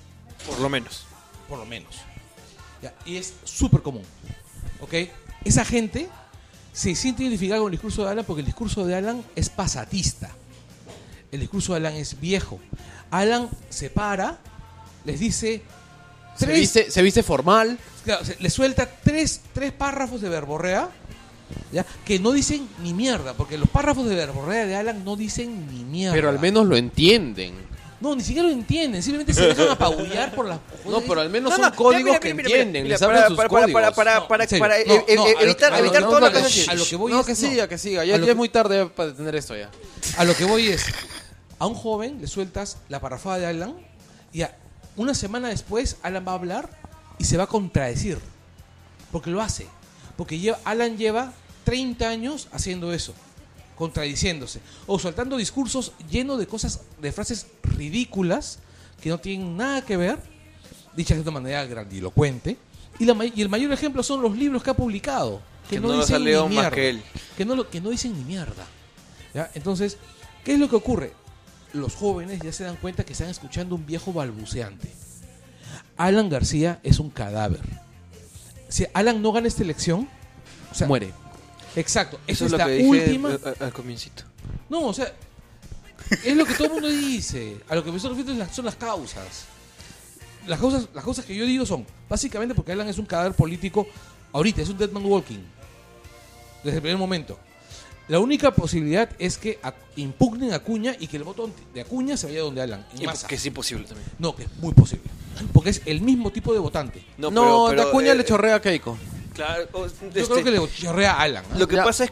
Por lo menos. Por lo menos. Ya, y es súper común. ¿Ok? Esa gente se siente identificada con el discurso de Alan porque el discurso de Alan es pasatista. El discurso de Alan es viejo. Alan se para, les dice... Se viste formal. Claro, le suelta tres párrafos de verborrea, ¿ya? Que no dicen ni mierda, porque los párrafos de verborrea de Alan no dicen ni mierda. Pero al menos lo entienden. No, ni siquiera lo entienden, simplemente se dejan apabullar por las... No, pero al menos No, son no, códigos mira, que mira, entienden. mira, Les hablan sus códigos. En serio. Para No, evitar todo lo que no, es a lo que voy no, es... que siga, que siga. Ya A lo es que- muy tarde para detener esto ya. A lo que voy es, a un joven le sueltas la parrafada de Alan y una semana después Alan va a hablar y se va a contradecir. Porque lo hace. Porque Alan lleva 30 años haciendo eso, contradiciéndose. O soltando discursos llenos de cosas, de frases ridículas que no tienen nada que ver, dichas de una manera grandilocuente. Y el mayor ejemplo son los libros que ha publicado. Que no los ha ni leído más mierda. que él. Que no dicen ni mierda. ¿Ya? Entonces, ¿qué es lo que ocurre? Los jóvenes ya se dan cuenta que están escuchando un viejo balbuceante. Alan García es un cadáver. Si Alan no gana esta elección, o sea, Muere. Exacto. Eso Esa es lo la que dije última. al comiencito. No, o sea, es lo que todo el mundo dice. A lo que me estoy refiriendo son las causas. Las causas que yo digo son básicamente porque Alan es un cadáver político. Ahorita es un dead man walking. Desde el primer momento. La única posibilidad es que impugnen a Acuña y que el voto de Acuña se vaya donde Alan. En masa. Que es imposible también. No, que es muy posible. Porque es el mismo tipo de votante. No, de Acuña le chorrea a Keiko. Claro, Yo creo que le chorrea a Alan. ¿no? Lo que Ya. pasa es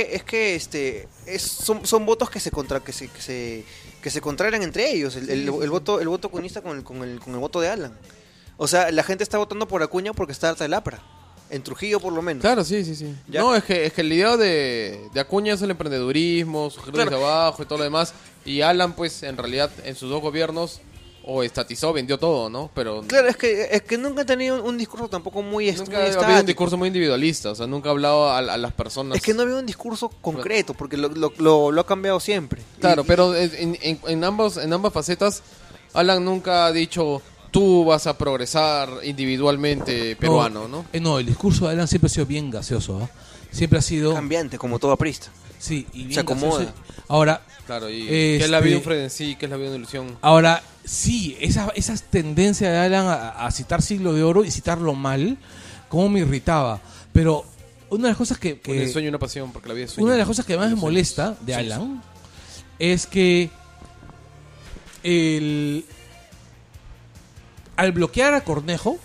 que son votos que se contrarian entre ellos, el voto comunista con el voto de Alan. O sea, la gente está votando por Acuña porque está harta del APRA. En Trujillo por lo menos. Claro, sí. Ya. No, es que el idea de Acuña es el emprendedurismo, sujetos Claro. de abajo y todo lo demás. Y Alan, pues, en realidad, en sus dos gobiernos, o estatizó, vendió todo, ¿no? Pero Claro, es que nunca ha tenido un discurso tampoco muy nunca muy ha habido un estático. discurso muy individualista. O sea, nunca ha hablado a las personas. Es que no había un discurso concreto, porque lo ha cambiado siempre. Claro, Y- pero en ambas facetas, Alan nunca ha dicho... Tú vas a progresar individualmente peruano, ¿no? No, el discurso de Alan siempre ha sido bien gaseoso. ¿Ah? Siempre ha sido... cambiante, como todo aprista. Sí, y bien Se acomoda. gaseoso. Ahora, Claro, y que es la vida Este- un frenesí, que es la vida una ilusión. ahora sí, esas tendencias de Alan a citar Siglo de Oro y citarlo mal, como me irritaba. Pero una de las cosas que Un sueño y una pasión, porque la vida es sueño. una de las cosas que más me Sueños. molesta de Sueños. Alan es que al bloquear a Cornejo,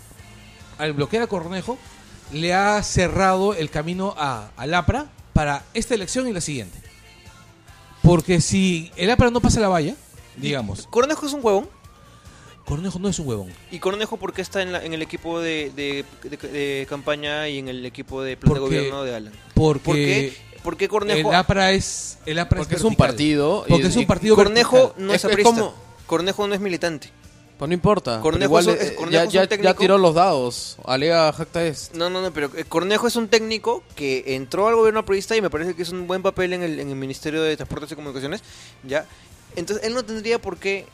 le ha cerrado el camino al APRA para esta elección y la siguiente. Porque si el APRA no pasa la valla, digamos, Cornejo es un huevón. Cornejo no es un huevón. ¿Y Cornejo por qué está en el equipo de campaña y en el equipo de plan de Porque- gobierno de Alan? Porque ¿Por qué Cornejo? el APRA es Porque es un vertical. partido. Porque es un partido Cornejo vertical. no es Es aprista. como- Cornejo no es militante. Pues no importa. Cornejo pero es un ya técnico. tiró los dados. Alega Jacta es. No, pero Cornejo es un técnico que entró al gobierno aprista y me parece que es un buen papel en el Ministerio de Transportes y Comunicaciones, ¿ya? Entonces él no tendría por qué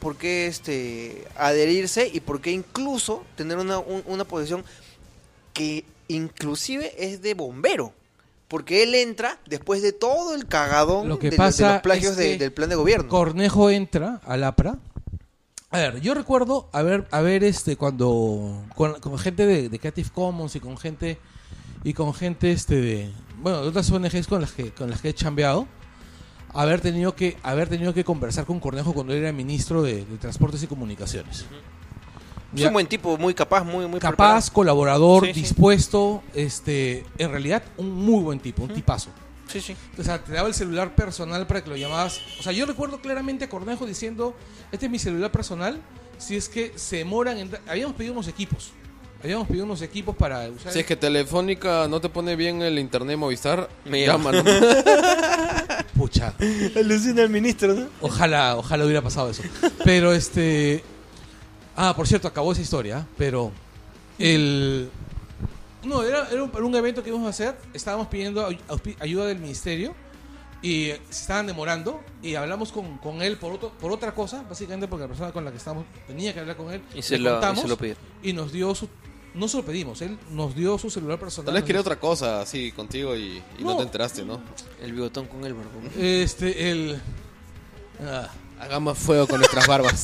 adherirse y por qué incluso tener una posición que inclusive es de bombero. Porque él entra después de todo el cagadón Lo que de pasa los plagios es que del plan de gobierno. Cornejo entra al APRA. A ver, yo recuerdo haber cuando con gente de Creative Commons y con gente de otras ONGs con las que he chambeado, haber tenido que conversar con Cornejo cuando él era ministro de Transportes y Comunicaciones. Es Ya. un buen tipo, muy capaz, muy Capaz, preparado. colaborador, Sí, sí. dispuesto, en realidad un muy buen tipo, un tipazo. Sí, sí. O sea, te daba el celular personal para que lo llamabas. O sea, yo recuerdo claramente a Cornejo diciendo, este es mi celular personal, si es que se demoran en... Habíamos pedido unos equipos para usar... Si es que Telefónica no te pone bien el internet Movistar, Me llama. llama, ¿no? Pucha, Alucina al ministro, ¿no? ojalá hubiera pasado eso. Pero por cierto, acabó esa historia, pero No, era un evento que íbamos a hacer. Estábamos pidiendo ayuda del ministerio Y se estaban demorando y hablamos con él por otra cosa, básicamente porque la persona con la que estábamos tenía que hablar con él. Y se le contamos lo pidieron. y nos dio su... No se lo pedimos, él nos dio su celular personal. Tal vez quería otra cosa así contigo y no te enteraste, ¿no? El bigotón con el barbón. Hagamos fuego con nuestras barbas.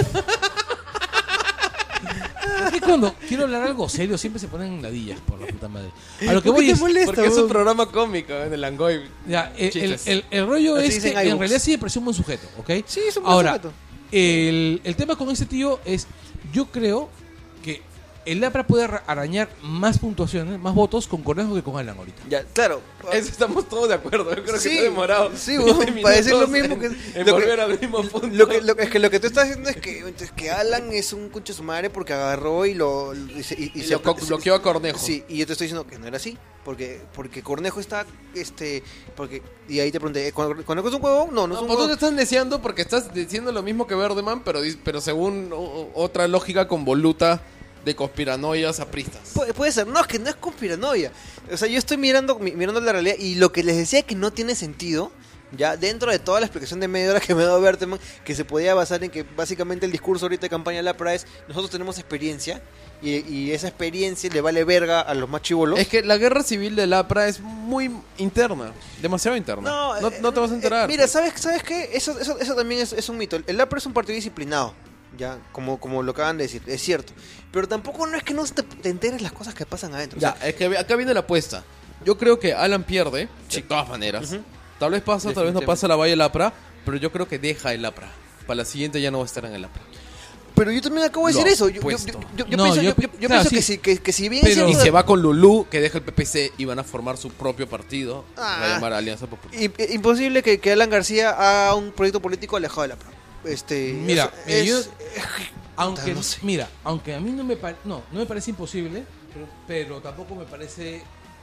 Es que cuando quiero hablar algo serio siempre se ponen ladillas por la puta madre. A lo que ¿Por qué voy te es... molesta, Porque es un weón? programa cómico en el Langoy. Ya, Chistes. el rollo Así es que dicen en iBooks. realidad sí me pareció un buen sujeto, ¿ok? Sí, es un buen Ahora, sujeto. el tema con este tío es, yo creo que el APRA puede arañar más puntuaciones, más votos con Cornejo que con Alan ahorita. Ya, claro. Eso estamos todos de acuerdo. Yo creo que Sí, se ha demorado. sí, 20 weón, para decir lo minutos mismo en que- volver al mismo punto. Es que lo que tú estás diciendo es que Alan es un concha su madre porque agarró y Y lo bloqueó a Cornejo. Sí, y yo te estoy diciendo que no era así. Porque Cornejo está, y ahí te pregunté, ¿Cornejo es un huevón? No, no es No, un pues tú te huevón. estás neciando porque estás diciendo lo mismo que Verdeman, pero según otra lógica convoluta de conspiranoias apristas. Puede ser, no, es que no es conspiranoia. O sea, yo estoy mirando la realidad y lo que les decía que no tiene sentido, ya dentro de toda la explicación de media hora que me ha dado Berteman, que se podía basar en que básicamente el discurso ahorita de campaña de la PRA es, nosotros tenemos experiencia y esa experiencia le vale verga a los más chivolos. Es que la guerra civil del APRA es muy interna, demasiado interna. No te vas a enterar. Mira, ¿sabes qué? Eso también es un mito. El APRA es un partido disciplinado, ya, como lo acaban de decir, es cierto. Pero tampoco no es que no te enteres las cosas que pasan adentro. Ya, O sea, es que acá viene la apuesta. Yo creo que Alan pierde, de todas maneras. Ujú. Tal vez pasa, tal vez no pasa la valla del APRA, pero yo creo que deja el APRA. Para la siguiente ya no va a estar en el APRA. pero yo también acabo de decir Lo eso. Yo opuesto. No, pienso, yo- yo claro, pienso sí. que si bien Pero- es Y cierto, se va con Lulú, que deja el PPC y van a formar su propio partido. Ah. Va a llamar Alianza Popular. imposible que Alan García haga un proyecto político alejado de la PRA. Mira, Puta, no sé. Mira, aunque a mí no me parece imposible, pero tampoco me parece...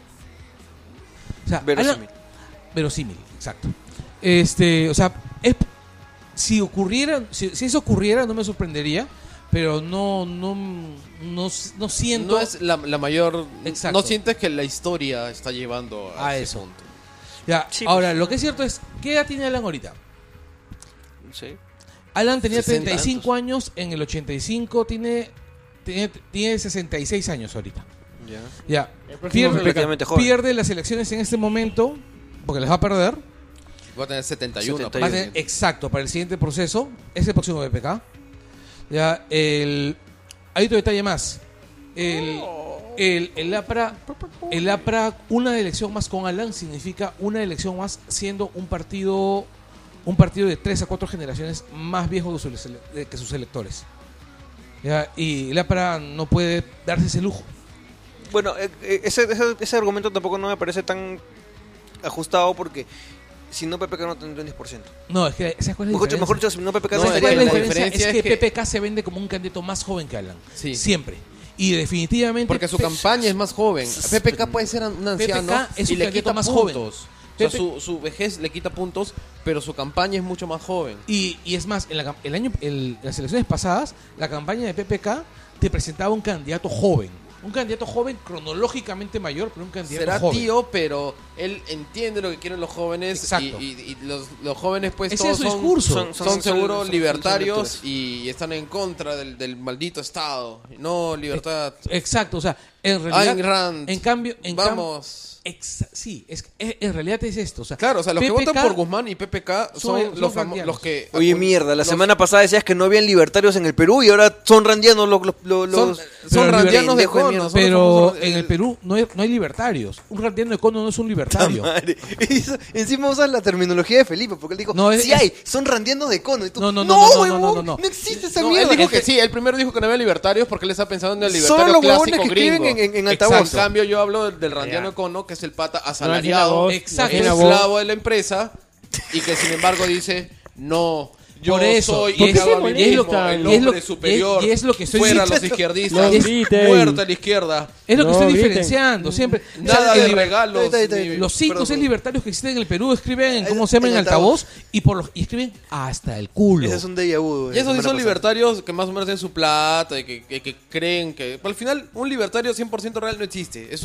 O sea, Verosímil. verosímil, exacto. O sea, si eso ocurriera no me sorprendería, pero no siento No es la mayor. Exacto. No sientes que la historia está llevando a ese eso. punto. Ya, Sí, ahora, pues. lo que es cierto es, ¿qué edad tiene Alan ahorita? Sí. Alan tenía 60 35 años en el 85, tiene 66 años ahorita. Ya. Ya, El próximo pierde, relativamente joven. pierde las elecciones en este momento, porque las va a perder. Va a tener 71. 71. Va a tener, exacto, para el siguiente proceso, es el próximo BPK. Ya, hay otro detalle más. El APRA, una elección más con Alan significa una elección más siendo un partido de 3 a 4 generaciones más viejo que sus electores. Ya, y el APRA no puede darse ese lujo. Bueno, ese argumento tampoco no me parece tan ajustado porque si no PPK no tendría un 10%. No, es que ¿sabes cuál es la diferencia? Mejor dicho, si no PPK No, no ¿Sabes es cuál es la la diferencia? diferencia Es es que que- PPK se vende como un candidato más joven que Alan. Sí. Siempre. Y definitivamente... Porque su campaña es más joven. PPK puede ser un anciano PPK es y un le candidato quita más puntos. joven. O sea, PP su vejez le quita puntos, pero su campaña es mucho más joven. Y es más, en las elecciones pasadas, la campaña de PPK te presentaba un candidato joven. Un candidato joven cronológicamente mayor, pero un candidato Será joven. tío, pero él entiende lo que quieren los jóvenes. Exacto. Y los jóvenes, pues, Ese todos es su son, discurso. son seguros son libertarios lectores. y están en contra del maldito Estado. No libertad. Exacto, o sea, en realidad... Ayn Rand. En cambio... Vamos. Sí, en realidad es esto. O sea, Claro, o sea, los que PPK votan por Guzmán y PPK son los randianos. los que... Oye, mierda, la los- semana pasada decías que no habían libertarios en el Perú y ahora son randianos los Son Pero randianos de pendejos de cono. mierda. son los pero famosos- en el Perú no hay libertarios. Un randiano de cono no es un libertario. Madre. Encima usas la terminología de Felipe, porque él dijo, No, sí hay, son randianos de cono. Y tú, No, huevón, no. existe esa No, mierda. él dijo que sí, él primero dijo que no había libertarios porque él está pensando en el Son libertario los huevones clásico que escriben gringo. en altavoz. En cambio yo hablo del randiano Ya. cono, que es el pata No asalariado, tiene voz, Exacto. que es no tiene voz. esclavo de la empresa y que sin embargo dice, no, yo Por eso, soy y es- hago a mí y es lo mismo, que- el y es lo- hombre superior, y es lo que estoy fuera diciendo. los izquierdistas, No griten. muerta a la izquierda, Es lo que No estoy griten. diferenciando siempre. O sea, nada el de liber- regalos. Ahí está. ni- Los 5 o 6 Perdón. libertarios que existen en el Perú escriben en cómo se llama en En altavoz y escriben hasta el culo. Ese es un déjà vu. Y esos sí son libertarios que más o menos tienen su plata y que creen que... Al final, un libertario 100% real no existe. Es un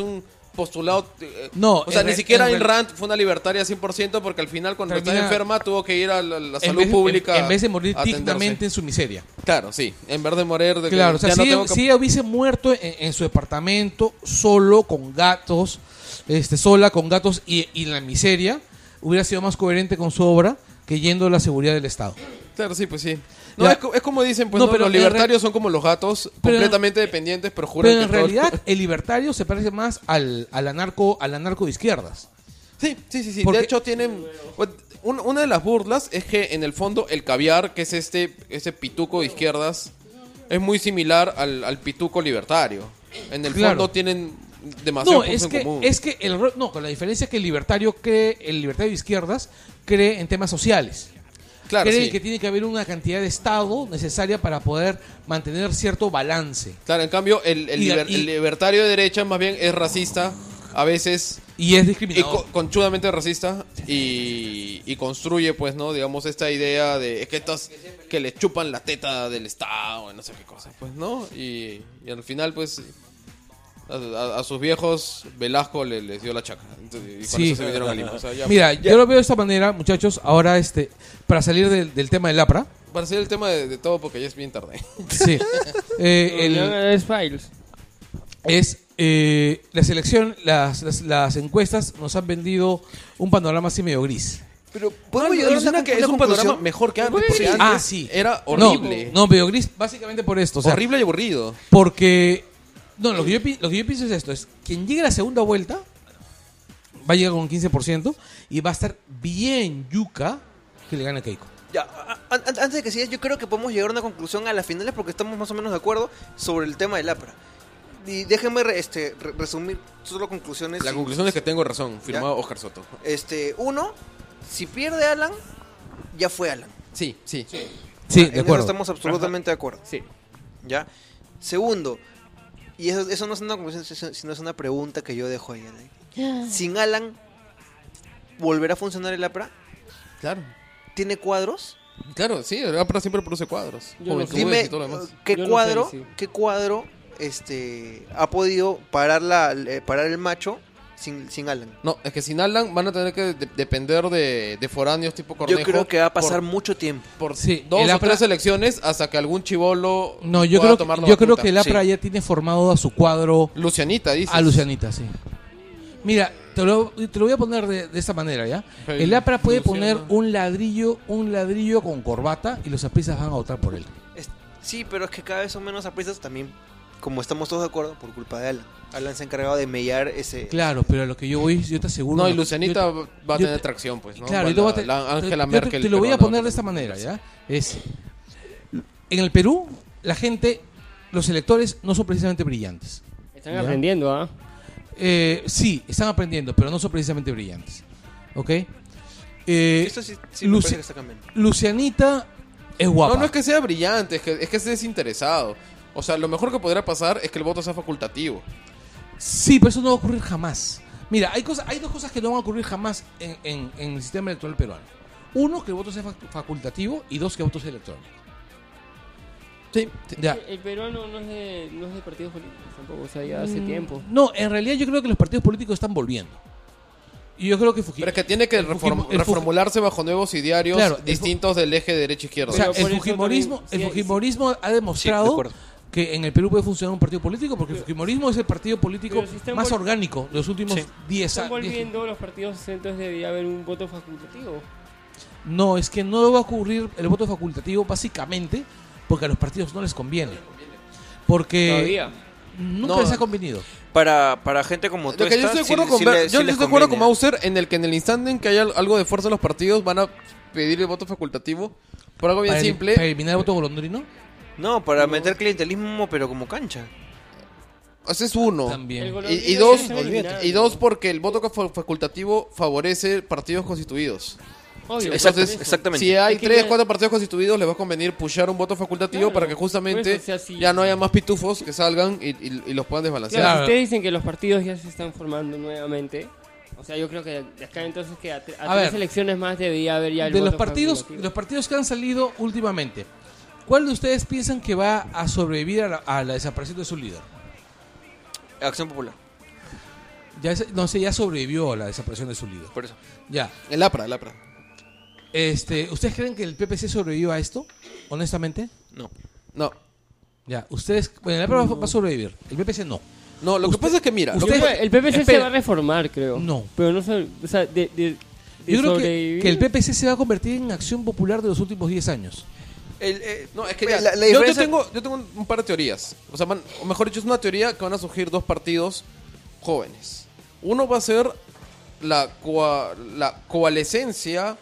postulado. No, o sea, en ni re- siquiera en Ayn re- Rand fue una libertaria 100% porque al final, cuando Termina- estaba enferma, tuvo que ir a la En salud vez, pública. en vez de morir a atenderse. dignamente en su miseria. Claro, sí. En vez de morir de que Claro, o sea, ya si, no ella, tengo que- si ella hubiese muerto en su departamento, solo, con gatos, sola, con gatos y en la miseria, hubiera sido más coherente con su obra que yendo a la seguridad del Estado. Claro, sí, pues sí. No, Ya. es como dicen, pues No, no, pero los en libertarios son como los gatos, pero- completamente dependientes, pero juran Pero en que todo- realidad el libertario se parece más al anarco de izquierdas. Sí. Porque- De hecho, tienen... Una de las burlas es que, en el fondo, el caviar, que es ese pituco de izquierdas, es muy similar al pituco libertario. En el Claro. fondo tienen demasiados No, puntos en común. con la diferencia es que el libertario de izquierdas cree en temas sociales. Claro, cree sí. que tiene que haber una cantidad de Estado necesaria para poder mantener cierto balance. Claro, en cambio, el Y- el libertario de derecha más bien es racista, a veces... Y es Y discriminador. conchudamente racista y construye, pues, ¿no? Digamos, esta idea de que estos que le chupan la teta del Estado y no sé qué cosa, pues, ¿no? Y al final, pues, a sus viejos Velasco les dio la chacra. Entonces, y con Sí. eso se vinieron a Lima. O sea, ya, Mira, yo lo veo de esta manera, muchachos. Ahora, para salir del tema del APRA, para hacer el tema de todo, porque ya es bien tarde. sí. El Files. La selección, las encuestas nos han vendido un panorama así medio gris. Pero podemos llegar a Alucina que es un panorama mejor que antes, porque antes sí. era horrible. No, medio gris básicamente por esto. O sea, Horrible y aburrido. porque... No, lo que yo pienso es esto. Es quien llegue a la segunda vuelta va a llegar con 15% y va a estar bien yuca que le gane a Keiko. Ya, antes de que sigas, yo creo que podemos llegar a una conclusión a las finales porque estamos más o menos de acuerdo sobre el tema del APRA. Y déjenme resumir solo conclusiones. La conclusión es que tengo razón, firmado Oscar Soto. Uno, si pierde Alan, ya fue Alan. Sí. Sí, En de eso acuerdo. estamos absolutamente de acuerdo. Sí. ¿Ya? Segundo, y eso no es una conclusión, sino es una pregunta que yo dejo ahí. Sin Alan, ¿volverá a funcionar el APRA? Claro. ¿Tiene cuadros? Claro, sí, el APRA siempre produce cuadros. Yo no sé. Juventudes Dime, y todo lo demás. ¿qué Yo no cuadro, sé, sí. qué cuadro ha podido parar el macho sin Alan? No, es que sin Alan van a tener que depender de foráneos tipo Cornejo. Yo creo que va a pasar por, mucho tiempo. por Sí, dos el o APRA tres elecciones hasta que algún chivolo No, yo pueda creo, tomar la yo creo batuta. que el APRA Sí. ya tiene formado a su cuadro Lucianita, dices. a Lucianita, sí. Mira, te lo voy a poner de esta manera, ¿ya? Hey, El APRA puede Luciana. poner un ladrillo con corbata y los apristas van a votar por él. Sí, pero es que cada vez son menos apristas también, como estamos todos de acuerdo, por culpa de Alan. Alan se ha encargado de mellar ese... Claro, pero a lo que yo voy, yo te aseguro... No, y yo- Lucianita yo- va a yo tener te- tracción, pues, ¿no? Claro, y Bueno, luego la Angela yo Merkel. te lo voy a peruana, poner de esta manera, ¿ya? En el Perú, la gente, los electores no son precisamente brillantes. Están Ya. aprendiendo, ¿ah? Sí, están aprendiendo, pero no son precisamente brillantes. ¿Ok? Esto sí me Luci- parece que está cambiando. Lucianita es guapa. No es que sea brillante, es que esté desinteresado. O sea, lo mejor que podría pasar es que el voto sea facultativo. Sí, pero eso no va a ocurrir jamás. Mira, hay dos cosas que no van a ocurrir jamás en el sistema electoral peruano. Uno, que el voto sea facultativo, y dos, que el voto sea electrónico. Sí. Ya. El peruano no es de partidos políticos tampoco, o sea, ya hace tiempo. No, en realidad yo creo que los partidos políticos están volviendo. Y yo creo que Pero es que tiene que reformularse bajo nuevos idearios Claro, distintos del eje derecha-izquierda. O sea, Pero por el eso fujimorismo, también, el sí, fujimorismo ha Sí, de demostrado acuerdo. que en el Perú puede funcionar un partido político porque el fujimorismo es el partido político Pero si están más orgánico de los últimos Sí. 10 Están años. volviendo los partidos, entonces debería haber un voto facultativo. No, es que no va a ocurrir el voto facultativo básicamente porque a los partidos no les conviene. Porque Todavía. nunca No. les ha convenido. Para gente como tú Lo que yo estoy de acuerdo con yo estoy de acuerdo con Mauser en el que en el instante en que haya algo de fuerza en los partidos van a pedir el voto facultativo por algo bien Para simple. eliminar el voto golondrino. No, para meter clientelismo, pero como cancha. Ese es uno. También. El Y golondrino dos, ya está eliminado. y dos porque el voto facultativo favorece partidos constituidos. Obvio, Exacto, por eso. exactamente. Si hay Es que 3, ya- 4 partidos constituidos, les va a convenir pushar un voto facultativo Claro, para que justamente por eso, o sea, si- ya no haya más pitufos que salgan y los puedan desbalancear. Claro, Claro. si ustedes dicen que los partidos ya se están formando nuevamente, o sea, yo creo que de acá entonces que a A tres ver, elecciones más debería haber ya el De voto los partidos que han salido últimamente, ¿cuál de ustedes piensan que va a sobrevivir a la desaparición de su líder? Acción Popular. no sé, ya sobrevivió a la desaparición de su líder. Por eso. Ya. El APRA. ¿Ustedes creen que el PPC sobrevivió a esto? Honestamente. No. No. Ya. Ustedes. Bueno, el APRA va a sobrevivir. El PPC no. No, lo que pasa es que mira, lo usted- que- El PPC se Espera. va a reformar, creo. No. Pero no sé, o sea, de Yo creo sobrevivir. que el PPC se va a convertir en acción popular de los últimos 10 años. no, es que Mira, ya, la yo diferencia- tengo un par de teorías. O sea, o mejor dicho, es una teoría que van a surgir dos partidos jóvenes. Uno va a ser la coalescencia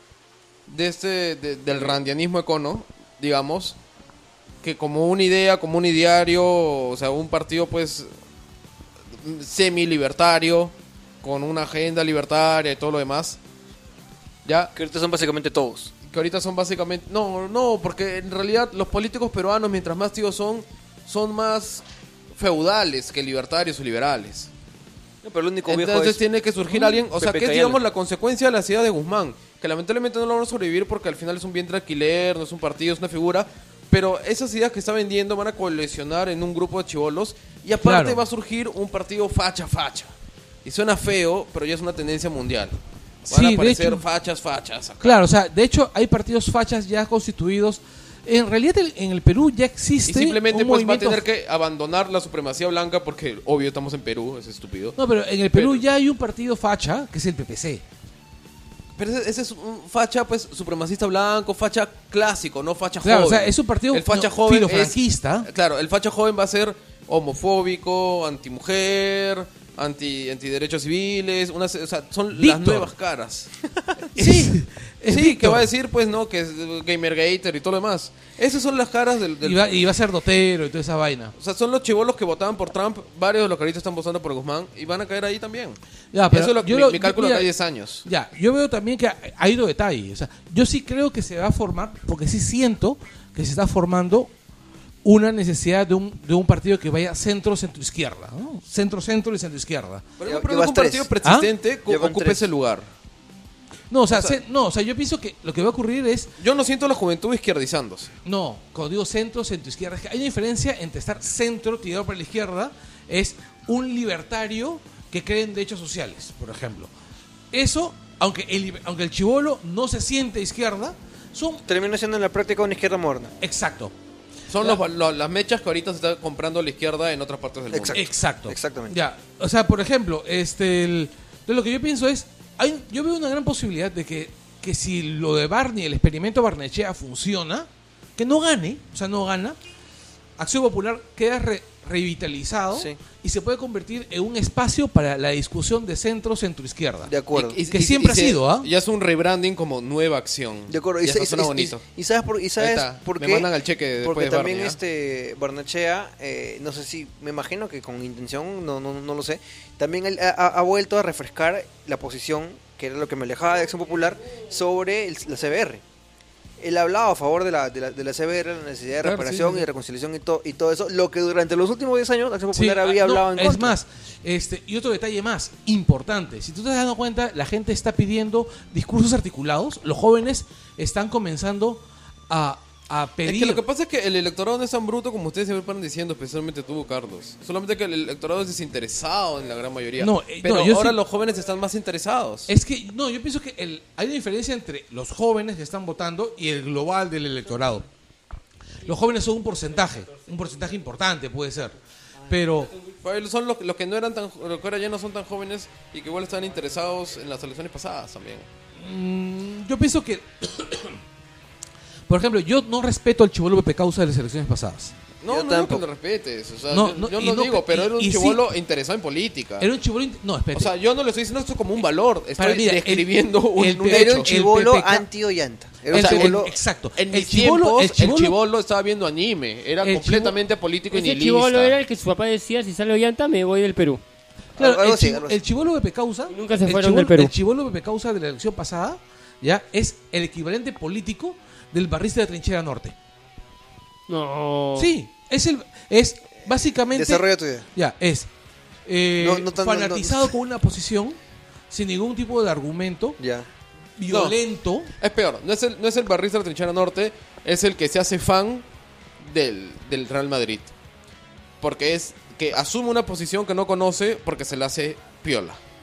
del randianismo econo, digamos, que como una idea, como un ideario, o sea, un partido pues semi-libertario, con una agenda libertaria y todo lo demás. Ya, Que ahorita son básicamente todos. que ahorita son básicamente... No, porque en realidad los políticos peruanos, mientras más tíos son más feudales que libertarios o liberales. No, pero el único viejo Entonces es... tiene que surgir alguien, o sea, Pepe que es, Cayala. digamos, la consecuencia de la ciudad de Guzmán, que lamentablemente no lo van a sobrevivir porque al final es un vientre de alquiler, no es un partido, es una figura, pero esas ideas que está vendiendo van a coleccionar en un grupo de chibolos y aparte Claro. va a surgir un partido facha. Y suena feo, pero ya es una tendencia mundial. Van Sí, a de aparecer hecho. fachas acá. Claro, o sea, de hecho hay partidos fachas ya constituidos. En realidad en el Perú ya Y existe simplemente un pues va a movimiento... tener que abandonar la supremacía blanca porque obvio estamos en Perú, es estúpido. No, pero en el Perú Pero- ya hay un partido facha, que es el PPC. Pero ese es un facha pues supremacista blanco, facha clásico, no facha Claro, joven. o sea, es un partido el facha no, joven filofranquista. claro, el facha joven va a ser homofóbico, antimujer, antiderechos civiles, o sea, son las Víctor. nuevas caras. Sí, es Sí, que Víctor. va a decir pues no, que es gamergater y todo lo demás. Esas son las caras del Y va a ser dotero y toda esa vaina. o sea, son los chibolos que votaban por Trump, varios de los que ahorita están votando por Guzmán y van a caer ahí también. Ya, pero Eso es lo, yo mi, lo- mi cálculo mira, acá hay 10 años. Ya, yo veo también que ha ido detalle. O sea, yo sí creo que se va a formar, porque sí siento que se está formando una necesidad de un partido que vaya centro-izquierda, ¿no? Centro-centro y centro-izquierda. Pero Ya- yo creo que llevas un partido tres. persistente Llevan ocupe tres. ese lugar. No, o sea, O sea- yo pienso que lo que va a ocurrir es, Yo no siento a la juventud izquierdizándose. no, cuando digo centro, centro-izquierda, es que hay una diferencia entre estar centro, tirado para la izquierda, es un libertario que cree en derechos sociales, por ejemplo. Eso, aunque el chibolo no se siente izquierda, son... Termina siendo en la práctica una izquierda moderna. Exacto. Son Ya. las mechas que ahorita se está comprando la izquierda en otras partes del mundo. Exacto. Exactamente. Ya, o sea, por ejemplo, entonces lo que yo pienso es, yo veo una gran posibilidad de que si lo de Barney, el experimento Barnechea funciona, que no gane, o sea, no gana, Acción Popular queda revitalizado Sí. y se puede convertir en un espacio para la discusión de centro-izquierda. De acuerdo. Que siempre ha sido, ¿ah? Ya es un rebranding como nueva acción. De acuerdo. Y eso suena bonito. Y sabes por, y sabes Ahí está. por Me qué? mandan al cheque después Porque de también Barney, Barnechea, no sé si, me imagino que con intención, no lo sé, también él ha vuelto a refrescar la posición, que era lo que me alejaba de Acción Popular, sobre la CBR. Él hablaba a favor de la CBR, la necesidad de Claro, reparación sí, sí. y de reconciliación y todo eso, lo que durante los últimos 10 años Acción Sí, Popular había no, hablado en es contra. más, y otro detalle más importante, si tú te has dado cuenta, la gente está pidiendo discursos articulados, los jóvenes están comenzando a Es pedir... que lo que pasa es que el electorado no es tan bruto como ustedes siempre van diciendo, especialmente tú, Carlos. Solamente que el electorado es desinteresado en la gran mayoría. No, Pero no, yo ahora sí- los jóvenes están más interesados. Es que, no, yo pienso que hay una diferencia entre los jóvenes que están votando y el global del electorado. Los jóvenes son un porcentaje importante puede ser, pero... Son los que no eran tan, los que ahora ya no son tan jóvenes y que igual están interesados en las elecciones pasadas también. Yo pienso que, por ejemplo, yo no respeto al chibolo Pepe Causa de las elecciones pasadas. No, Yo no digo que tampoco. lo respetes. O sea, No, yo no, yo y no no digo, que- pero y- era un y sí. chibolo interesado en política. Era un chibolo... No, espérate. O sea, yo no le estoy diciendo esto como un valor. Estoy mira, describiendo un el un Pepe- Era hecho. un chibolo PPK anti-Ollanta. Era un O sea, chibolo... exacto. En El mis chibolo- tiempos, el chibolo estaba viendo anime. Era el completamente político y Ese nihilista. chibolo era el que su papá decía, si sale Ollanta me voy del Perú. Claro, Algo así, algo así. el chibolo Pepe Causa... Y nunca se el fueron chibolo- del Perú. El chibolo Pepe Causa de la elección pasada, ya, es el equivalente político del barrista de Trinchera Norte. No. Sí, es básicamente... Desarrolla tu idea. Ya, es No tan- fanatizado con una posición, sin ningún tipo de argumento, Ya. violento. Es peor. No es el barrista de la Trinchera Norte. Es el que se hace fan del Real Madrid. Porque es que asume una posición que no conoce porque se la hace piola.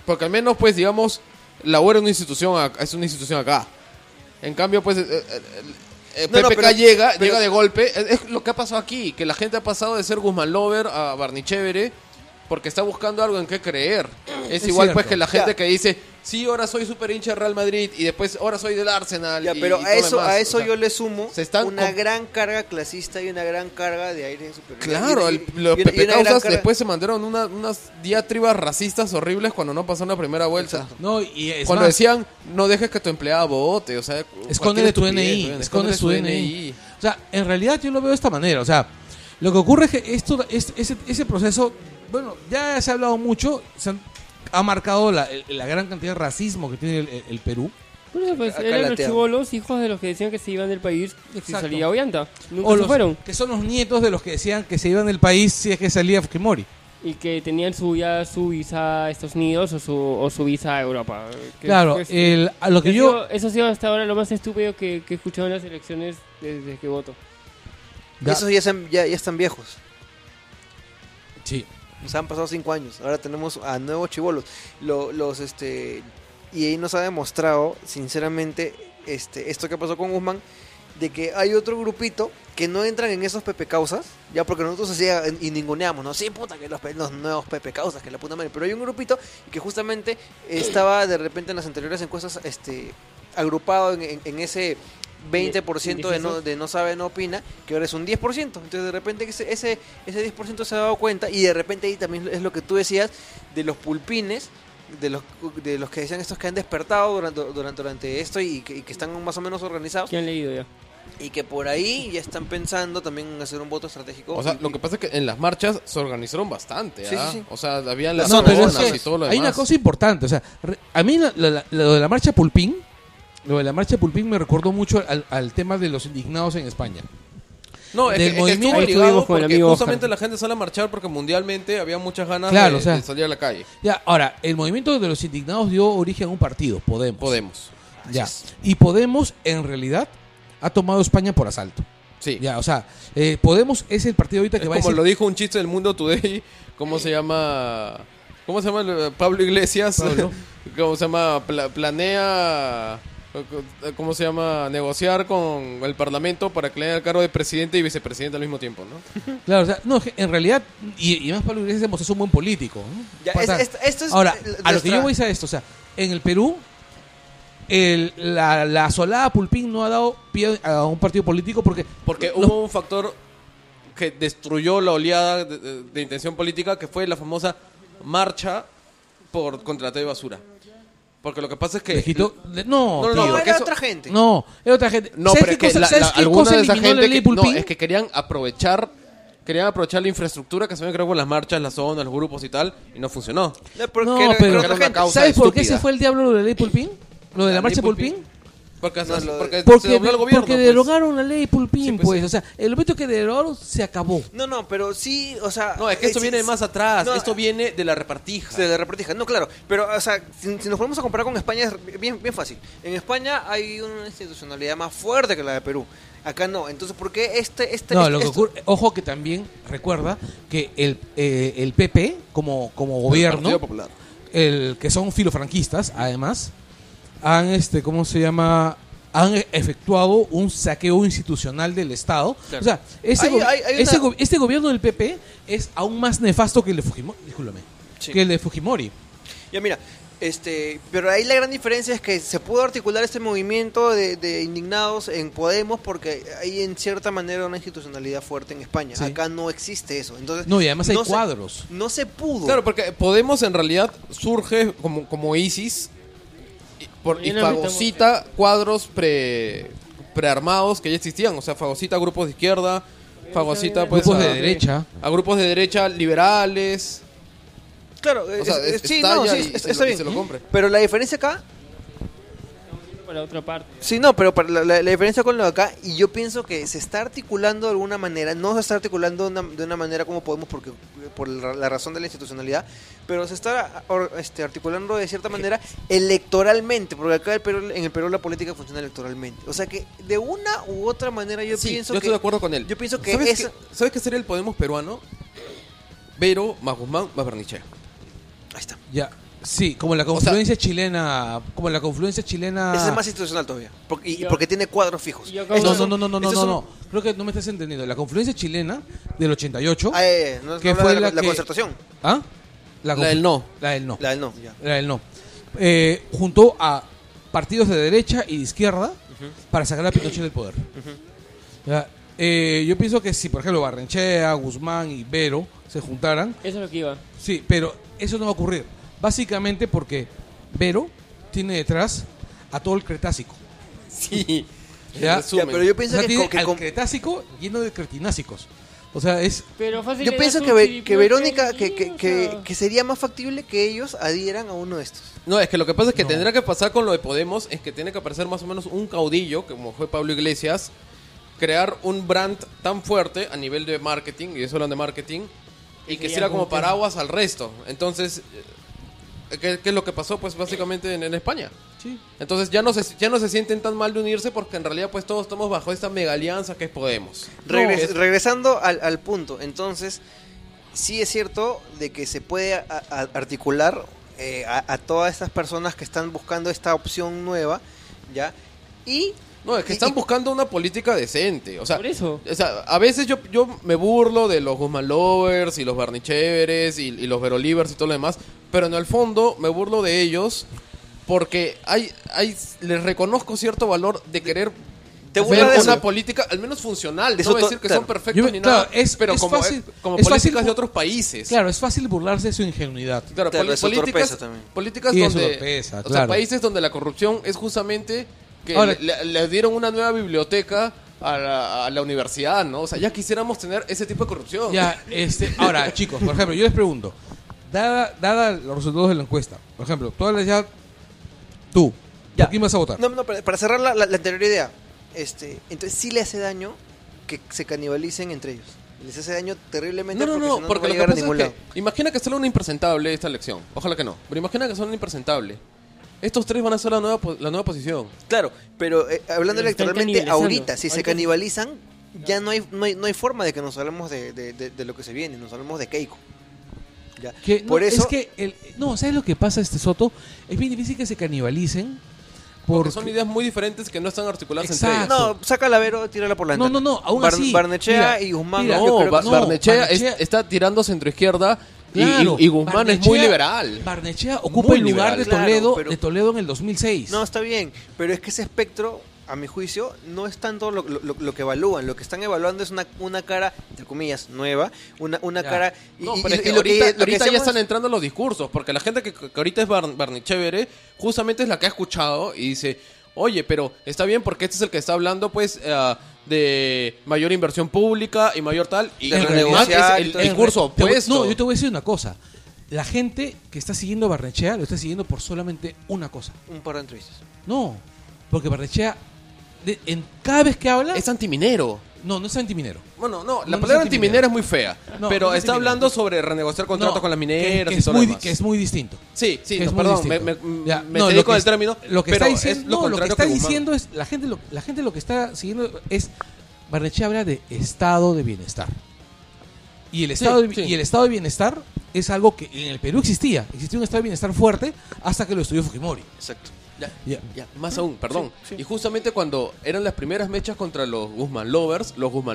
Porque al menos, pues, digamos, la U era una institución, es una institución acá. En cambio, pues, PPK llega de golpe. Es lo que ha pasado aquí, que la gente ha pasado de ser Guzmán Lover a Barney Chévere porque está buscando algo en qué creer. Es igual, cierto. pues, que la gente que dice, sí, ahora soy super hincha de Real Madrid y después ahora soy del Arsenal. Ya, y pero todo a eso, lo demás. a eso O sea, yo le sumo se están una com- gran carga clasista y una gran carga de aire superior. Claro, los y Pepe una gran Causas carga- después se mandaron unas diatribas racistas horribles cuando no pasaron la primera vuelta. Exacto. No, y es Cuando más, decían, no dejes que tu empleada vote, o sea, esconde cualquier tu estupidez, DNI, weón, esconde su DNI. O sea, en realidad yo lo veo de esta manera. O sea, lo que ocurre es que ese proceso, bueno, ya se ha hablado mucho, ha marcado la gran cantidad de racismo que tiene el Perú. Bueno, pues Acá eran los lateado. chibolos, hijos de los que decían que se iban del país si Exacto. salía Ollanta. Nunca O se los fueron. que son los nietos de los que decían que se iban del país si es que salía Fujimori. Y que tenían su visa a Estados Unidos o su visa a Europa. Que Claro, pues, a lo que yo... Eso ha sido hasta ahora lo más estúpido que he escuchado en las elecciones desde que voto. Esos ya están viejos. Sí. Nos han pasado 5 años. Ahora tenemos a nuevos chibolos. Y ahí nos ha demostrado, sinceramente, esto que pasó con Guzmán, de que hay otro grupito que no entran en esos Pepe Causas, ya porque nosotros y ninguneamos, ¿no? Sí, puta, que los nuevos Pepe Causas, que la puta madre. Pero hay un grupito que justamente estaba de repente en las anteriores encuestas agrupado en ese 20% de no sabe, no opina, que ahora es un 10%. Entonces de repente ese 10% se ha dado cuenta, y de repente ahí también es lo que tú decías de los pulpines, de los que decían estos que han despertado durante esto y que están más o menos organizados, ¿Qué han leído ya? y que por ahí ya están pensando también en hacer un voto estratégico. O sea, lo que pasa es que en las marchas se organizaron bastante, Sí, ¿ah? sí, sí. O sea, habían las No, pero es zonas que y todo lo demás. hay una cosa importante. O sea, a mí lo de la marcha Pulpín, me recordó mucho al tema de los indignados en España. No, es del que movimiento. estuvo Ahí ligado estuvimos con el porque amigo justamente Oscar. la gente sale a marchar porque mundialmente había muchas ganas Claro, de, o sea, de salir a la calle. Ya, ahora, el movimiento de los indignados dio origen a un partido, Podemos. Podemos. Ya. Y Podemos, en realidad, ha tomado España por asalto. Sí. Ya, o sea, Podemos es el partido ahorita que Es va a como decir... lo dijo un chiste del Mundo Today, ¿cómo se llama? ¿Cómo se llama Pablo Iglesias? Pablo. ¿Cómo se llama? Planea, ¿cómo se llama? Negociar con el Parlamento para que le den el cargo de presidente y vicepresidente al mismo tiempo, ¿no? Claro, o sea, no, en realidad, y más Pablo Iglesias es un buen político. ¿no? Ya, O sea, esto es ahora, a lo que nuestra- yo voy es a esto, o sea, en el Perú, la asolada Pulpín no ha dado pie a un partido político porque no- Hubo un factor que destruyó la oleada de intención política, que fue la famosa marcha contra la ley de basura. Porque lo que pasa es que... No, No, tío. No, porque era eso- otra gente. No, era otra gente. No, ¿Sabes pero qué es que cosa, ¿sabes qué alguna cosa de esa eliminó la gente ley no, Pulpín? es que querían aprovechar la infraestructura que se había creado con las marchas, las zonas, los grupos y tal, y no funcionó. Porque No, era pero otra era una gente. causa ¿Sabes por qué estúpida. se fue el diablo de la ley Pulpín? Lo de la marcha ley Pulpín. Porque, No, lo- porque se Porque, dobló el gobierno. porque pues. derogaron la ley Pulpín, Sí, pues, pues. sí. O sea, el momento que derogaron se acabó. No, pero sí, o sea... No, es que esto sí, viene de más atrás. no, Esto viene de la repartija. Se le repartija. No, claro. Pero, o sea, si nos ponemos a comparar con España, es bien fácil. En España hay una institucionalidad más fuerte que la de Perú. Acá no. Entonces, ¿por qué No, lo que esto- ocurre, ojo que también recuerda que el PP como El gobierno, Partido Popular. que son filofranquistas, además, han ¿cómo se llama? Han efectuado un saqueo institucional del Estado. Claro. O sea, Hay una- este gobierno del PP es aún más nefasto que el de Fujimori, discúlpame, Sí. que el de Fujimori. Ya mira, pero ahí la gran diferencia es que se pudo articular este movimiento de indignados en Podemos porque hay en cierta manera una institucionalidad fuerte en España. Sí. Acá no existe eso. Entonces, No, y además hay no se- cuadros. no se pudo. Claro, porque Podemos en realidad surge como ISIS y fagocita cuadros prearmados que ya existían. O sea, fagocita grupos de izquierda, fagocita pues, Grupos de a- derecha. a grupos de derecha liberales. Claro, O sea, sí, estalla no, sí, y está se lo- y bien. se lo compre. Pero la diferencia acá... Para otra parte. Sí, no, pero para la diferencia con lo de acá, y yo pienso que se está articulando de alguna manera, no se está articulando de una manera como podemos porque por la razón de la institucionalidad, pero se está articulando de cierta manera electoralmente, porque acá en el Perú la política funciona electoralmente. O sea que de una u otra manera yo Sí, pienso yo que... estoy de acuerdo con él. Yo pienso que ¿Sabes esa- ¿Sabes qué sería el Podemos peruano? Vero más Guzmán más Berniche. Ahí está. Ya. Sí, como la confluencia chilena. Como la confluencia chilena. Ese es más institucional todavía. Porque tiene cuadros fijos. Yo acabo- Estos No, son- no, no, no, no, estos no, son- no. Creo que no me estás entendiendo. La confluencia chilena del 88. No, que no, fue la que- concertación. ¿Ah? La del no. La del no. La del no, ya. La del no. Juntó a partidos de derecha y de izquierda para sacar a Pinochet del poder. Ya, yo pienso que si, por ejemplo, Barrenechea, Guzmán y Vero se juntaran, Eso es lo que iba. sí, pero eso no va a ocurrir. Básicamente porque Vero tiene detrás a todo el Cretácico. Sí. Ya. En resumen. Ya, pero yo O pienso sea, que, tiene que al Cretácico lleno de cretinásicos. O sea, es... Pero fácil yo le pienso das que, un que chiripiorte Verónica, y, o sea, que sería más factible que ellos adhieran a uno de estos. No, es que lo que pasa es que No. tendrá que pasar con lo de Podemos, es que tiene que aparecer más o menos un caudillo, como fue Pablo Iglesias, crear un brand tan fuerte a nivel de marketing, y eso hablan de marketing, y que ya sirva como como que- paraguas al resto. Entonces, ¿qué es lo que pasó? Pues básicamente en España. Sí. Entonces ya no se sienten tan mal de unirse porque en realidad pues todos estamos bajo esta mega alianza que es Podemos. Regresando al punto, entonces, sí es cierto de que se puede articular a todas estas personas que están buscando esta opción nueva, ¿ya? Y... No, es que están buscando una política decente. O sea, Por eso. o sea, a veces yo me burlo de los Guzmán Lovers y los Barney Chéveres y los Vero Livers y todo lo demás, pero en el fondo me burlo de ellos porque les reconozco cierto valor de querer Te ver burlas de una eso. política al menos funcional. De No voy a eso decir que claro. son perfectos Yo- ni claro, nada, pero es como, fácil- como es políticas fácil- de otros países. Claro, es fácil burlarse de su ingenuidad. Claro, Claro, de su torpeza también. políticas Y de su donde torpeza, o sea, claro. países donde la corrupción es justamente que Ahora- le dieron una nueva biblioteca a la universidad, ¿no? O sea, ya quisiéramos tener ese tipo de corrupción. Ya, ahora, chicos, por ejemplo, yo les pregunto, dada los resultados de la encuesta, por ejemplo, tú, Ya. ¿por quién vas a votar? No, para cerrar la anterior idea, entonces sí le hace daño que se canibalicen entre ellos. Les hace daño terriblemente No, porque si porque va a lo que llegar a pasa ningún es lado. que imagina que sale una impresentable esta elección. Ojalá que no, pero imagina que son una impresentable. Estos tres van a ser la nueva posición. Claro, pero hablando Pero están electoralmente canibalizando. ahorita, si se Ahorita- canibalizan, ya no hay forma de que nos hablemos de lo que se viene, nos hablemos de Keiko. Ya. Que, Por no, eso, es que ¿sabes lo que pasa, Soto? Es bien difícil que se canibalicen Porque son ideas muy diferentes que no están articuladas Exacto. entre ellas. no, saca la Vero, tírala por la ventana. No, aún así, Barnechea mira, y Guzmán. mira, yo No, creo que no, Barnechea Barnechea- está tirando centroizquierda Claro, y Guzmán es muy liberal. Barnechea ocupa Muy el lugar liberal. de Claro, Toledo, pero- de Toledo en el 2006. No, está bien, pero es que ese espectro, a mi juicio, no es tanto lo que evalúan. Lo que están evaluando es una cara, entre comillas, nueva, una Ya. cara... No, pero es que ahorita ya están entrando los discursos, porque la gente que ahorita es Barney Chévere, justamente es la que ha escuchado y dice, oye, pero está bien porque este es el que está hablando, pues, de mayor inversión pública y mayor tal, y De en renegociar realidad y es todo. el curso opuesto. No, yo te voy a decir una cosa. La gente que está siguiendo a Barnechea lo está siguiendo por solamente una cosa. Un par de entrevistas. No, porque Barnechea, cada vez que habla, Es antiminero. no es antiminero. Bueno, no, No, la no palabra es antiminero. antiminera es muy fea, No, pero no es está antiminero. hablando sobre renegociar contratos No, con las mineras que y es todo lo muy, demás. que es muy distinto. Sí, sí, Que no, es muy perdón, distinto. Ya, me no, excedí lo con que el término, lo que pero está diciendo, es lo no, lo que contrario está que Guzmán. diciendo es la gente lo que está siguiendo es Barnechea habla de estado de bienestar. Y el estado sí. y el estado de bienestar es algo que en el Perú existía un estado de bienestar fuerte hasta que lo estudió Fujimori. Exacto. Ya, más aún, perdón. Sí, sí. Y justamente cuando eran las primeras mechas contra los Guzmán Lovers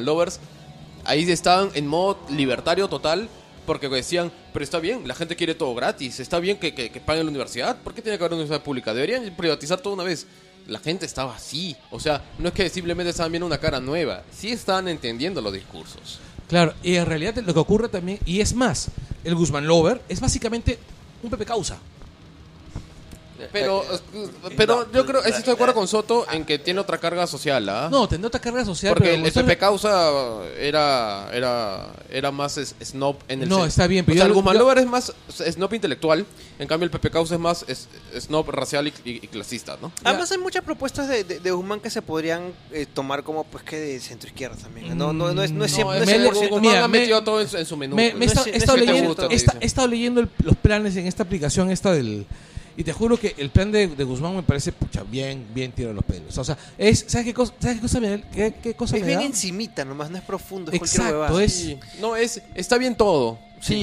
ahí estaban en modo libertario total, porque decían, pero está bien, la gente quiere todo gratis, está bien que paguen la universidad, ¿por qué tiene que haber una universidad pública? Deberían privatizar todo una vez. La gente estaba así, o sea, no es que simplemente estaban viendo una cara nueva, sí estaban entendiendo los discursos. Claro, y en realidad lo que ocurre también, y es más, el Guzmán Lover es básicamente un Pepe Causa. Pero yo creo, ahí sí estoy de acuerdo con Soto en que tiene otra carga social, ¿ah? No, tendrá otra carga social, Porque pero el FP Causa era más snob en el No, sen- está bien, pero o sea, yo- el Guzmán yo- Lover es más snob intelectual, en cambio el Pepe Causa es más snob racial y clasista, ¿no? Además hay muchas propuestas de Guzmán que se podrían tomar como pues que de centro izquierda también. No es No, siempre es me- que 100%. Guzmán mira, ha metido todo en su menú. Me he pues. estado- no he es estado que te leyendo, gusta, te he dicen. estado leyendo los planes en esta aplicación y te juro que el plan de Guzmán me parece pucha, bien tira los pelos. O sea, ¿sabes qué cosa me da? ¿Qué cosa Es me bien da? encimita, nomás no es profundo, es cualquier Exacto, huevada. es Sí. No, está bien todo, sí.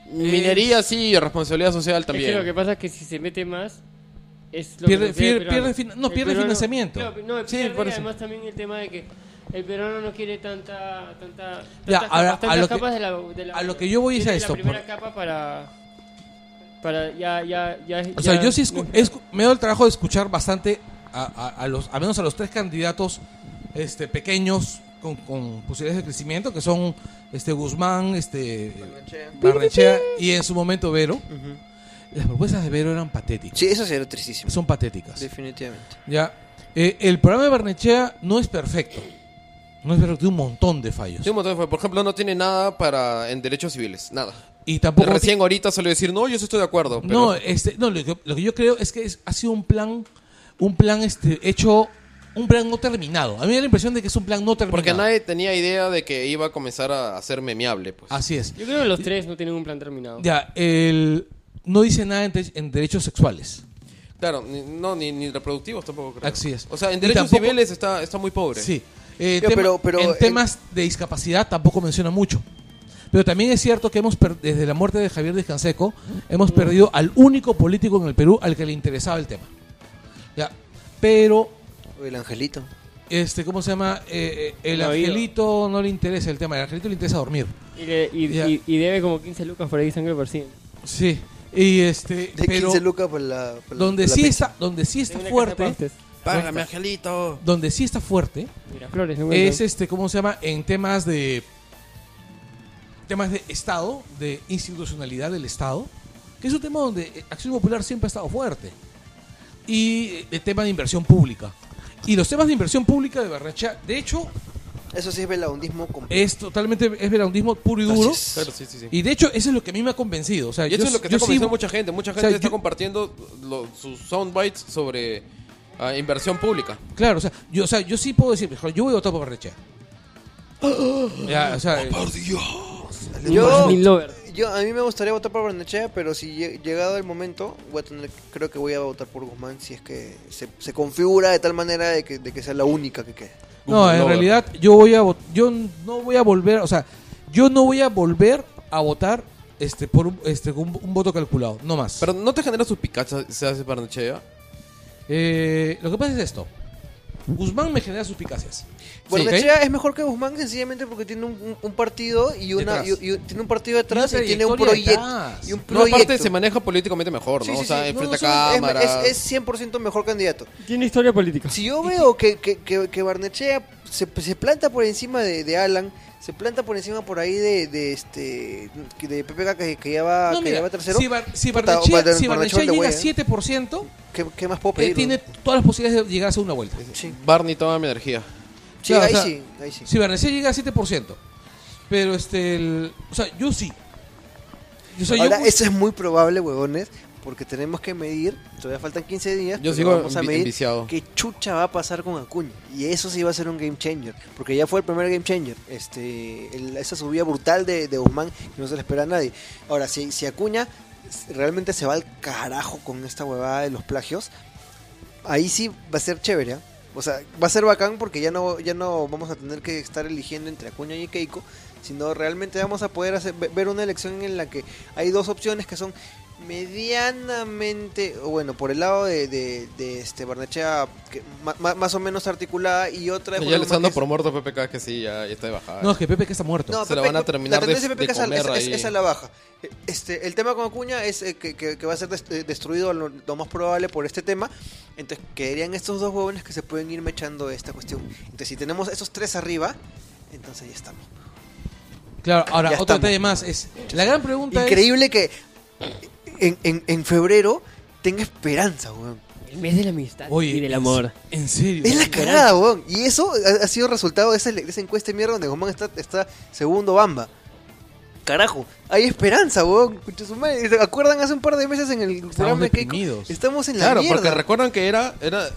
Minería sí, responsabilidad social Es que también. lo que pasa es que si se mete más, es lo Pierde- que prefiere el pierde- peruano. fin- no, El pierde peruano- financiamiento. No, Sí, pierde, por y eso. además también el tema de que el peruano no quiere tantas Ya, ahora, capas, a lo que- capas de la a lo que yo voy es quiere a esto, La primera por- capa para ya. O sea, yo sí me doy el trabajo de escuchar bastante a menos a los tres candidatos pequeños con posibilidades de crecimiento, que son Guzmán, Barnechea y en su momento Vero. Las propuestas de Vero eran patéticas. Sí, eso sería tristísimo. Son patéticas. Definitivamente. Ya. El programa de Barnechea no es perfecto. No es perfecto, tiene un montón de fallos. Sí, un montón por ejemplo, no tiene nada en derechos civiles, nada. Y tampoco Recién ahorita salió a decir, no, yo sí estoy de acuerdo. Pero... No, lo que yo creo es que ha sido un plan hecho, un plan no terminado. A mí me da la impresión de que es un plan no terminado. Porque nadie tenía idea de que iba a comenzar a ser memeable, pues. Así es. Yo creo que los tres no tienen un plan terminado. Ya, no dice nada en derechos sexuales. Claro, ni reproductivos tampoco creo. Así es. O sea, en Y derechos tampoco- civiles está muy pobre. Sí. Pero en temas de discapacidad tampoco menciona mucho. Pero también es cierto que desde la muerte de Javier Díaz Canseco, hemos perdido al único político en el Perú al que le interesaba el tema. Ya. Pero, El angelito. ¿cómo se llama? El No, angelito no le interesa el tema. El angelito le interesa dormir. Ya. Y debe como 15 lucas por ahí sangre por sí. Sí. Y De pero 15 lucas por la. donde por sí la está, donde sí está Tengo una fuerte, casa de pastes. Págame, Angelito. donde sí está fuerte, Miraflores, no es ¿cómo se llama? En temas de Estado, de institucionalidad del Estado, que es un tema donde Acción Popular siempre ha estado fuerte. Y el tema de inversión pública. Y los temas de inversión pública de Barnechea, de hecho, Eso sí es velaundismo completo. es veraundismo puro y duro. Así es. Claro, sí. Y de hecho, eso es lo que a mí me ha convencido. O sea, Y eso yo- es lo que yo está convenciendo sí- mucha gente. Mucha sea, gente está yo- compartiendo sus soundbites sobre inversión pública. Claro, o sea, yo sí puedo decir, mejor, yo voy a votar por Barnechea. Ya, o sea, A mí me gustaría votar por Barnechea, pero si llegado el momento, creo que voy a votar por Guzmán si es que se configura de tal manera de que sea la única que quede. no, en realidad yo no voy a volver, o sea, yo no voy a volver a votar por un voto calculado, no más. Pero ¿no te genera suspicacia se hace Barnechea? Lo que pasa es esto. Guzmán me genera suspicacias. Barnechea es mejor que Guzmán sencillamente porque tiene un partido y tiene un partido detrás Y una y tiene un trayectoria proyecto. detrás. Y un No, proyecto. aparte se maneja políticamente mejor, ¿no? Sí, sí, o sea, sí. enfrente No, a cámara. es 100% mejor candidato. Tiene historia política. Si yo veo que Barnechea se planta por encima de Alan, se planta por encima por ahí de PPK que ya va, No, que mira, ya va tercero. si Barnechea Barnechea llega a huella. 7%, ¿Qué más puedo pedir? tiene todas las posibilidades de llegar a segunda vuelta. Sí, Barney, toma mi energía. sí, Claro, ahí o sea, sí, ahí sí. Si Barnechea llega a 7%, pero o sea, yo sí. O sea, Ahora, yo, eso es muy probable, huevones, porque tenemos que medir, todavía faltan 15 días, Yo pero sigo vamos a medir enviciado. qué chucha va a pasar con Acuña. Y eso sí va a ser un game changer, porque ya fue el primer game changer. Esa subida brutal de Guzmán que no se le espera a nadie. Ahora, si Acuña realmente se va al carajo con esta huevada de los plagios, ahí sí va a ser chévere, ¿eh? O sea, va a ser bacán porque ya no vamos a tener que estar eligiendo entre Acuña y Keiko, sino realmente vamos a poder ver una elección en la que hay dos opciones que son medianamente, o bueno, por el lado de Barnechea, que más o menos articulada, y otra de Ya le está dando que por es- muerto PPK que sí, ya está de bajada. no, es que Pepe que está muerto. No, Se la Pepe- van a terminar la tendencia de Pepe comer es ahí. a la baja. El tema con Acuña es que va a ser destruido lo más probable por este tema. Entonces quedarían estos dos huevones que se pueden ir mechando esta cuestión. Entonces si tenemos esos tres arriba, entonces ya estamos. Claro, ahora Ya otro estamos. detalle más es, la gran pregunta Increíble que en febrero tenga esperanza, huevón. El mes de la amistad Oye, y del amor. ¿En serio? Es la cagada, huevón. Y eso ha sido resultado de esa encuesta de mierda donde Guzmán está segundo Bamba. Carajo, hay esperanza, huevón. Escucha su madre. ¿Se acuerdan hace un par de meses en el programa de Keiko? deprimidos. Estamos en la Claro, mierda. porque recuerdan que era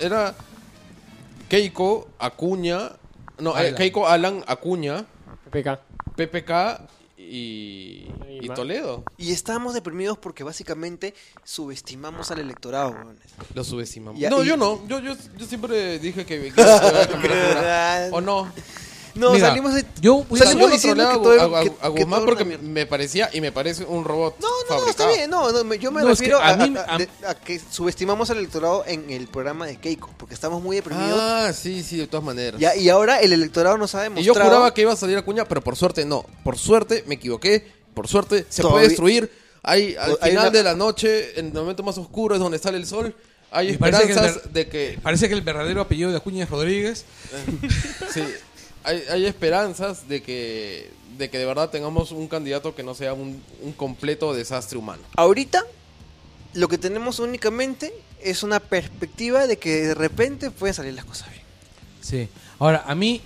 Keiko, Acuña, no, Alan. Keiko, Alan, Acuña, PPK. PPK y más. Toledo. Y estábamos deprimidos porque básicamente subestimamos al electorado, huevones. Lo subestimamos. Ya, No, y- yo no. Yo siempre dije que iba a cambiar la figura. ¿O no? No, Mira, salimos de... yo O sea, Salimos yo no diciendo troleo que todo- a que Guzmán todo porque era una me parecía y me parece un robot No, fabricado. está bien. Yo me No, es que refiero a mí- a que subestimamos al electorado en el programa de Keiko, porque estamos muy deprimidos. Ah, sí, de todas maneras. Ya, y ahora el electorado nos ha Y demostrado... yo juraba que iba a salir Acuña, pero por suerte no. Por suerte me equivoqué. Por suerte se Todavía- puede destruir. Al Hay final una- de la noche, en el momento más oscuro es donde sale el sol. Hay Me parece que esperanzas de que... Parece que el verdadero apellido de Acuña es Rodríguez. Sí, hay esperanzas de que de verdad tengamos un candidato que no sea un completo desastre humano. Ahorita lo que tenemos únicamente es una perspectiva de que de repente pueden salir las cosas bien. Sí. Ahora, a mí...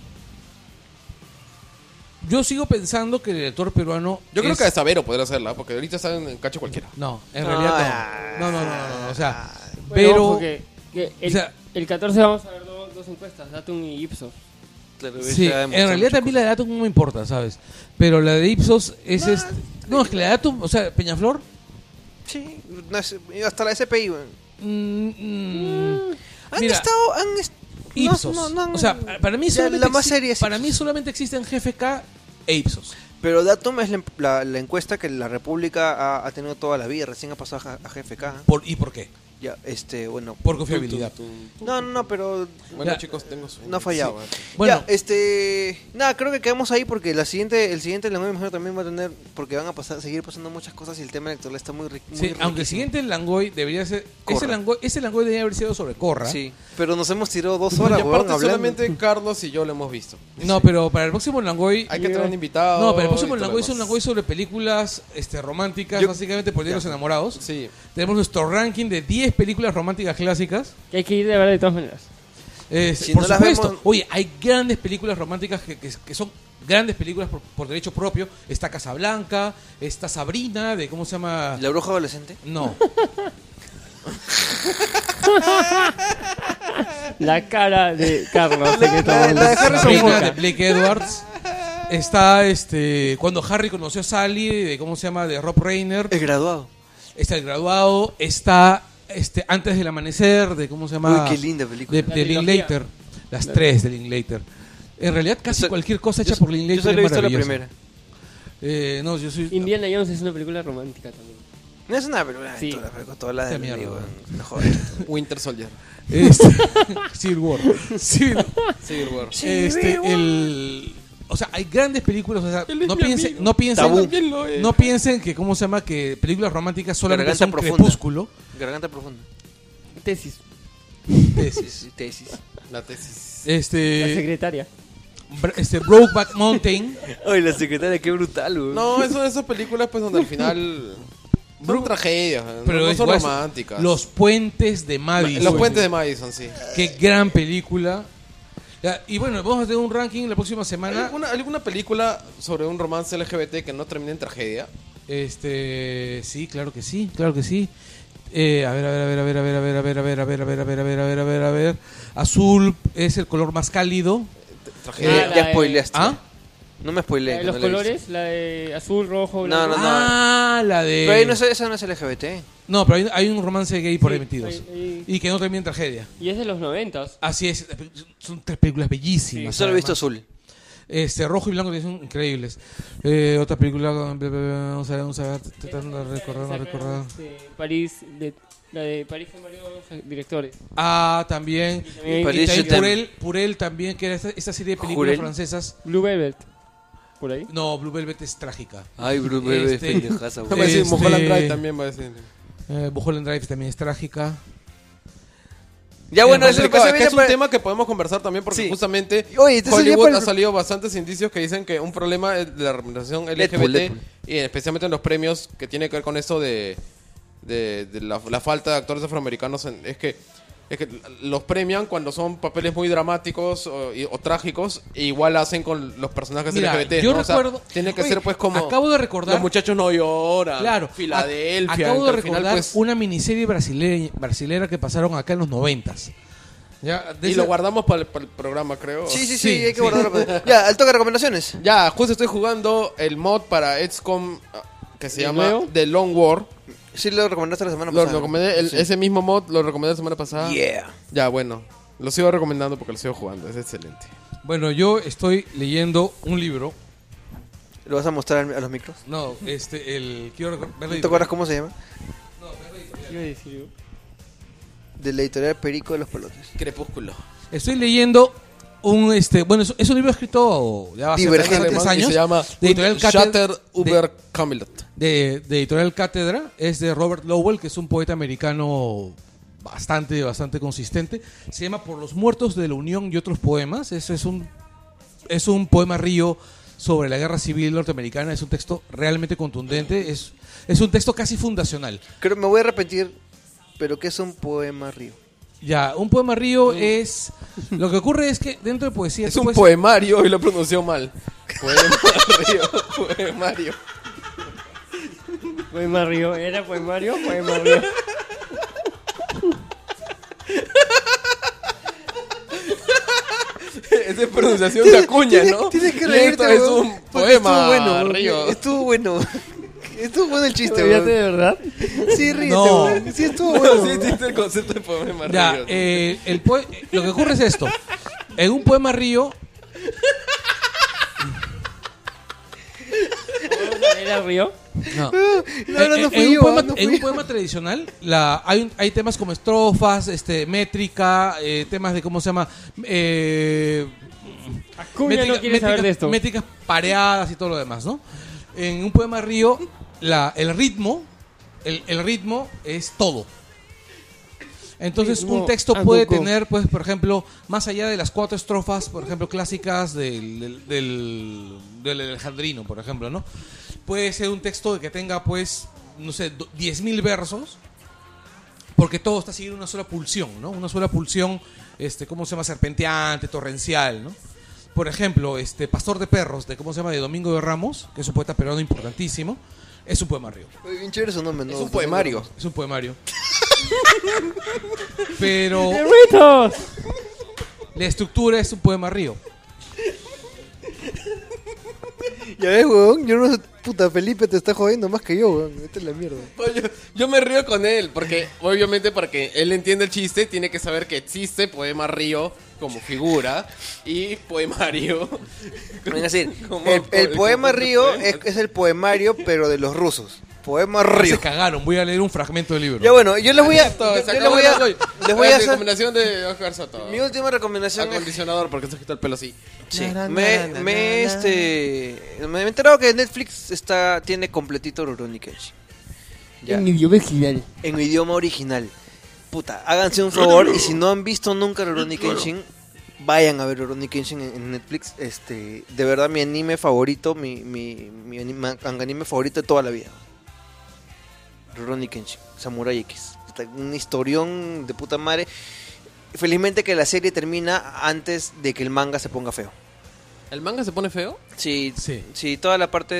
Yo sigo pensando que el elector peruano... Yo creo es- que a Savero podría hacerla, porque ahorita está en cacho cualquiera. No, en No, realidad no. No. O sea, Bueno, pero... ojo que el, o sea- el 14 vamos a ver dos encuestas, Datum y Ipsos. Sí, en realidad también la de Datum no me importa, ¿sabes? Pero la de Ipsos es... No, es que la de Datum, o sea, Peñaflor... Sí, no es- hasta la SPI. weón. Han mira, estado... Ipsos. han- O sea, para mí ya, solamente la más seria es para mí Ipsos. solamente existen GFK e Ipsos. Pero Datum es la encuesta que la República ha tenido toda la vida, recién ha pasado a GFK. ¿Y por qué? Ya, bueno. Por confiabilidad. No, pero Bueno, Ya. chicos, tengo sueño. no ha fallado. Sí, Bueno. Ya, nada, creo que quedamos ahí porque el siguiente lenguaje mejor también va a tener, porque van a seguir pasando muchas cosas y el tema electoral está muy rico. Sí, aunque el siguiente Langoy debería ser... Corra. Ese Langoy debería haber sido sobre Corra. Sí, pero nos hemos tirado 2 Y horas, aparte weón, hablando. solamente Carlos y yo lo hemos visto. No, pero para el próximo Langoy... Hay que tener un invitado. No, pero el próximo y todo Langoy lo es un demás. Langoy sobre películas románticas, Yo- básicamente por Día de los Enamorados. Sí. Tenemos nuestro ranking de 10 películas románticas clásicas. Que hay que ir de ver de todas maneras. Si Por no las supuesto. vemos- Oye, hay grandes películas románticas que son grandes películas por derecho propio. Está Casablanca, está Sabrina, de ¿cómo se llama? ¿La bruja adolescente? No. La cara de Carlos. La de Harrison Sabrina Ford. de Blake Edwards. Está cuando Harry conoció a Sally, de ¿cómo se llama? De Rob Reiner. El graduado. Está El Graduado, está Antes del Amanecer, de ¿cómo se llama? Uy, qué linda película. De La Linklater. trilogía. Las tres de Linklater. En realidad casi Yo so- cualquier cosa hecha Yo por Linklater solo he es visto la maravillosa. primera. No, yo soy... Indiana Jones es una película romántica también. No es una película, Sí. con todas las Qué de mierda, digo, weón. mejor. Winter Soldier. Civil War. Civil- Civil War. o sea, hay grandes películas, o sea, Él es no mi piensen, amigo. no piensen, Tabú. También lo es. no piensen que ¿cómo se llama? Que películas románticas solamente Garganta son profunda. Crepúsculo. Garganta profunda. Tesis. Tesis. Tesis. La tesis. La secretaria. Brokeback Mountain. Ay, la secretaria, qué brutal, weón. No, esas películas pues donde al final son tragedias, Pero no es son igual, románticas. Los puentes de Madison. Los puentes de Madison, sí. Qué gran película. Ya, y bueno, vamos a tener un ranking la próxima semana. ¿Alguna película sobre un romance LGBT que no termine en tragedia? Sí, claro que sí, claro que sí. A ver. Azul es el color más cálido. Tragedia. la Ya de- spoileaste. ¿Ah? No me La spoilees. de los no la he visto. colores, la de azul, rojo, No, blanco. no. La de. Pero ahí esa no es LGBT. No, pero hay un romance gay por ahí Sí, metidos. ahí- Y que no termina en tragedia. Y es de los 90. Así es. Son tres películas bellísimas. Solo he visto además. azul. Rojo y blanco que son increíbles. Otra película. Vamos a ver. Tratando de recordar. La de París con varios directores. Ah, también. también- Y París también Je t'aime. Purel también, que era esta serie de películas Jurel. francesas. Blue Velvet. Por ahí. No, Blue Velvet es trágica. Ay, bro, bebé, Este- pendejaza, Va a weón. decir Este- Mulholland Drive también va a decir. Mulholland Drive también es trágica. Ya bueno, Es eso que se viene es un para- tema que podemos conversar también porque Sí. justamente Oye, entonces ya Hollywood para- ha salido bastantes indicios que dicen que un problema de la representación Deadpool, LGBT Deadpool. y especialmente en los premios que tiene que ver con eso de la falta de actores afroamericanos es que los premian cuando son papeles muy dramáticos o trágicos e igual hacen con los personajes Mira, LGBT. yo ¿no? O sea, recuerdo- tiene que Oye, ser pues como acabo de recordar- los muchachos no lloran. Claro. Filadelfia. Acabo de que al final, recordar pues, una miniserie brasilera que pasaron acá en los 90s. Ya, de y esa- lo guardamos para el programa, creo. Sí, Sí, hay que sí. guardarlo. Ya, al toque de recomendaciones. Ya, justo estoy jugando el mod para XCOM que se ¿El llama nuevo? The Long War. Sí, lo recomendaste la semana Lo pasada. recomendé, Sí. ese mismo mod lo recomendé la semana pasada. Yeah. Ya, bueno, lo sigo recomendando porque lo sigo jugando, es excelente. Bueno, yo estoy leyendo un libro. ¿Lo vas a mostrar a los micros? No, quiero ver ¿No te acuerdas cómo se llama? Iba a decir yo. De la editorial Perico de los Pelotes. Crepúsculo. Estoy leyendo bueno, es un libro escrito ya hace Divergente. 3 Y años. se llama de editorial Shatter Cátedra, über Camelot. de editorial Cátedra, es de Robert Lowell, que es un poeta americano bastante consistente. Se llama Por los muertos de la Unión y otros poemas. Es un poema río sobre la guerra civil norteamericana. Es un texto realmente contundente. Es un texto casi fundacional. Creo, me voy a repetir, pero ¿qué es un poema río? Ya, un poema río es... Lo que ocurre es que dentro de poesía... Es tú un puedes- poemario y lo pronunció mal. Poemario. Poema Río, ¿era poemario? Poema Río. Esa es pronunciación de Acuña, ¿no? Tienes que Y reírte, esto es weón, un porque poema, estuvo bueno, Río. Estuvo bueno. Estuvo bueno el chiste, ¿Ríete weón. de verdad? Sí, ríete, No. weón. Sí, estuvo bueno. Sí, existe el concepto de poema Ya, Río. lo que ocurre es esto. En un poema río... ¿Era Río? No. No fui en, yo, un poema, no fui en un yo. poema tradicional hay temas como estrofas, métrica, temas de cómo se llama, Acuña no quiere saber de esto. métricas pareadas y todo lo demás, ¿no? En un poema río, el ritmo es todo. Entonces Ritmo un texto a puede go-go. tener, pues, por ejemplo, más allá de las 4 estrofas, por ejemplo, clásicas del alejandrino, por ejemplo, ¿no? Puede ser un texto que tenga, pues, no sé, 10.000 versos, porque todo está siguiendo una sola pulsión, ¿no? Una sola pulsión, ¿cómo se llama? Serpenteante, torrencial, ¿no? Por ejemplo, Pastor de Perros, ¿cómo se llama? De Domingo de Ramos, que es un poeta peruano importantísimo, es un poema río. Oye, bien chévere su nombre, ¿no? Es un poemario. Es un poemario. Pero ¡Perritos! la estructura es un poema río. Ya ves, weón, yo no sé, puta, Felipe te está jodiendo más que yo, weón. Esta es la mierda. Oye, yo me río con él, porque obviamente para que él entienda el chiste, tiene que saber que existe poema río como figura y poemario. Es decir, Como el poema como río poema. es el poemario, pero de los rusos. Poema Se río. cagaron. Voy a leer un fragmento del libro. Ya bueno, yo les voy a... Todo, se yo les acabó voy el a... hoy. Les voy a hacer... Recomendación de Oscar Soto. Mi última recomendación es... Acondicionador, porque se quitó el pelo así. Sí. Me he enterado que Netflix tiene completito Rurouni Kenshin. Ya. En idioma original. En idioma original. Puta, háganse un favor y si no han visto nunca Rurouni Kenshin, vayan a ver Rurouni Kenshin en Netflix. De verdad mi anime favorito, mi anime favorito de toda la vida. Rurouni Kenshin, Samurai X. Un historión de puta madre. Felizmente que la serie termina antes de que el manga se ponga feo. ¿El manga se pone feo? Sí, Sí. sí, toda la parte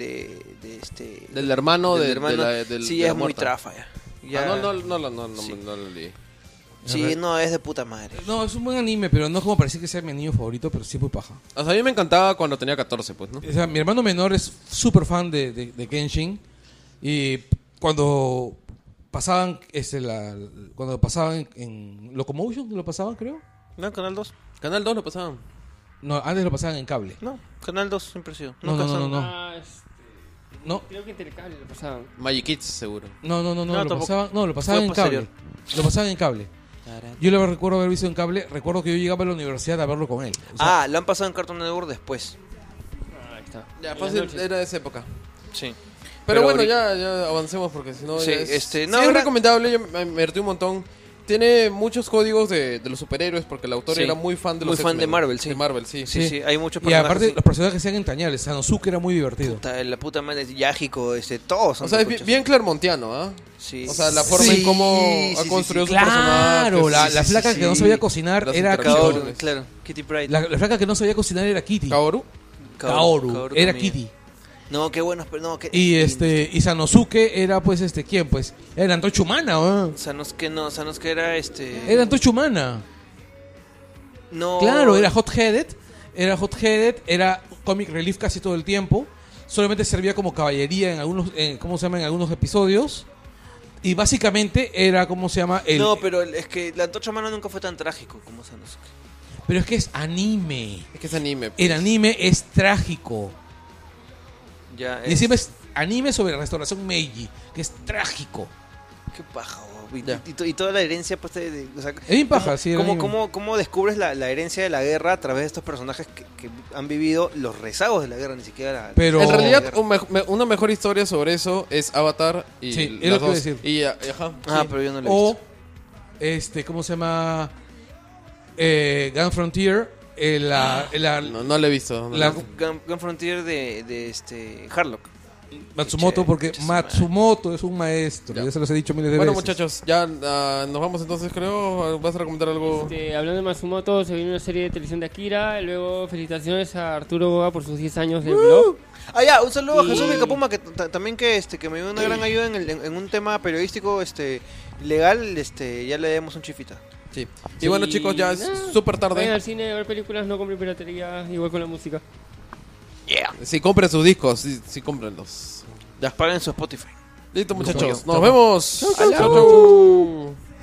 Del hermano del de hermano, de sí, la es muy muerta. trafa ya. Ah, no Sí. lo leí. Sí, no, es de puta madre. No, es un buen anime, pero no como parecía que sea mi anime favorito, pero sí muy paja. O sea, a mí me encantaba cuando tenía 14, pues, ¿no? O sea, mi hermano menor es súper fan de Kenshin. Y cuando pasaban cuando pasaban en Locomotion, ¿lo pasaban, creo? No, Canal 2. Canal 2 lo pasaban. No, antes lo pasaban en cable. No, Canal 2 siempre ha sido. No, Nunca no, son- no. Ah, No, creo que Intercable lo pasaban. Magic Kids, seguro. no, lo tampoco. pasaban, lo pasaban Fue en cable. posterior. Lo pasaban en cable. Yo lo recuerdo haber visto en cable. Recuerdo que yo llegaba a la universidad a verlo con él. O sea, Lo han pasado en Cartoon Network después. Ah, ahí está. Ya, En las fácil, noches. era de esa época. Sí. Pero bueno, ahorita- ya avancemos porque si no. Sí, ya es, no, sí es ahora- recomendable, yo me divertí un montón. Tiene muchos códigos de los superhéroes porque el autor Sí. era muy fan de Muy los fan de X-Men. Marvel, sí. De Marvel, sí. Sí, sí, hay muchos y personajes. aparte, así. los personajes sean entrañables. Sanosuke era muy divertido. La puta madre, Yágico, todos son O sea, es reconchas. bien clermontiano, ¿ah? Sí. O sea, la forma en cómo Sí, ha sí, construido sí, su personaje. Claro, la sí, flaca sí, que no sí. sabía cocinar Las era interacciones. Kitty. Kaoru, claro. Kitty Pryde. La flaca que no sabía cocinar era Kitty. Kaoru. Kaoru, era también. Kitty. No, qué bueno, pero no, que... Y Sanosuke era pues ¿quién? Pues era Antorcha Humana, ¿o? Sanosuke era Era Antorcha Humana. No. Claro, era hot-headed, era comic relief casi todo el tiempo. Solamente servía como caballería en algunos, ¿cómo se llama? En algunos episodios. Y básicamente era, ¿cómo se llama? No, pero es que la Antorcha Humana nunca fue tan trágico como Sanosuke. Pero es que es anime. Es que es anime. El anime es trágico. Ya, Y encima es anime sobre la restauración Meiji, que es trágico. Qué paja, y, Ya. y toda la herencia, pues, o sea, Es bien paja, sí, el anime. ¿cómo descubres la herencia de la guerra a través de estos personajes que han vivido los rezagos de la guerra, ni siquiera Pero- En la realidad, guerra? una mejor historia sobre eso es Avatar y Sí, las es lo que iba a dos. decir. Y, ajá, Ah, sí. pero yo no lo he O, visto. ¿cómo se llama? Gun Frontier, No lo he visto. la- Gun Frontier de Harlock. Matsumoto, Che, porque che, su madre. Matsumoto es un maestro, ya se los he dicho miles de Bueno, veces. muchachos, ya nos vamos entonces, creo. ¿Vas a recomendar algo? Hablando de Matsumoto, se viene una serie de televisión de Akira. Luego, felicitaciones a Arturo Boga por sus 10 años de blog. Ah, ya, un saludo a Y- Jesús Vilcapuma, que también que me dio una gran ayuda en un tema periodístico legal. Ya le demos un chifita. Sí. Y bueno, chicos, ya es súper Vayan tarde. al cine a ver películas, no compren piratería, igual con la música. Si compren sus discos, sí cómprenlos. Ya paguen su Spotify. Listo, muchachos. Chao. Nos vemos. Chao, chao. Chao, chao.